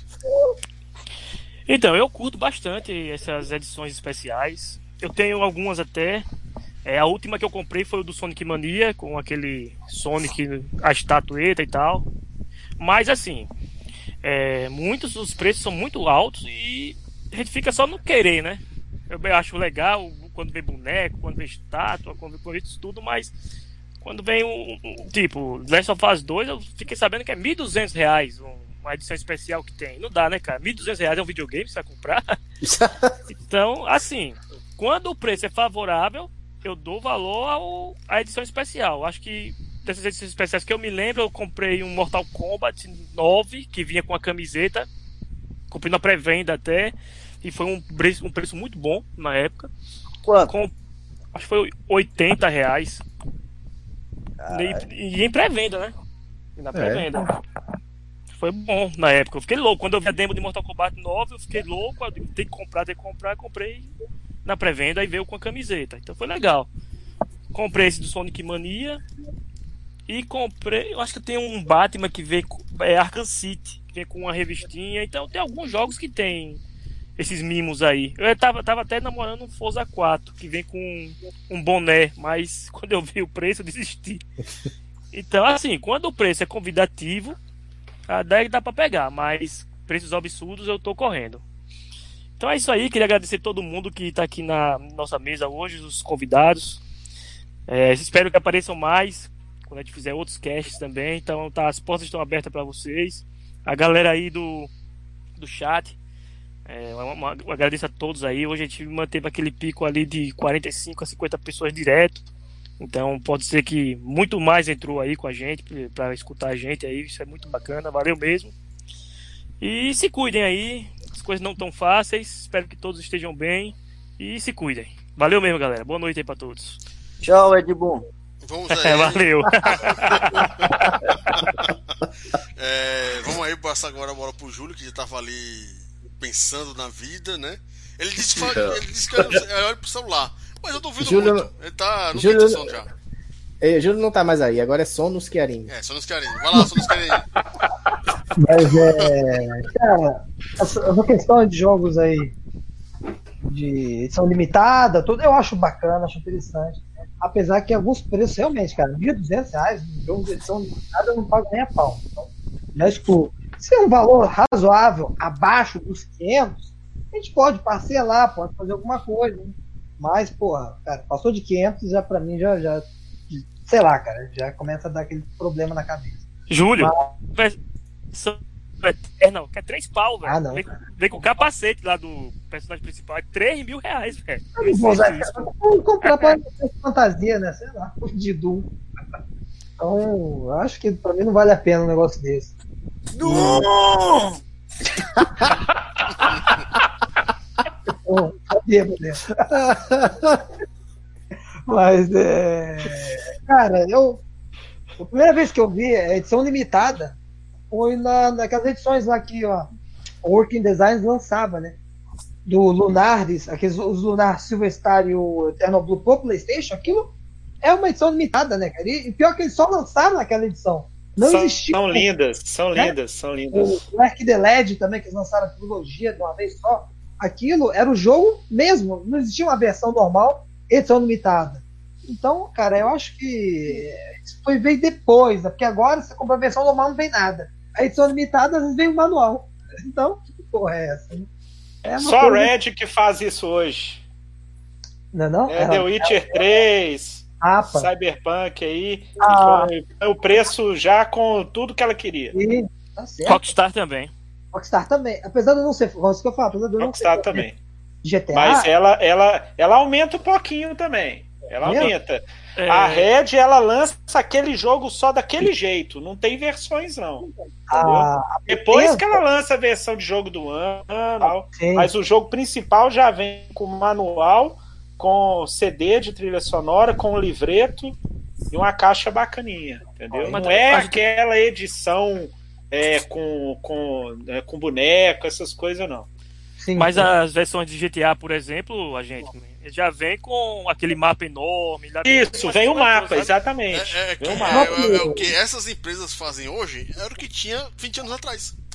Então, eu curto bastante essas edições especiais. Eu tenho algumas até, É, a última que eu comprei foi o do Sonic Mania, com aquele Sonic, a estatueta e tal. Mas assim, é, muitos dos preços são muito altos e a gente fica só no querer, né? Eu acho legal quando vem boneco, quando vem estátua, quando vem isso tudo, mas quando vem um, um tipo, Last of Us dois, eu fiquei sabendo que é mil e duzentos reais um, uma edição especial que tem. Não dá, né, cara? mil e duzentos reais é um videogame que você vai comprar. Então, assim, quando o preço é favorável, eu dou valor ao, à edição especial. Acho que dessas edições especiais que eu me lembro, eu comprei um Mortal Kombat nove, que vinha com a camiseta. Comprei na pré-venda até. E foi um preço, um preço muito bom na época. Quanto? Com, acho que foi oitenta reais. E, e em pré-venda, né? E na pré-venda. É. Foi bom na época. Eu fiquei louco. Quando eu vi a demo de Mortal Kombat nove, eu fiquei louco. Eu digo, tem que comprar, tem que comprar. Comprei na pré-venda e veio com a camiseta. Então foi legal. Comprei esse do Sonic Mania. E comprei. Eu acho que tem um Batman que veio. É Arkham City. Que vem com uma revistinha. Então tem alguns jogos que tem esses mimos aí. Eu tava, tava até namorando um Forza quatro, que vem com um, um boné, mas quando eu vi o preço, eu desisti. Então, assim, quando o preço é convidativo, daí dá pra pegar, mas preços absurdos eu tô correndo. Então é isso aí, queria agradecer todo mundo que tá aqui na nossa mesa hoje, os convidados. É, espero que apareçam mais, quando a gente fizer outros casts também. Então, tá, as portas estão abertas para vocês. A galera aí do, do chat. É, uma, uma, eu agradeço a todos aí. Hoje a gente manteve aquele pico ali de quarenta e cinco a cinquenta pessoas direto. Então pode ser que muito mais entrou aí com a gente para escutar a gente aí. Isso é muito bacana, valeu mesmo. E se cuidem aí, as coisas não tão fáceis. Espero que todos estejam bem e se cuidem. Valeu mesmo, galera. Boa noite aí para todos. Tchau, Ed Boon. Vamos aí. Valeu. é, vamos aí passar agora a bola pro Júlio, que já tava ali pensando na vida, né? Ele disse que, ele disse que olha pro celular, mas eu duvido Júlio, muito. Ele tá no Júlio, som já. É, Júlio não tá mais aí, agora é som nos Chiarini. É, só nos Chiarini. Vai lá, só nos Chiarini. Mas é. Cara, essa, essa questão de jogos aí de edição limitada, tudo, eu acho bacana, acho interessante. Apesar que alguns preços realmente, cara, mil e duzentos reais um jogo de edição limitada eu não pago nem a pau. Então, já excluo. Se é um valor razoável, abaixo dos quinhentos, a gente pode parcelar, pode fazer alguma coisa. Né? Mas, porra, cara, passou de quinhentos, já pra mim, já, já, sei lá, cara, já começa a dar aquele problema na cabeça. Júlio, Mas... é, não, quer três pau, velho. Ah, não. Vem, vem com o capacete lá do personagem principal, é três mil reais, velho. Eu não vou usar, cara, vou comprar pra fantasia, né, sei lá, de Doom. Então, eu acho que pra mim não vale a pena um negócio desse. Não! Oh, sabia, Mas, é... cara, eu. A primeira vez que eu vi a edição limitada foi na, naquelas edições lá que ó, o Working Designs lançava, né? Do Lunaris, aqueles os Lunar Silver Star e o Eternal Blue pro PlayStation. Aquilo é uma edição limitada, né, cara? E, e pior que eles só lançaram naquela edição. Não são, existia. São lindas, são né? lindas, são lindas. O Arc the Led também, que eles lançaram a trilogia de uma vez só. Aquilo era o jogo mesmo, não existia uma versão normal, edição limitada. Então, cara, eu acho que isso foi veio depois, né? Porque agora você compra a versão normal, não vem nada. A edição limitada, às vezes vem o manual. Então, que porra é essa? Né? É Só coisa... a Red que faz isso hoje. Não, não? É ela... The Witcher três, ah, Cyberpunk aí, ah. e o preço já com tudo que ela queria. E, tá certo. Rockstar também. Rockstar também. Apesar de eu não ser. Isso que eu falo, apesar de eu não Rockstar ser. também. G T A. Mas ela, ela, ela aumenta um pouquinho também. Ela é? aumenta. É... A Red, ela lança aquele jogo só daquele jeito. Não tem versões, não. Ah, Depois é. que ela lança a versão de jogo do ano, Sim. mas o jogo principal já vem com manual, com C D de trilha sonora, com livreto e uma caixa bacaninha, entendeu? Mas não é mas... aquela edição é, com, com, é, com boneco, essas coisas, não. Sim, Mas sim. as versões de G T A, por exemplo, a gente já vem com aquele mapa enorme. Lá Isso, vem o mapa, sabe? exatamente. É, é, Vem o é, mapa. é, é o que essas empresas fazem hoje era o que tinha vinte anos atrás.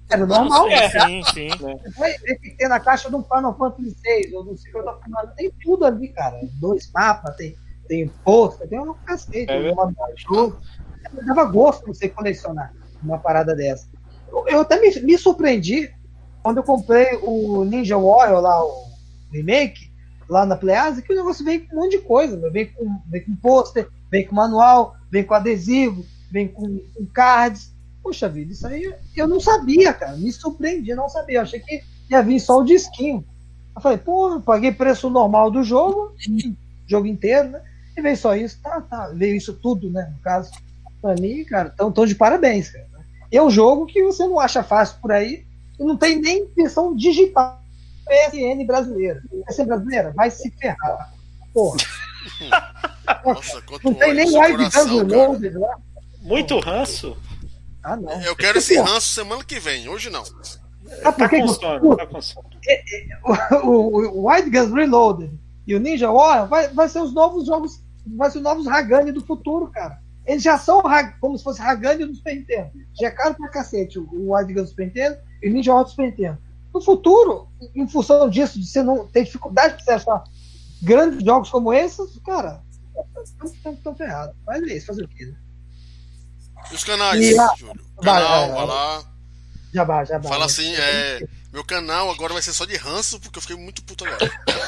Era normal. É, cara. sim, sim. Você vai ver que tem na caixa de um Final Fantasy seis, ou não sei o que eu tô falando, tem tudo ali, cara. Dois mapas, tem, tem pôster, tem um cacete, É um manual de jogo. Dava gosto você colecionar uma parada dessa. Eu, eu até me, me surpreendi quando eu comprei o Ninja Warrior lá, o remake, lá na Playasa, que o negócio vem com um monte de coisa, né? Vem com, vem com pôster, vem com manual, vem com adesivo, vem com, com cards. Poxa vida, isso aí eu não sabia, cara. Me surpreendi, não sabia. Eu achei que ia vir só o disquinho. Eu falei, pô, paguei preço normal do jogo, jogo inteiro, né? E veio só isso, tá, tá. Veio isso tudo, né? No caso, pra mim, cara, tão, tão de parabéns, cara. É um jogo que você não acha fácil por aí, e não tem nem versão digital P S N brasileira. P S N brasileira? Vai se ferrar. Porra. Nossa, não tem nem live Guns lá. Muito ranço. Ah, não. Eu quero esse ranço semana que vem, hoje não. Ah, por Tá que com que- sono, tá com sono. o, o, o Wild Guns Reloaded e o Ninja Warrior vai, vai ser os novos jogos, vai ser os novos Hagane do futuro, cara. Eles já são Hag- como se fosse Hagane do Super Nintendo. Já é caro pra cacete o, o Wild Guns do Super Nintendo e o Ninja Warrior do Super Nintendo. No futuro, em função disso, de você não ter dificuldade de você achar grandes jogos como esses, cara, estão ferrados. Mas é isso, fazer o quê, né? E os canais, E lá- Júlio? vai, Canal, é, vai lá. Já vai, já vai. Fala assim, é, meu canal agora vai ser só de ranço, porque eu fiquei muito puto agora.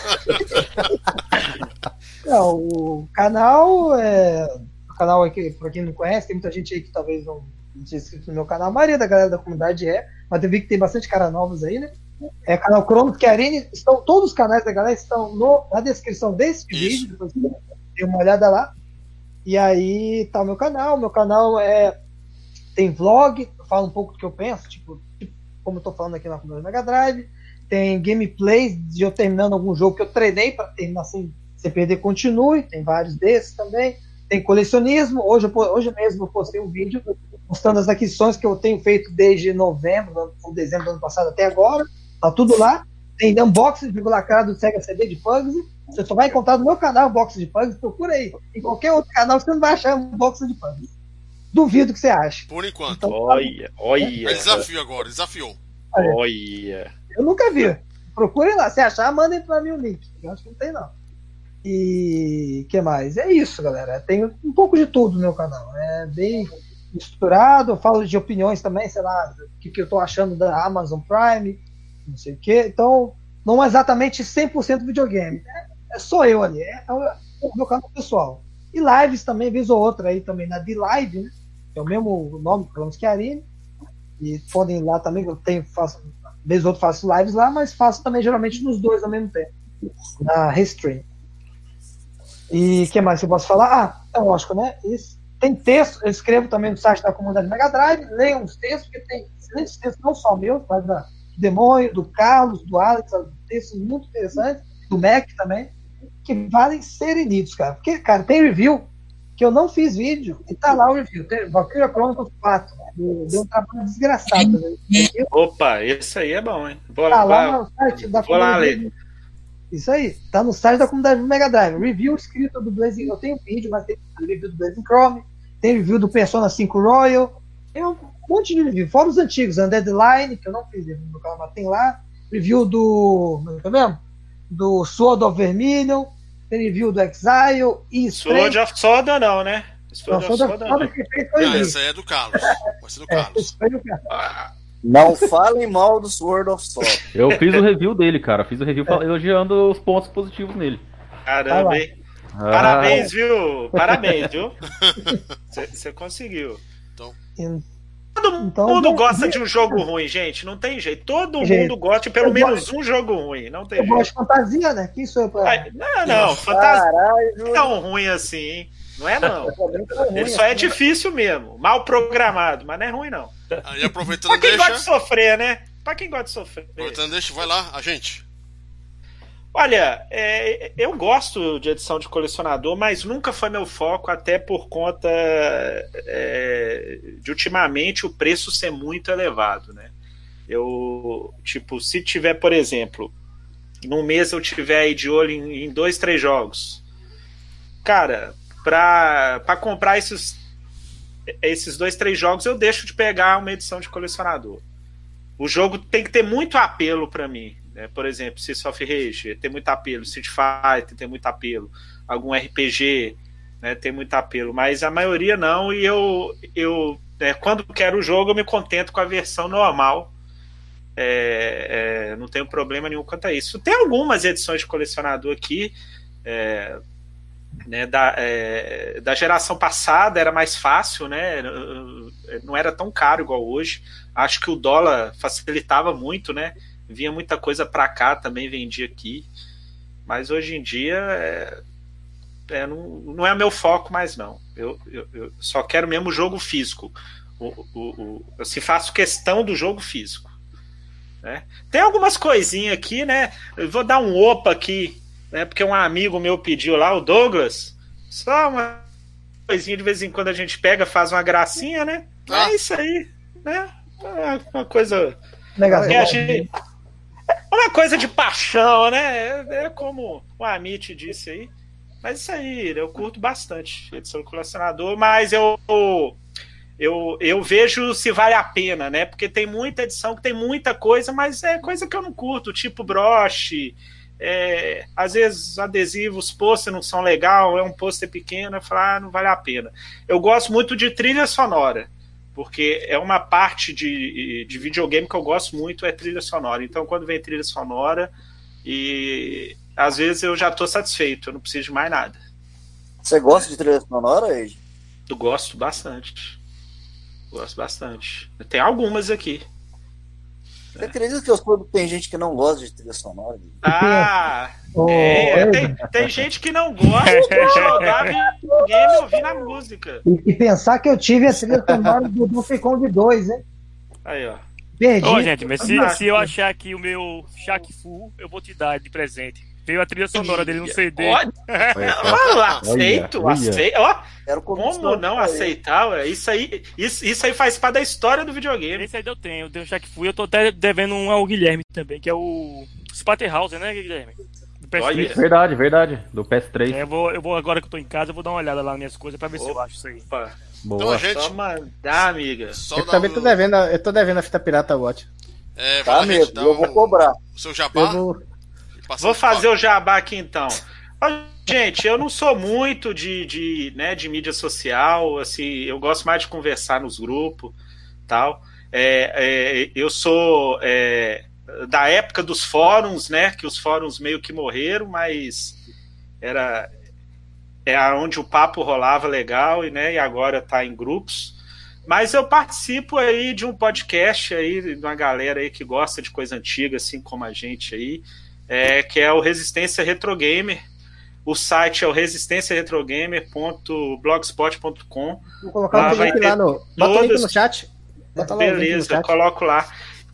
Não, o canal é. O canal aqui, pra quem não conhece, tem muita gente aí que talvez não não tinha inscrito no meu canal. A maioria da galera da comunidade é, mas eu vi que tem bastante cara novos aí, né? É canal Cronos Chiarini, estão, todos os canais da galera estão no, na descrição desse Isso. vídeo, depois você dê uma olhada lá. E aí tá o meu canal. Meu canal é tem vlog, eu falo um pouco do que eu penso, tipo, tipo como eu tô falando aqui na comunidade Mega Drive. Tem gameplays de eu terminando algum jogo que eu treinei para terminar sem, sem perder, continue. Tem vários desses também. Tem colecionismo. Hoje, eu, po- hoje mesmo eu postei um vídeo mostrando as aquisições que eu tenho feito desde novembro, ou dezembro do ano passado até agora. Tá tudo lá. Tem unboxing de lacrado do Sega C D de Pugsy. Você só vai encontrar no meu canal unboxing de Pugsy. Procura aí. Em qualquer outro canal você não vai achar unboxing de Pugsy. Duvido que você ache. Por enquanto. Então, Olha, É olha, desafio agora, desafiou. olha. eu nunca vi. Procurem lá. Se achar, mandem pra mim o link. Eu acho que não tem, não. E o que mais? É isso, galera. Tem um pouco de tudo no meu canal. É bem misturado. Eu falo de opiniões também, sei lá, o que, que eu tô achando da Amazon Prime, não sei o quê. Então, não é exatamente cem por cento videogame. É, é só eu ali. É, é o, é o meu canal pessoal. E lives também, vez ou outra aí também na D-Live, né? É o mesmo nome, Cronos Chiarini. E podem ir lá também, que eu tenho, faço, vez ou outra faço lives lá, mas faço também geralmente nos dois ao mesmo tempo. Na Restream. E o que mais eu posso falar? Ah, é lógico, né? Isso. Tem texto, eu escrevo também no site da comunidade Mega Drive, leiam os textos, porque tem excelentes textos, não só meus, mas da do Demônio, do Carlos, do Alex, textos muito interessantes, do Mac também, que valem serem lidos, cara. Porque, cara, tem review que eu não fiz vídeo e tá lá o review. Tem Valkyria Chronicles quatro, deu, deu um trabalho desgraçado. Né? Opa, esse aí é bom, hein? Vou, Tá lá vou- no site da vou lá comunidade. ler. Isso aí, tá no site da comunidade do Mega Drive. Review escrito do Blazing. Eu tenho vídeo, mas tem review do Blazing Chrome, tem review do Persona cinco Royal, tem um monte de review, fora os antigos, Undead Line, que eu não fiz review no canal, mas tem lá. Review do. Tá vendo? Do Sword of Vermilion, tem review do Exile e Sword of Soda não, né? Não, Sword of Sword of Soda Soda não. que fez foi Ah, o essa aí é do Carlos. Vai ser do É, Carlos. esse foi o cara. Não falem mal do Sword of Sword. Eu fiz o review dele, cara. Fiz o review fal- elogiando os pontos positivos nele. Caramba, lá. hein? Ah, Parabéns, viu? Parabéns, viu? Você conseguiu. Todo Então, mundo bom, gosta de um jogo ruim, gente. Não tem jeito. Todo Gente, mundo gosta de pelo eu menos um jogo ruim. Não tem eu gosto jeito. de fantasia, né? Quem sou eu pra. Ai, não, não. Fantasia Caralho, não é tão ruim assim, hein? Não é, não. Também tá ruim, Ele só é assim. difícil mesmo. Mal programado, mas não é ruim, não. Aí aproveitando, Pra quem gosta de deixa. sofrer, né? Pra quem gosta de sofrer. Aproveitando, deixa, vai lá, a gente. Olha, é, eu gosto de edição de colecionador, mas nunca foi meu foco, até por conta é, de ultimamente o preço ser muito elevado, né? Eu, tipo, se tiver, por exemplo, num mês eu tiver aí de olho em, em dois, três jogos, cara, pra, pra comprar esses, esses dois, três jogos eu deixo de pegar uma edição de colecionador. o jogo tem que ter muito apelo para mim. Né? Por exemplo, Streets of Rage tem muito apelo, Street Fighter tem muito apelo, algum R P G, né, tem muito apelo, mas a maioria não, e eu, eu né, quando quero o jogo eu me contento com a versão normal. É, é, não tenho problema nenhum quanto a isso. Tem algumas edições de colecionador aqui, é, né, da, é, da geração passada era mais fácil, né, não era tão caro igual hoje. Acho que o dólar facilitava muito, né, vinha muita coisa para cá, também vendia aqui, mas hoje em dia é, é, não, não é meu foco mais não. Eu, eu, eu só quero mesmo o jogo físico. O, o, o, assim, faço questão do jogo físico. Né? Tem algumas coisinhas aqui, né? Eu vou dar um opa aqui, né? Porque um amigo meu pediu lá, o Douglas. Só uma coisinha de vez em quando a gente pega, faz uma gracinha, né? Ah. É isso aí, né? É uma coisa. Legal. Que a gente, uma coisa de paixão, né? É, é como o Amit disse aí. Mas isso aí, eu curto bastante edição de colecionador, mas eu. Eu, eu vejo se vale a pena, né? Porque tem muita edição que tem muita coisa, mas é coisa que eu não curto, tipo broche, é, às vezes adesivos, pôster não são legal, é um pôster pequeno, eu falo, ah, não vale a pena. Eu gosto muito de trilha sonora, porque é uma parte de, de videogame que eu gosto muito, é trilha sonora. Então, quando vem trilha sonora, e às vezes eu já estou satisfeito, eu não preciso de mais nada. Você gosta de trilha sonora, Ed? Eu gosto bastante. Gosto bastante. Tem algumas aqui. Você acredita que eu soube que tem gente que não gosta de trilha sonora? Ah! Oh, é, tem, tem gente que não gosta de jogar videogame e ouvir na música. E, e pensar que eu tive a trilha sonora do Donkey Kong dois, hein? Aí, ó. Perdi. Ô, gente, mas se, se eu achar aqui o meu Shaq Fu, eu vou te dar de presente. Veio a trilha sonora dele no C D. Olha, mano, aceito, olha, aceito. Ó, Era como não aceitar? Ué? Isso aí, isso, isso aí faz parte da história do videogame. Esse aí eu tenho, eu tenho o Shaq Fu e eu tô até devendo um ao Guilherme também, que é o Splatterhouse, né, Guilherme? Do P S três. Olha. Verdade, verdade. Do P S três. É, eu, vou, eu vou, agora que eu tô em casa, eu vou dar uma olhada lá nas minhas coisas pra ver Opa. se eu acho isso aí. Opa. Boa. Então, gente, Só mandar, amiga. só Eu dá também um- tô devendo, a- eu tô devendo a fita pirata Watch. É, vai Tá lá, gente, mesmo, dá eu um- vou cobrar. o seu jabá. Eu vou. e passa Vou pro fazer Fábio. o jabá aqui então. Ó, gente, eu não sou muito de, de, né, de mídia social, assim, eu gosto mais de conversar nos grupos, tal. É, é, eu sou é, da época dos fóruns, né, que os fóruns meio que morreram, mas era é onde o papo rolava legal e, né, e agora está em grupos. Mas eu participo aí de um podcast aí de uma galera aí que gosta de coisa antiga, assim como a gente aí, é, que é o Resistência Retro Gamer. O site é o resistência retrogamer ponto blogspot ponto com. Vou colocar Lá o vai link ter lá no. Bota o link todos- no chat. Bota lá o link no Beleza, eu chat. coloco lá.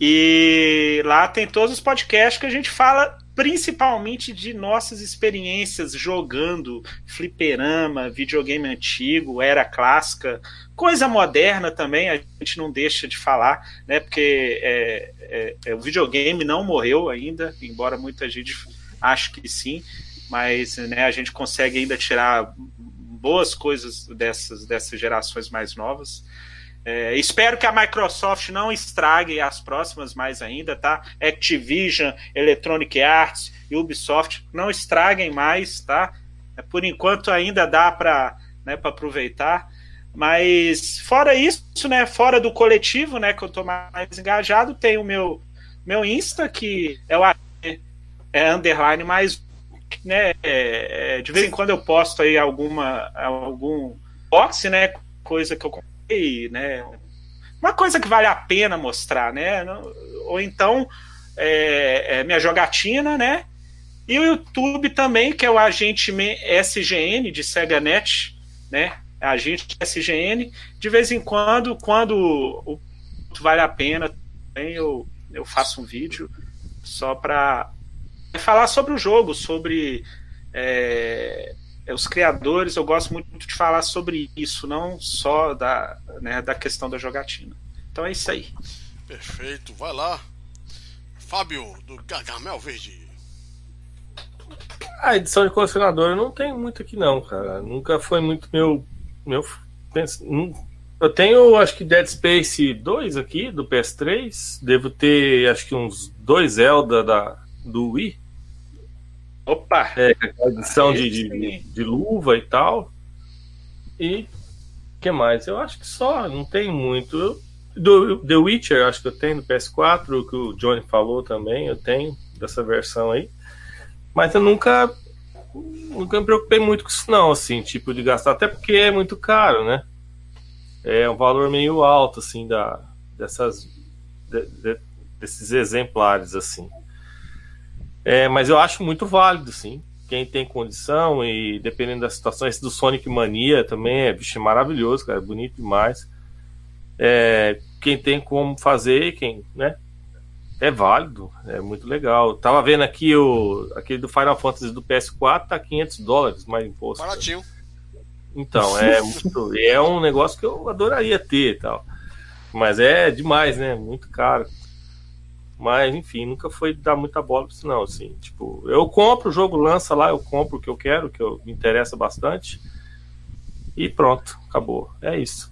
E lá tem todos os podcasts que a gente fala principalmente de nossas experiências jogando fliperama, videogame antigo, era clássica, coisa moderna também, a gente não deixa de falar, né? Porque é, é, é, o videogame não morreu ainda, embora muita gente ache que sim, mas, né, a gente consegue ainda tirar boas coisas dessas, dessas gerações mais novas. É, espero que a Microsoft não estrague as próximas mais ainda, tá? Activision, Electronic Arts, Ubisoft, não estraguem mais, tá? Por enquanto ainda dá para, né, para aproveitar. Mas fora isso, né, fora do coletivo, né, que eu tô mais engajado, tem o meu, meu Insta, que é o é underline mais, né, é, de vez em quando eu posto aí alguma, algum box, né, coisa que eu comprei, né, uma coisa que vale a pena mostrar, né, ou então é, é minha jogatina, né, e o YouTube também, que é o Agente S G N de SegaNet, né, Agente S G N, de vez em quando, quando o vale a pena, também eu, eu faço um vídeo só para falar sobre o jogo, sobre é, os criadores. Eu gosto muito de falar sobre isso, não só da, né, da questão da jogatina. Então é isso aí. Perfeito, vai lá. Fábio, do Gargamel Verde. A edição de colecionador eu não tenho muito aqui não, cara. Nunca foi muito meu... meu pens- não- Eu tenho, acho que Dead Space dois aqui, do P S três. Devo ter, acho que uns dois Zelda da, do Wii. Opa! É, com a edição de, de, de luva e tal. E o que mais? Eu acho que só, não tem muito. Eu, do The Witcher, acho que eu tenho no P S quatro, o que o Johnny falou também, eu tenho dessa versão aí. Mas eu nunca, nunca me preocupei muito com isso não, assim, tipo de gastar, até porque é muito caro, né? É um valor meio alto, assim, da, dessas, de, de, desses exemplares, assim. É, mas eu acho muito válido, sim. Quem tem condição e dependendo da situação, esse do Sonic Mania também é, bicho, maravilhoso, cara, bonito demais. É, quem tem como fazer, quem, né? É válido, é muito legal. Tava vendo aqui o aquele do Final Fantasy do P S quatro, tá quinhentos dólares mais imposto. Baratinho. Então, é muito, é um negócio que eu adoraria ter e tal. Mas é demais, né? Muito caro. Mas, enfim, nunca foi dar muita bola pra isso, não. Assim, tipo, eu compro, o jogo lança lá, eu compro o que eu quero, que eu, me interessa bastante. E pronto, acabou. É isso.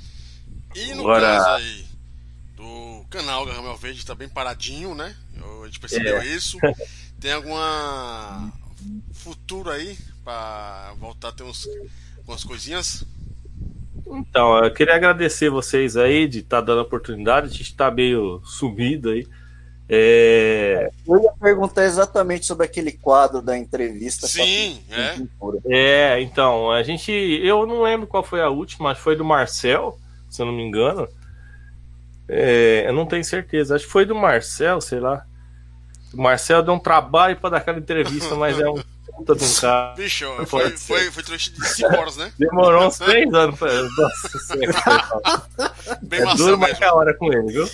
E no Agora... caso aí do canal Gargamel Verde, tá bem paradinho, né? A gente percebeu É. isso. Tem alguma futuro aí pra voltar a ter uns, algumas coisinhas? Então, eu queria agradecer vocês aí de estar tá dando a oportunidade. A gente tá meio sumido aí. É... Eu ia perguntar exatamente sobre aquele quadro da entrevista. Sim, é. É, então, a gente. Eu não lembro qual foi a última, acho que foi do Marcel, se eu não me engano. É, eu não tenho certeza, acho que foi do Marcel, sei lá. O Marcel deu um trabalho pra dar aquela entrevista, mas é um puta de um cara. Bicho, foi, foi, foi trecho de cinco horas, né? Demorou uns três anos pra. Nossa senhora. Bem É maçã duro mesmo. marcar a hora com ele, viu?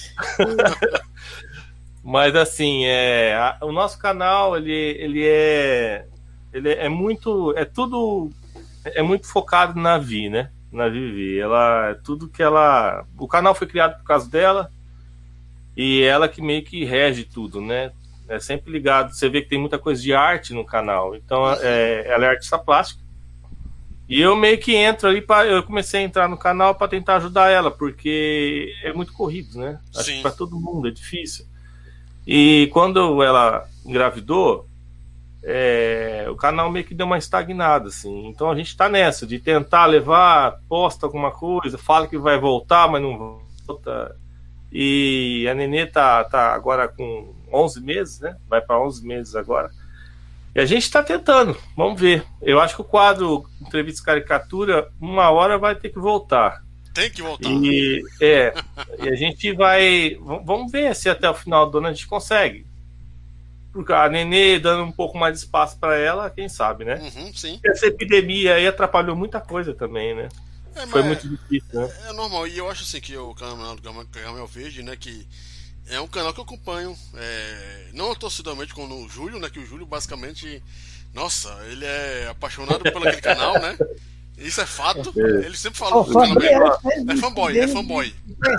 Mas assim, é, a- o nosso canal, ele, ele é. Ele é muito. É tudo. É muito focado na Vi, né? Na Vivi. Ela. Tudo que ela. O canal foi criado por causa dela. E ela que meio que rege tudo, né? É sempre ligado. Você vê que tem muita coisa de arte no canal. Então, é, ela é artista plástica. E eu meio que entro ali para eu comecei a entrar no canal para tentar ajudar ela, porque é muito corrido, né? Acho Sim. que para todo mundo é difícil. E quando ela engravidou, é, o canal meio que deu uma estagnada, assim. Então a gente tá nessa de tentar levar, posta alguma coisa, fala que vai voltar, mas não volta. E a Nenê tá, tá agora com onze meses, né? Vai para onze meses agora. E a gente tá tentando, vamos ver. Eu acho que o quadro Entrevista e Caricatura, uma hora vai ter que voltar. Tem que voltar. E, é, e a gente vai. v- Vamos ver se até o final do ano a gente consegue. Porque a Nenê dando um pouco mais de espaço para ela, quem sabe, né? Uhum, sim. Essa epidemia aí atrapalhou muita coisa também, né? É, Foi mas muito difícil, né? é normal. E eu acho assim que o canal do Gargamel Verde, né, que é um canal que eu acompanho, é, não torcidamente como o Júlio, né, que o Júlio basicamente, nossa, ele é apaixonado por aquele canal, né? Isso é fato. Ele sempre falou Ó, que o canal fã- é, é fanboy, é fanboy.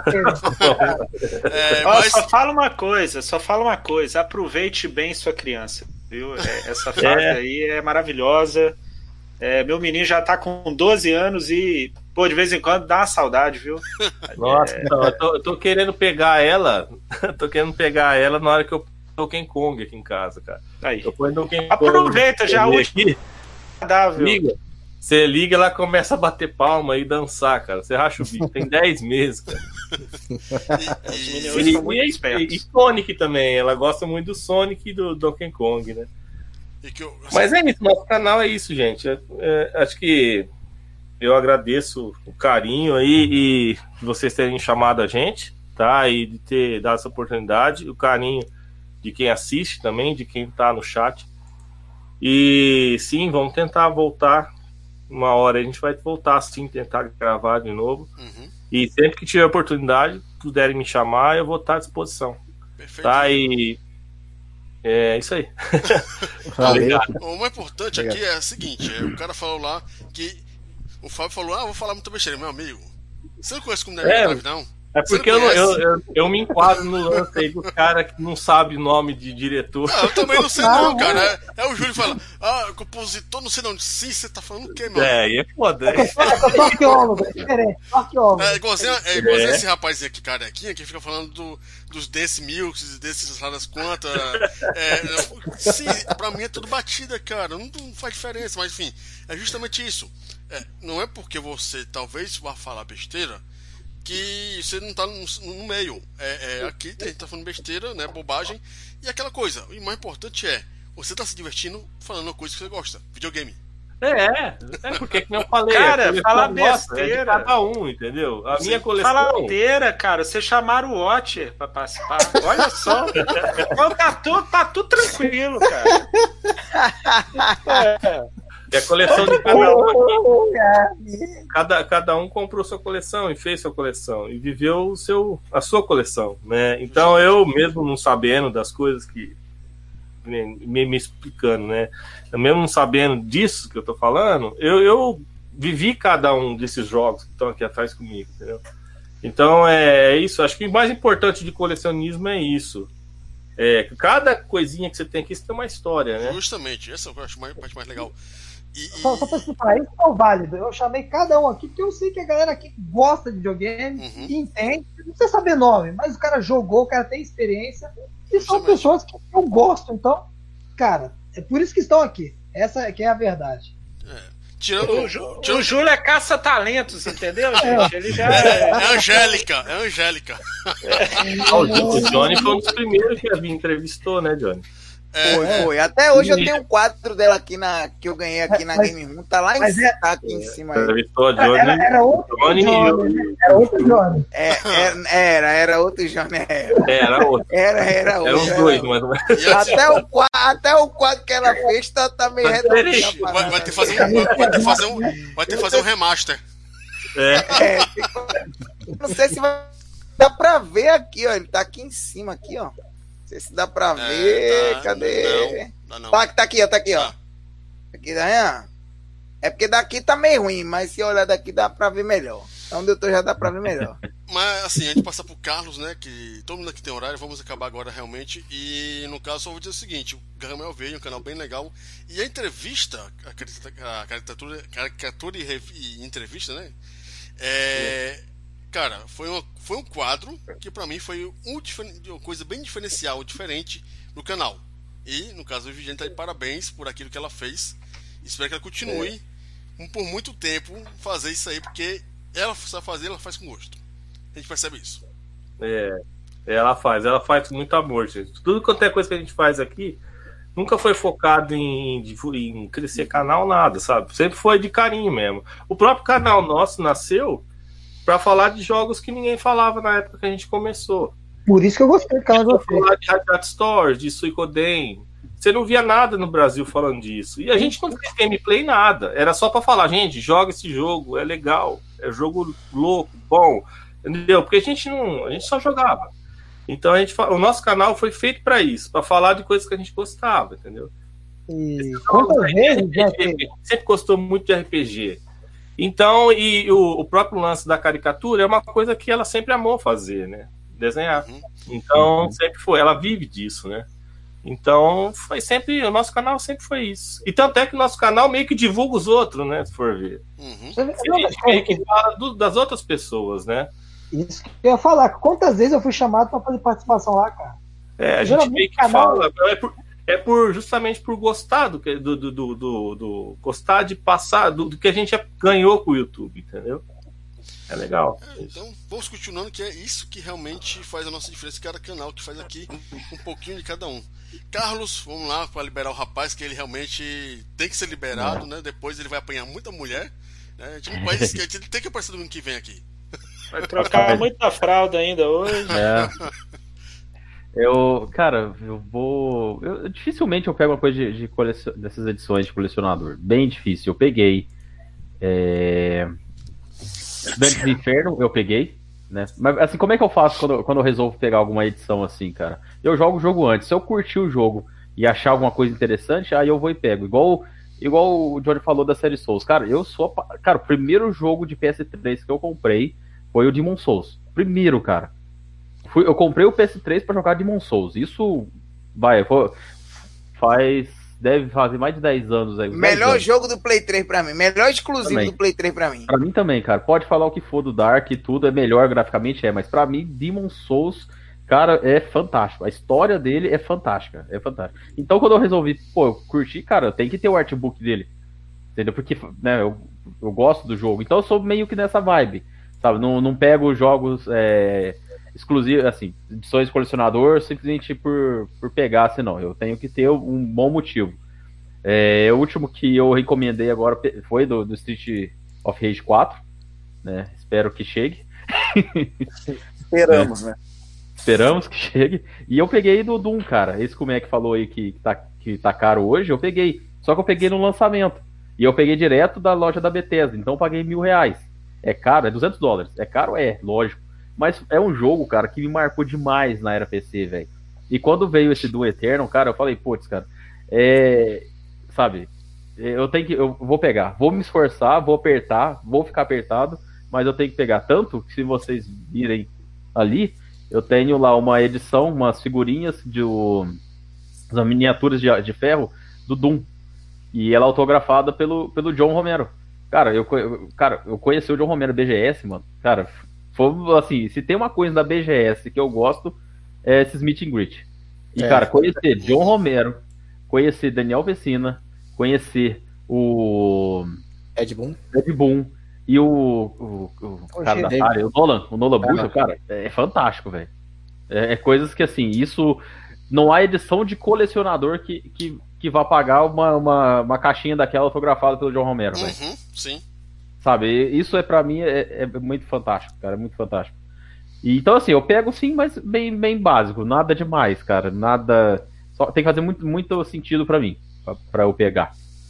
É, Ó, mas só fala uma coisa, só fala uma coisa. Aproveite bem sua criança, viu? É, essa fase É. aí é maravilhosa. É, meu menino já tá com doze anos e, pô, de vez em quando dá uma saudade, viu? Nossa, então, eu, tô, eu tô querendo pegar ela. tô querendo pegar ela na hora que eu Donkey Kong aqui em casa, cara. Aí. Eu ponho Donkey Kong. Aproveita já Você hoje. liga, Agradável. liga. Você liga, ela começa a bater palma e dançar, cara. Você racha o bico. Tem dez meses, cara. Os e, meninos E, são muito e- espertos. e Sonic também. Ela gosta muito do Sonic e do Donkey Kong, né? e que eu, Mas é isso, nosso canal é isso, gente. É- é, acho que eu agradeço o carinho aí e de vocês terem chamado a gente, tá? E de ter dado essa oportunidade, o carinho de quem assiste também, de quem tá no chat. E sim, vamos tentar voltar. Uma hora a gente vai voltar sim, tentar gravar de novo. Uhum, E sempre que tiver oportunidade, puderem me chamar, eu vou estar à disposição. perfeito. Tá? E é isso aí. Valeu. O mais importante aqui é o seguinte: é, o cara falou lá que o Fábio falou, ah, vou falar muita besteira, meu amigo. Você não conhece comunidade É. grave, não? É porque eu, eu, eu, eu me enquadro no lance aí dos caras que não sabem nome de diretor. Ah, eu também não sei não, cara. É, é o Júlio que fala, ah, compositor, não sei não. Sim, você tá falando o quê, meu? É, e é foda. É que eu sou arqueólogo, é diferente. Arqueólogo. É igualzinho, é igualzinho é. esse rapazinho aqui, carequinha, que fica falando do, dos Dance Milks, desses das quantas. É, sim, pra mim é tudo batida, cara. Não, não faz diferença, mas enfim, é justamente isso. É, não é porque você talvez vá falar besteira que você não tá no, no meio. É, é, aqui a gente tá falando besteira, né? Bobagem. E aquela coisa, o mais importante é você tá se divertindo falando uma coisa que você gosta. Videogame. É, é porque que eu falei. Cara, fala besteira. É de cada um, entendeu? A Sim, minha coleção. Fala besteira, cara. Você chamaram o Watcher pra participar. Olha só. Então, tá, tudo, tá tudo tranquilo, cara. É. É a coleção de cada um. Cada, cada um comprou sua coleção e fez sua coleção e viveu o seu, a sua coleção, né? Então eu mesmo não sabendo das coisas que me, me explicando, né? Eu mesmo não sabendo disso que eu tô falando, eu, eu vivi cada um desses jogos que estão aqui atrás comigo, entendeu? Então é isso. Acho que o mais importante de colecionismo é isso. É, cada coisinha que você tem aqui, você tem uma história, né? Justamente, essa eu acho a parte mais legal. E, e... Só, só pra explicar, isso é o válido. Eu chamei cada um aqui, porque eu sei que a galera aqui gosta de videogame, uhum. e entende, não precisa saber nome, mas o cara jogou, o cara tem experiência, e são Justamente. pessoas que eu gosto, então, cara, é por isso que estão aqui. Essa é que é a verdade. É. Tirando, o, Ju, tirando... o Júlio é caça-talentos, entendeu, gente? É. Ele já é, é Angélica, é Angélica. É. O Johnny foi um dos primeiros que a Vim entrevistou, né, Johnny? É, foi, foi. Até hoje eu tenho um quadro dela aqui na, que eu ganhei aqui na mas, Game Room. Tá lá em, é, tá aqui em cima. Entrevistou a Johnny. Era, era outro Johnny. Johnny né? Era outro Johnny. É, era, era, era outro Johnny. Era, era outro. Era, era outro. Era os dois, mais ou menos. Até o, até o quadro que ela fez tá, tá meio redondinho. Vai, vai, ter fazer um, vai, ter fazer um, vai ter fazer um remaster. É. é tipo, não sei se vai dá pra ver aqui, ó. Ele tá aqui em cima, aqui, ó. Não sei se dá pra ver. É, tá, cadê? Não, não. Tá, tá aqui, ó. Tá aqui, ó. Aqui, tá, é porque daqui tá meio ruim, mas se olhar daqui dá pra ver melhor. Onde eu tô já dá pra ver melhor. Mas assim, antes de passar pro Carlos, né? Que todo mundo aqui tem horário, vamos acabar agora realmente. E no caso, só vou dizer o seguinte: o Garramel veio, um canal bem legal. E a entrevista, a caricatura, caricatura e, e entrevista, né? É. Cara, foi, uma, foi um quadro que pra mim foi um, uma coisa bem diferencial, diferente no canal. E, no caso, a Viviane tá de parabéns por aquilo que ela fez. Espero que ela continue é. por muito tempo fazer isso aí, porque ela sabe fazer, ela faz com gosto. A gente percebe isso. É, ela faz, ela faz com muito amor, gente. Tudo quanto é coisa que a gente faz aqui nunca foi focado em, em crescer canal, nada, sabe? Sempre foi de carinho mesmo. O próprio canal nosso nasceu pra falar de jogos que ninguém falava na época que a gente começou. Por isso que eu gostei do canal de vocês. Falar de Hard Stores, de Suicoden. Você não via nada no Brasil falando disso. E a gente não fez gameplay, nada. Era só pra falar, gente, joga esse jogo, é legal. É jogo louco, bom. Entendeu? Porque a gente não. A gente só jogava. Então a gente, o nosso canal foi feito pra isso, pra falar de coisas que a gente gostava, entendeu? E quantas vezes já teve? Sempre gostou muito de R P G. Então, e o, o próprio lance da caricatura é uma coisa que ela sempre amou fazer, né? Desenhar. Uhum. Então, sempre foi, ela vive disso, né? Então, foi sempre, o nosso canal sempre foi isso. E tanto é que o nosso canal meio que divulga os outros, né? Se for ver. Uhum. A gente meio que fala do, das outras pessoas, né? Isso que eu ia falar. Quantas vezes eu fui chamado para fazer participação lá, cara? É, a gente meio que canal... fala. É por, é por justamente por gostar do, do, do, do, do, do gostar de passar do, do que a gente ganhou com o YouTube, entendeu? É legal. É, então, vamos continuando, que é isso que realmente faz a nossa diferença, cada canal que faz aqui um pouquinho de cada um. Carlos, vamos lá para liberar o rapaz, que ele realmente tem que ser liberado, né? Depois ele vai apanhar muita mulher, né? A gente não pode esquecer, ele tem que aparecer domingo que vem aqui. Vai trocar muita fralda ainda hoje. É. Eu, cara, eu vou. Eu, dificilmente eu pego uma coisa de, de colecion... dessas edições de colecionador. Bem difícil. Eu peguei. É... Dantes do Inferno, eu peguei. Né? Mas assim, como é que eu faço quando, quando eu resolvo pegar alguma edição assim, cara? Eu jogo o jogo antes. Se eu curtir o jogo e achar alguma coisa interessante, aí eu vou e pego. Igual, igual o Johnny falou da série Souls. Cara, eu sou. Cara, o primeiro jogo de P S três que eu comprei foi o Demon Souls. Primeiro, cara. Fui, eu comprei o P S três pra jogar Demon Souls. Isso, vai, foi, faz... Deve fazer mais de dez anos aí. Melhor anos. jogo do Play três pra mim. Melhor exclusivo também. do Play três pra mim. Pra mim também, cara. Pode falar o que for do Dark e tudo, é melhor graficamente, é. Mas pra mim, Demon Souls, cara, é fantástico. A história dele é fantástica. É fantástica. Então, quando eu resolvi, pô, eu curti, cara, tem que ter o artbook dele. Entendeu? Porque, né, eu, eu gosto do jogo. Então, eu sou meio que nessa vibe. Sabe? Não, não pego jogos é, exclusivos, assim, edições colecionador, simplesmente por, por pegar, assim, não. Eu tenho que ter um bom motivo. É, o último que eu recomendei agora foi do, do Street of Rage quatro, né? Espero que chegue. Esperamos, é. né? Esperamos que chegue. E eu peguei do Doom, cara. Esse como é que falou aí que tá, que tá caro hoje, eu peguei. Só que eu peguei no lançamento. E eu peguei direto da loja da Bethesda. Então eu paguei mil reais. É caro, é duzentos dólares. É caro? É, lógico. Mas é um jogo, cara, que me marcou demais na era P C, velho. E quando veio esse Doom Eternal, cara, eu falei, putz, cara, é... sabe, eu tenho que, eu vou pegar, vou me esforçar, vou apertar, vou ficar apertado, mas eu tenho que pegar. Tanto que se vocês virem ali, eu tenho lá uma edição, umas figurinhas de umas miniaturas de, de ferro do Doom, e ela é autografada pelo, pelo John Romero. Cara, eu, cara, eu conheci o John Romero B G S, mano. Cara, foi assim, se tem uma coisa da B G S que eu gosto, é esses meet and greet. E, é. cara, conhecer John Romero, conhecer Daniel Vecina, conhecer o Ed Boon, Ed Boon e o, o, o cara da área, o Nolan, o Nolan Bushnell, cara, é fantástico, velho. É, é coisas que, assim, isso não há edição de colecionador que, que, que vá pagar uma, uma, uma caixinha daquela autografada pelo John Romero, velho. Uhum, sim. Sabe, isso é pra mim é, é muito fantástico, cara, é muito fantástico. E, então, assim, eu pego sim, mas bem, bem básico, nada demais, cara, nada... Só tem que fazer muito, muito sentido pra mim, pra, pra eu pegar.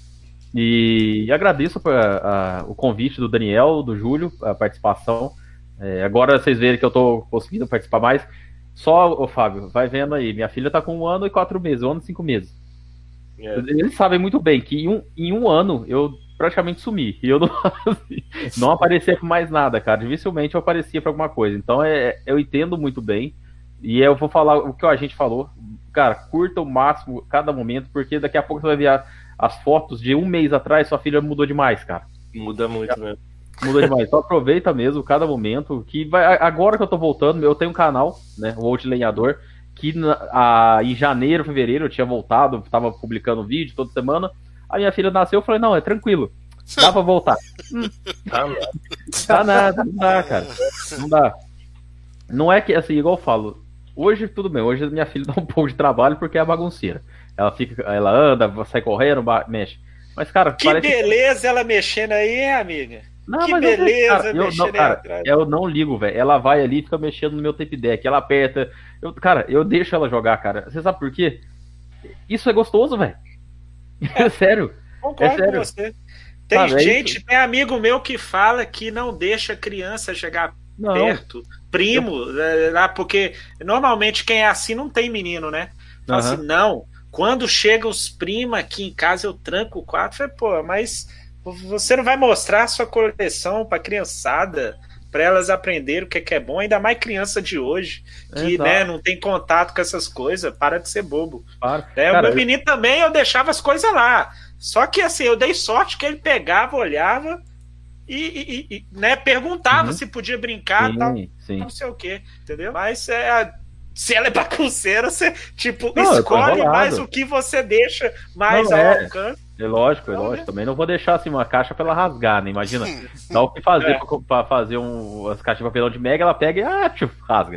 E, e agradeço pra, a, o convite do Daniel, do Júlio, a participação. É, agora vocês verem que eu tô conseguindo participar mais. Só, ô Fábio, vai vendo aí, minha filha tá com um ano e quatro meses, um ano e cinco meses. É. Eles sabem muito bem que em um, em um ano eu praticamente sumi. E eu não, não aparecia com mais nada, cara. Dificilmente eu aparecia pra alguma coisa. Então é, eu entendo muito bem. E eu vou falar o que a gente falou. Cara, curta o máximo cada momento, porque daqui a pouco você vai ver a, as fotos de um mês atrás, sua filha mudou demais, cara. Muda muito mesmo. Muda demais. Então aproveita mesmo cada momento. Que vai, agora que eu tô voltando, eu tenho um canal, né? O Out Lenhador, que na, a, em janeiro, fevereiro eu tinha voltado, tava publicando vídeo toda semana. A minha filha nasceu, eu falei, não, é tranquilo. Dá pra voltar. hum, Tá nada. Dá nada, não dá, cara. Não dá. Não é que, assim, igual eu falo, hoje tudo bem, hoje minha filha dá um pouco de trabalho porque é bagunceira. Ela fica, ela anda, sai correndo, mexe. Mas, cara, que parece... beleza ela mexendo aí, hein, amiga? Não, que mas beleza, eu, cara, eu, mexendo não, cara, aí atrás. Eu não ligo, velho. Ela vai ali e fica mexendo no meu tape deck. Ela aperta. Eu, cara, eu deixo ela jogar, cara. Você sabe por quê? Isso é gostoso, velho. É sério. Concordo é sério. com você. Tem Sabe, gente, é tem amigo meu que fala que não deixa a criança chegar não. perto, primo, eu... lá, porque normalmente quem é assim não tem menino, né? Fala uhum. assim, não, quando chegam os primos aqui em casa eu tranco o quarto. Falei, pô, mas você não vai mostrar a sua coleção pra criançada, pra elas aprenderem o que é, que é bom, ainda mais criança de hoje, que né, não tem contato com essas coisas, para de ser bobo. Para. Né? Cara, o meu eu... menino também, eu deixava as coisas lá. Só que assim, eu dei sorte que ele pegava, olhava e, e, e né, perguntava uhum. se podia brincar, sim, tal, sim. não sei o que, entendeu? Mas é, se ela é bagunceira, você tipo, não, escolhe mais o que você deixa mais não, ao é. alcance. É lógico, é lógico. Também não vou deixar assim uma caixa pra ela rasgar, né? Imagina. Dá o que fazer é. pra, pra fazer um, as caixas de papelão de mega, ela pega e ah, tchuf, rasga.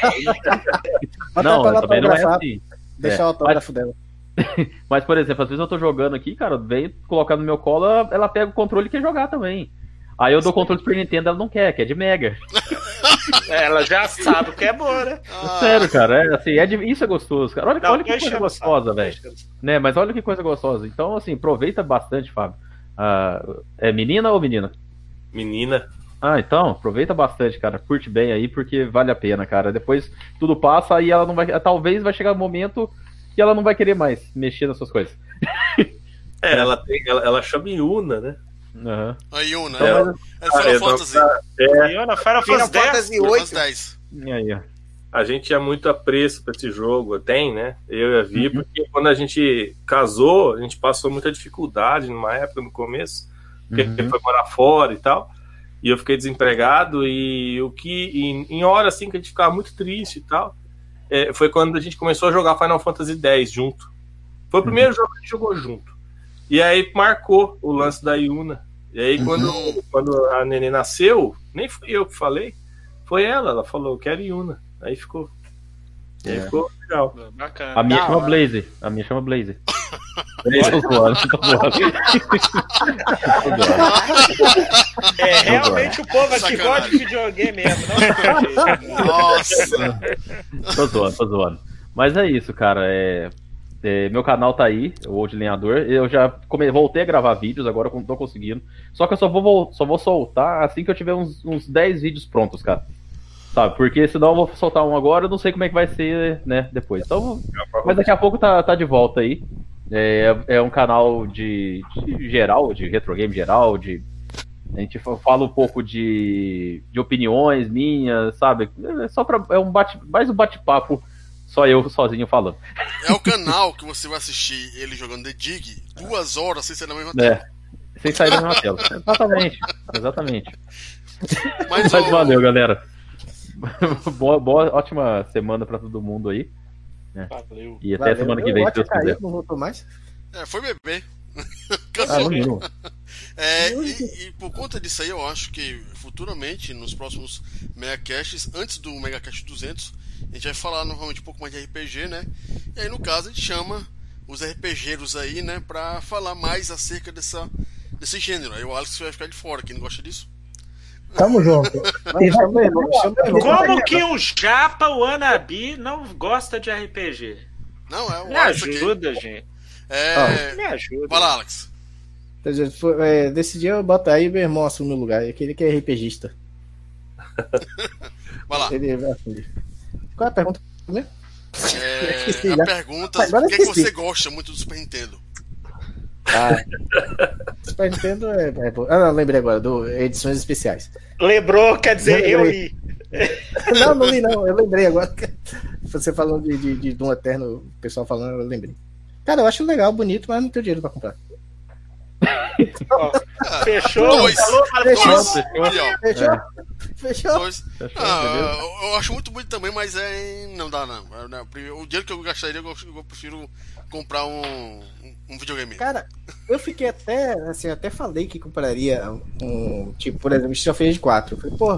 É. Não, também não é assim. Deixar é. o autógrafo dela. Mas, por exemplo, às vezes eu tô jogando aqui, cara, vem colocar no meu colo, ela, ela pega o controle e quer jogar também. Aí eu dou o controle do Super Nintendo, ela não quer, quer de Mega. Ela já sabe o que é boa, né? Ah. Sério, cara, é, assim, é de, isso é gostoso, cara. Olha, não, olha que coisa gostosa, velho. Né, mas olha que coisa gostosa. Então, assim, aproveita bastante, Fábio. Ah, é menina ou menina? Menina. Ah, então, aproveita bastante, cara. Curte bem aí, porque vale a pena, cara. Depois tudo passa e ela não vai. Talvez vai chegar um momento que ela não vai querer mais mexer nas suas coisas. É, ela, tem, ela, ela chama Yuna, né? Uhum. A Yuna. É, É, Ah, é Final é, Fantasy. é, Iona, Final Final Fantasy dez. Fantasy Final oito. Fantasy dez. E aí, ó. a gente tinha muito apreço pra esse jogo, tem, né? Eu e a Vi, Uhum. porque quando a gente casou, a gente passou muita dificuldade numa época, no começo, porque Uhum. foi morar fora e tal. E eu fiquei desempregado, e o que em, em hora assim que a gente ficava muito triste e tal, é, foi quando a gente começou a jogar Final Fantasy dez junto. Foi o primeiro jogo que a gente jogou junto. E aí marcou o lance da Yuna. E aí quando, quando a neném nasceu, nem fui eu que falei, foi ela, ela falou, eu quero Yuna. Aí ficou. E aí É. ficou legal. Bacana. A minha Da chama hora. Blaze. A minha chama Blaze. Tô zoando, tô zoando. Tô zoando. É, realmente o povo aqui Sacanagem. gosta de videogame mesmo, não? Nossa. Tô zoando, tô zoando. Mas é isso, cara. É, é, meu canal tá aí, o Old Lenhador. Eu já come- voltei a gravar vídeos, agora eu não tô conseguindo. Só que eu só vou, vol- só vou soltar assim que eu tiver uns, uns dez vídeos prontos, cara. Sabe? Porque senão eu vou soltar um agora, eu não sei como é que vai ser, né, depois. Então, mas daqui a pouco tá, tá de volta aí. É, é um canal de, de geral, de retro game geral, de a gente fa- fala um pouco de, de opiniões minhas, sabe? É só pra, é um bate, mais um bate-papo, só eu sozinho falando. É o canal que você vai assistir ele jogando The Dig duas horas sem ser na mesma tela. É, sem sair da mesma tela. Exatamente, exatamente. Mas, Mas ô, valeu, galera. boa, boa, ótima semana pra todo mundo aí. Valeu. E até Valeu. semana que O vem, se Watch Deus caiu, quiser. não voltou mais. é, foi bebê. Ah, Cansou. no mínimo. É, e, e por conta disso aí, eu acho que futuramente, nos próximos Megacasts, antes do Megacast duzentos, a gente vai falar novamente um pouco mais de R P G, né? E aí, no caso, a gente chama os RPGeiros aí, né, pra falar mais acerca dessa, desse gênero. Aí o Alex vai ficar de fora, quem não gosta disso. Tamo junto. Mas chama o irmão, chama o irmão. Como que um japa, o Anabi, não gosta de R P G? Não, é o Me Alex aqui. ajuda, gente. É... Me ajuda. Vai lá, Alex. Quer dizer, foi- é, desse dia eu boto aí meu irmão assume o lugar. Aquele que é RPGista. Vai lá. Ele vai assumir. Qual é a pergunta mesmo? É, Esqueci a já. pergunta, Agora por que, que esqueci. você gosta muito do Super Nintendo? Ah, Super Nintendo é, é bom. Ah, não, lembrei agora, do edições especiais. Lembrou, quer dizer, eu li. Não, não li não, eu lembrei agora. Você falando de, de, de Doom Eterno, o pessoal falando, eu lembrei. Cara, eu acho legal, bonito, mas não tenho dinheiro pra comprar. Ó, fechou? Dois. Falou, falou, Fechou. Dois. Fechou. Aqui, ó. Fechou? É. Fechou? Dois. Fechou, Ah, beleza? eu, eu acho muito bonito também, mas é, não dá não. É, não. O dinheiro que eu gastaria, eu, eu prefiro comprar um, um videogame. Cara, eu fiquei até, assim, até falei que compraria um, tipo, por exemplo, Street of Rage quatro. Eu falei, pô,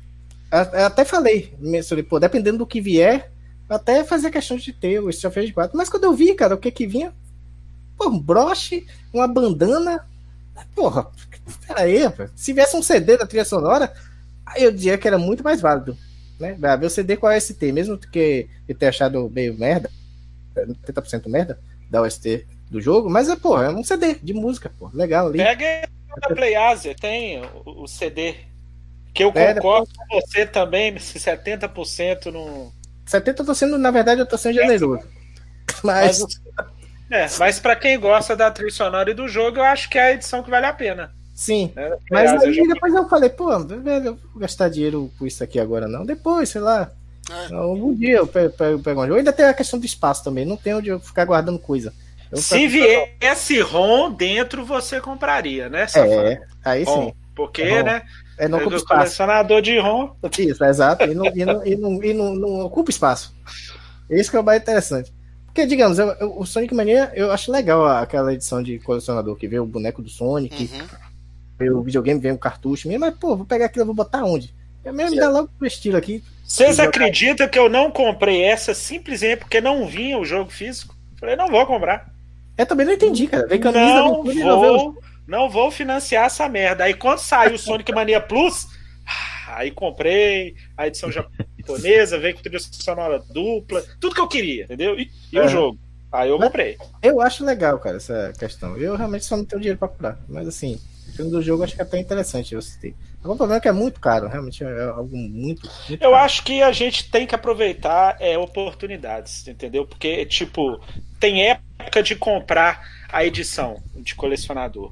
eu até falei, mencionei, pô, dependendo do que vier, eu até fazia questão de ter o Street of Rage quatro. Mas quando eu vi, cara, o que que vinha? Pô, um broche, uma bandana. Porra, peraí, rapaz. Se viesse um C D da trilha sonora, aí eu diria que era muito mais válido. Né? Vai ver o C D com a O S T, mesmo que eu tenha achado meio merda, oitenta por cento merda da O S T do jogo, mas é, pô, é um C D de música, pô, legal ali. Pega a PlayAsia, tem o, o C D. Que eu É, concordo com você também, se setenta por cento no. setenta eu tô sendo, na verdade, eu tô sendo generoso. Mas, Mas, é, mas pra quem gosta da trilha sonora e do jogo, eu acho que é a edição que vale a pena. sim. Né? Mas PlayAsia aí já- depois eu falei, pô, velho, eu vou gastar dinheiro com isso aqui agora não. Depois, sei lá. É. Algum dia eu pego, pego, pego um jogo. Ainda tem a questão do espaço também. Não tem onde eu ficar guardando coisa. Eu Se viesse ROM dentro, você compraria, né, safado? É, aí sim. ROM, porque, É ROM. né? É, não eu ocupa sou espaço. colecionador de ROM. Isso, exato. E não, e não, e não, e não, não ocupa espaço. Isso que é o mais interessante. Porque, digamos, eu, eu- o Sonic Mania, eu acho legal aquela edição de colecionador que vê o boneco do Sonic, Uhum. vê o videogame, vem o cartucho mesmo, mas, pô, vou pegar aquilo, eu vou botar onde? Eu mesmo me dá logo pro estilo aqui. Vocês acreditam que eu não comprei essa simplesmente porque não vinha o jogo físico? Falei, não vou comprar. Eu também não entendi, cara. Vem camisa Não aventura e novela. vou, não vou financiar essa merda. Aí quando saiu o Sonic Mania Plus, aí comprei a edição japonesa, veio com trilha sonora dupla, tudo que eu queria, entendeu? E, e É. o jogo. Aí eu comprei. Eu acho legal, cara, essa questão. Eu realmente só não tenho dinheiro pra comprar. Mas assim, o filme do jogo acho que é até interessante eu assistir. O problema é que é muito caro, realmente é algo muito. muito Eu caro. acho que a gente tem que aproveitar é, oportunidades, entendeu? Porque, tipo, tem época de comprar a edição de colecionador.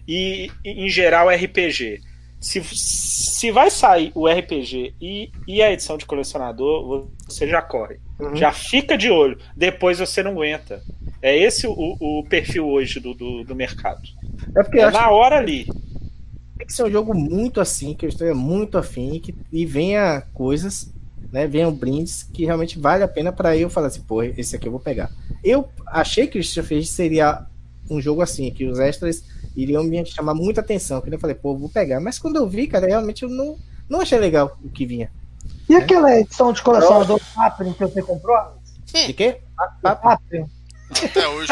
e, em geral, R P G. Se, se vai sair o R P G e, e a edição de colecionador, você já corre. Uhum. Já fica de olho. Depois você não aguenta. É esse o, o perfil hoje do, do, do mercado. É, porque é na hora ali. Tem que ser um jogo muito assim, que eu estou muito afim, que, e venha coisas, né? Venham brindes que realmente vale a pena para eu falar assim, pô, esse aqui eu vou pegar. Eu achei que o Street of Rage seria um jogo assim, que os extras iriam me chamar muita atenção. Que eu falei, pô, vou pegar. Mas quando eu vi, cara, realmente eu não, não achei legal o que vinha. E né? Aquela edição de colecionador Paprium que você comprou? De quê? Paprium. Até hoje.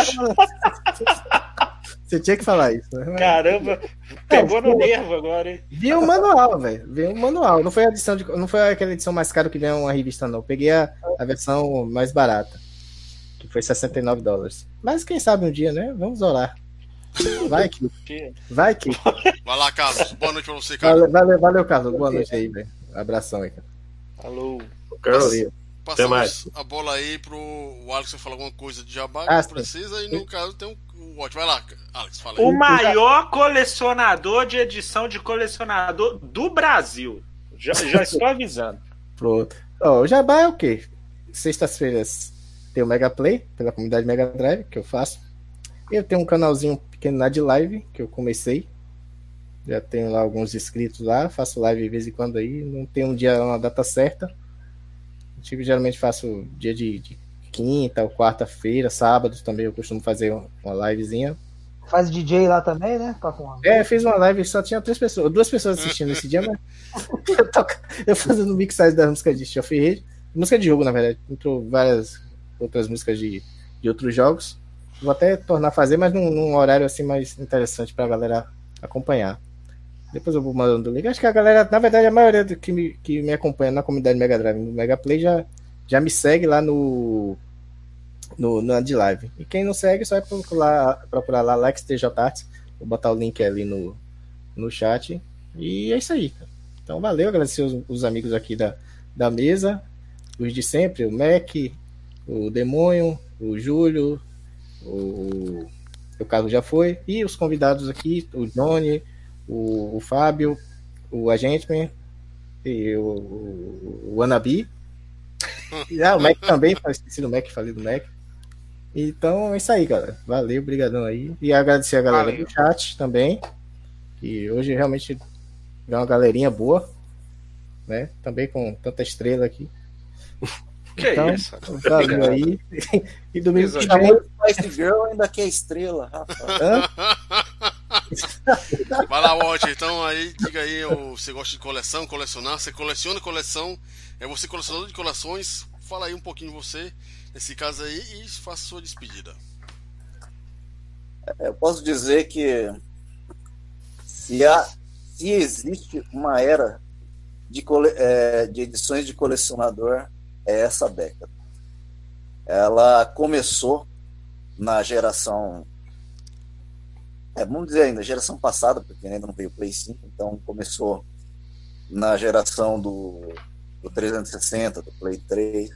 Você tinha que falar isso, né? Caramba, pegou no nervo agora, hein? Vi o manual, velho. Vi o manual. Não foi a edição de, não foi aquela edição mais cara que vem uma revista, não. Eu peguei a, a versão mais barata, que foi sessenta e nove dólares. Mas quem sabe um dia, né? Vamos orar. Vai que. Vai que. Vai lá, Carlos. Boa noite pra você, Carlos. Valeu, valeu, valeu Carlos. Boa noite aí, velho. Abração aí, cara. Alô. Valeu. Passamos a bola aí pro o Alex vai falar alguma coisa de jabá que ah, precisa e no caso tem um, um ótimo. Vai lá, Alex, fala aí. O maior colecionador de edição de colecionador do Brasil. Já, já estou avisando. Pronto. Ó, o jabá é o quê? Sextas-feiras tem o Mega Play, pela comunidade Mega Drive, que eu faço. Eu tenho um canalzinho pequeno lá de live, que eu comecei. Já tenho lá alguns inscritos lá, faço live de vez em quando aí. Não tem um dia, uma data certa. Tipo, geralmente faço dia de, de quinta ou quarta-feira, sábado também eu costumo fazer uma livezinha. Faz D J lá também, né? É, fiz uma live, só tinha três pessoas, duas pessoas assistindo esse dia, mas eu, toco, eu fazendo mixagem das músicas de Street of Rage, música de jogo, na verdade, entrou várias outras músicas de, de outros jogos. Vou até tornar a fazer, mas num, num horário assim mais interessante pra galera acompanhar. Depois eu vou mandando o link. Acho que a galera, na verdade, a maioria do que me, que me acompanha na comunidade Mega Drive, no Mega Play, já, já me segue lá no, no na de live. E quem não segue, só é procurar, procurar lá Alex T J Arts. Vou botar o link ali no, no chat. E é isso aí. Então, valeu. Agradecer os, os amigos aqui da, da mesa, os de sempre, o Mac, o Demônio, o Júlio, o, o Carlos já foi, e os convidados aqui, o Johnny, O, o Fábio, o Agentman e o, o, o Anabi. E ah, o Mac também, esqueci do Mac, falei do Mac. Então é isso aí, galera. Valeu, brigadão aí. E agradecer a galera Valeu. do chat também. Que hoje realmente é uma galerinha boa, né? Também com tanta estrela aqui. Que então, isso? Valeu aí. E domingo que vem. Spice Girl ainda que é estrela, rapaz. Hã? Vai lá, Watch, então aí, diga aí, você gosta de coleção, colecionar, você coleciona coleção, é você colecionador de coleções, fala aí um pouquinho de você, nesse caso aí, e faça sua despedida. Eu posso dizer que se, há, se existe uma era de, cole, é, de edições de colecionador, é essa década. Ela começou na geração É, vamos dizer ainda, geração passada, porque ainda não veio o Play cinco, então começou na geração do, do trezentos e sessenta, do Play três,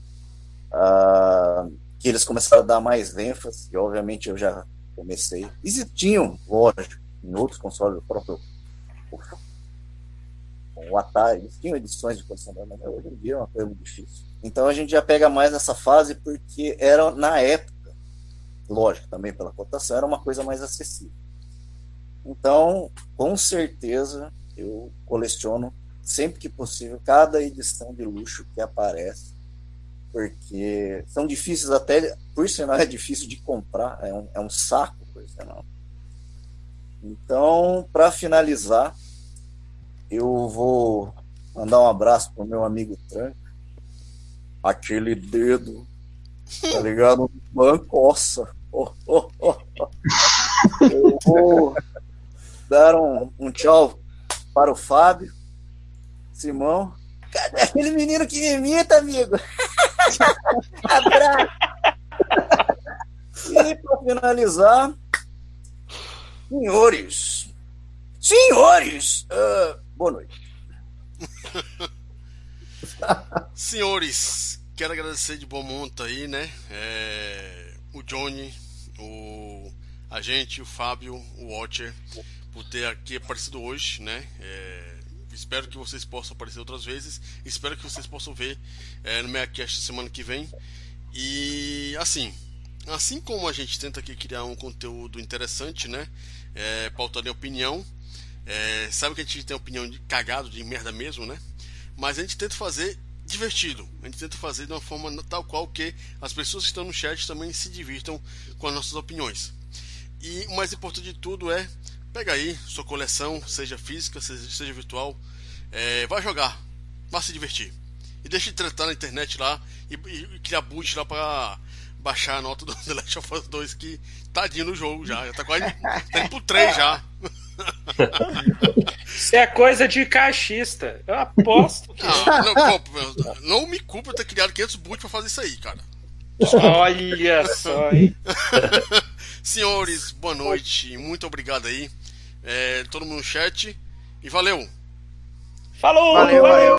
uh, que eles começaram a dar mais ênfase, e obviamente eu já comecei. Existiam, lógico, em outros consoles, o próprio o, o Atari, existiam edições de colecionador, mas hoje em dia é uma coisa muito difícil. Então a gente já pega mais nessa fase, porque era na época, lógico, também pela cotação, era uma coisa mais acessível. Então, com certeza, eu coleciono, sempre que possível, cada edição de luxo que aparece, porque são difíceis até, por sinal, é difícil de comprar, é um, é um saco, por sinal. Então, para finalizar, eu vou mandar um abraço pro meu amigo Tranca, aquele dedo, tá ligado? Bancoça. Oh, oh, oh, oh. Eu vou dar um, um tchau para o Fábio, Simão. Cadê aquele menino que me imita, amigo? Abraço. E para finalizar, senhores, senhores, uh, boa noite. Senhores, quero agradecer de bom monta aí, né? É, o Johnny, o a gente, o Fábio, o Watcher, por ter aqui aparecido hoje, né? É, espero que vocês possam aparecer outras vezes. Espero que vocês possam ver é, no MegaCast semana que vem. E assim, assim como a gente tenta aqui criar um conteúdo interessante, né? É, pautando em opinião. É, sabe que a gente tem opinião de cagado, de merda mesmo, né? Mas a gente tenta fazer divertido. A gente tenta fazer de uma forma tal qual que as pessoas que estão no chat também se divirtam com as nossas opiniões. E o mais importante de tudo é pega aí sua coleção, seja física, seja, seja virtual, é, vai jogar, vai se divertir. E deixa de tretar na internet lá e, e, e criar boot lá pra baixar a nota do The Last of Us dois, que tadinho no jogo já. Já tá quase tá indo pro três já. Isso é coisa de caixista. Eu aposto que. Não, não, pô, não me culpa eu ter criado quinhentos boot pra fazer isso aí, cara. Olha só, hein? Senhores, boa noite. Muito obrigado aí. É, todo mundo no chat. E valeu. Falou! Valeu, valeu.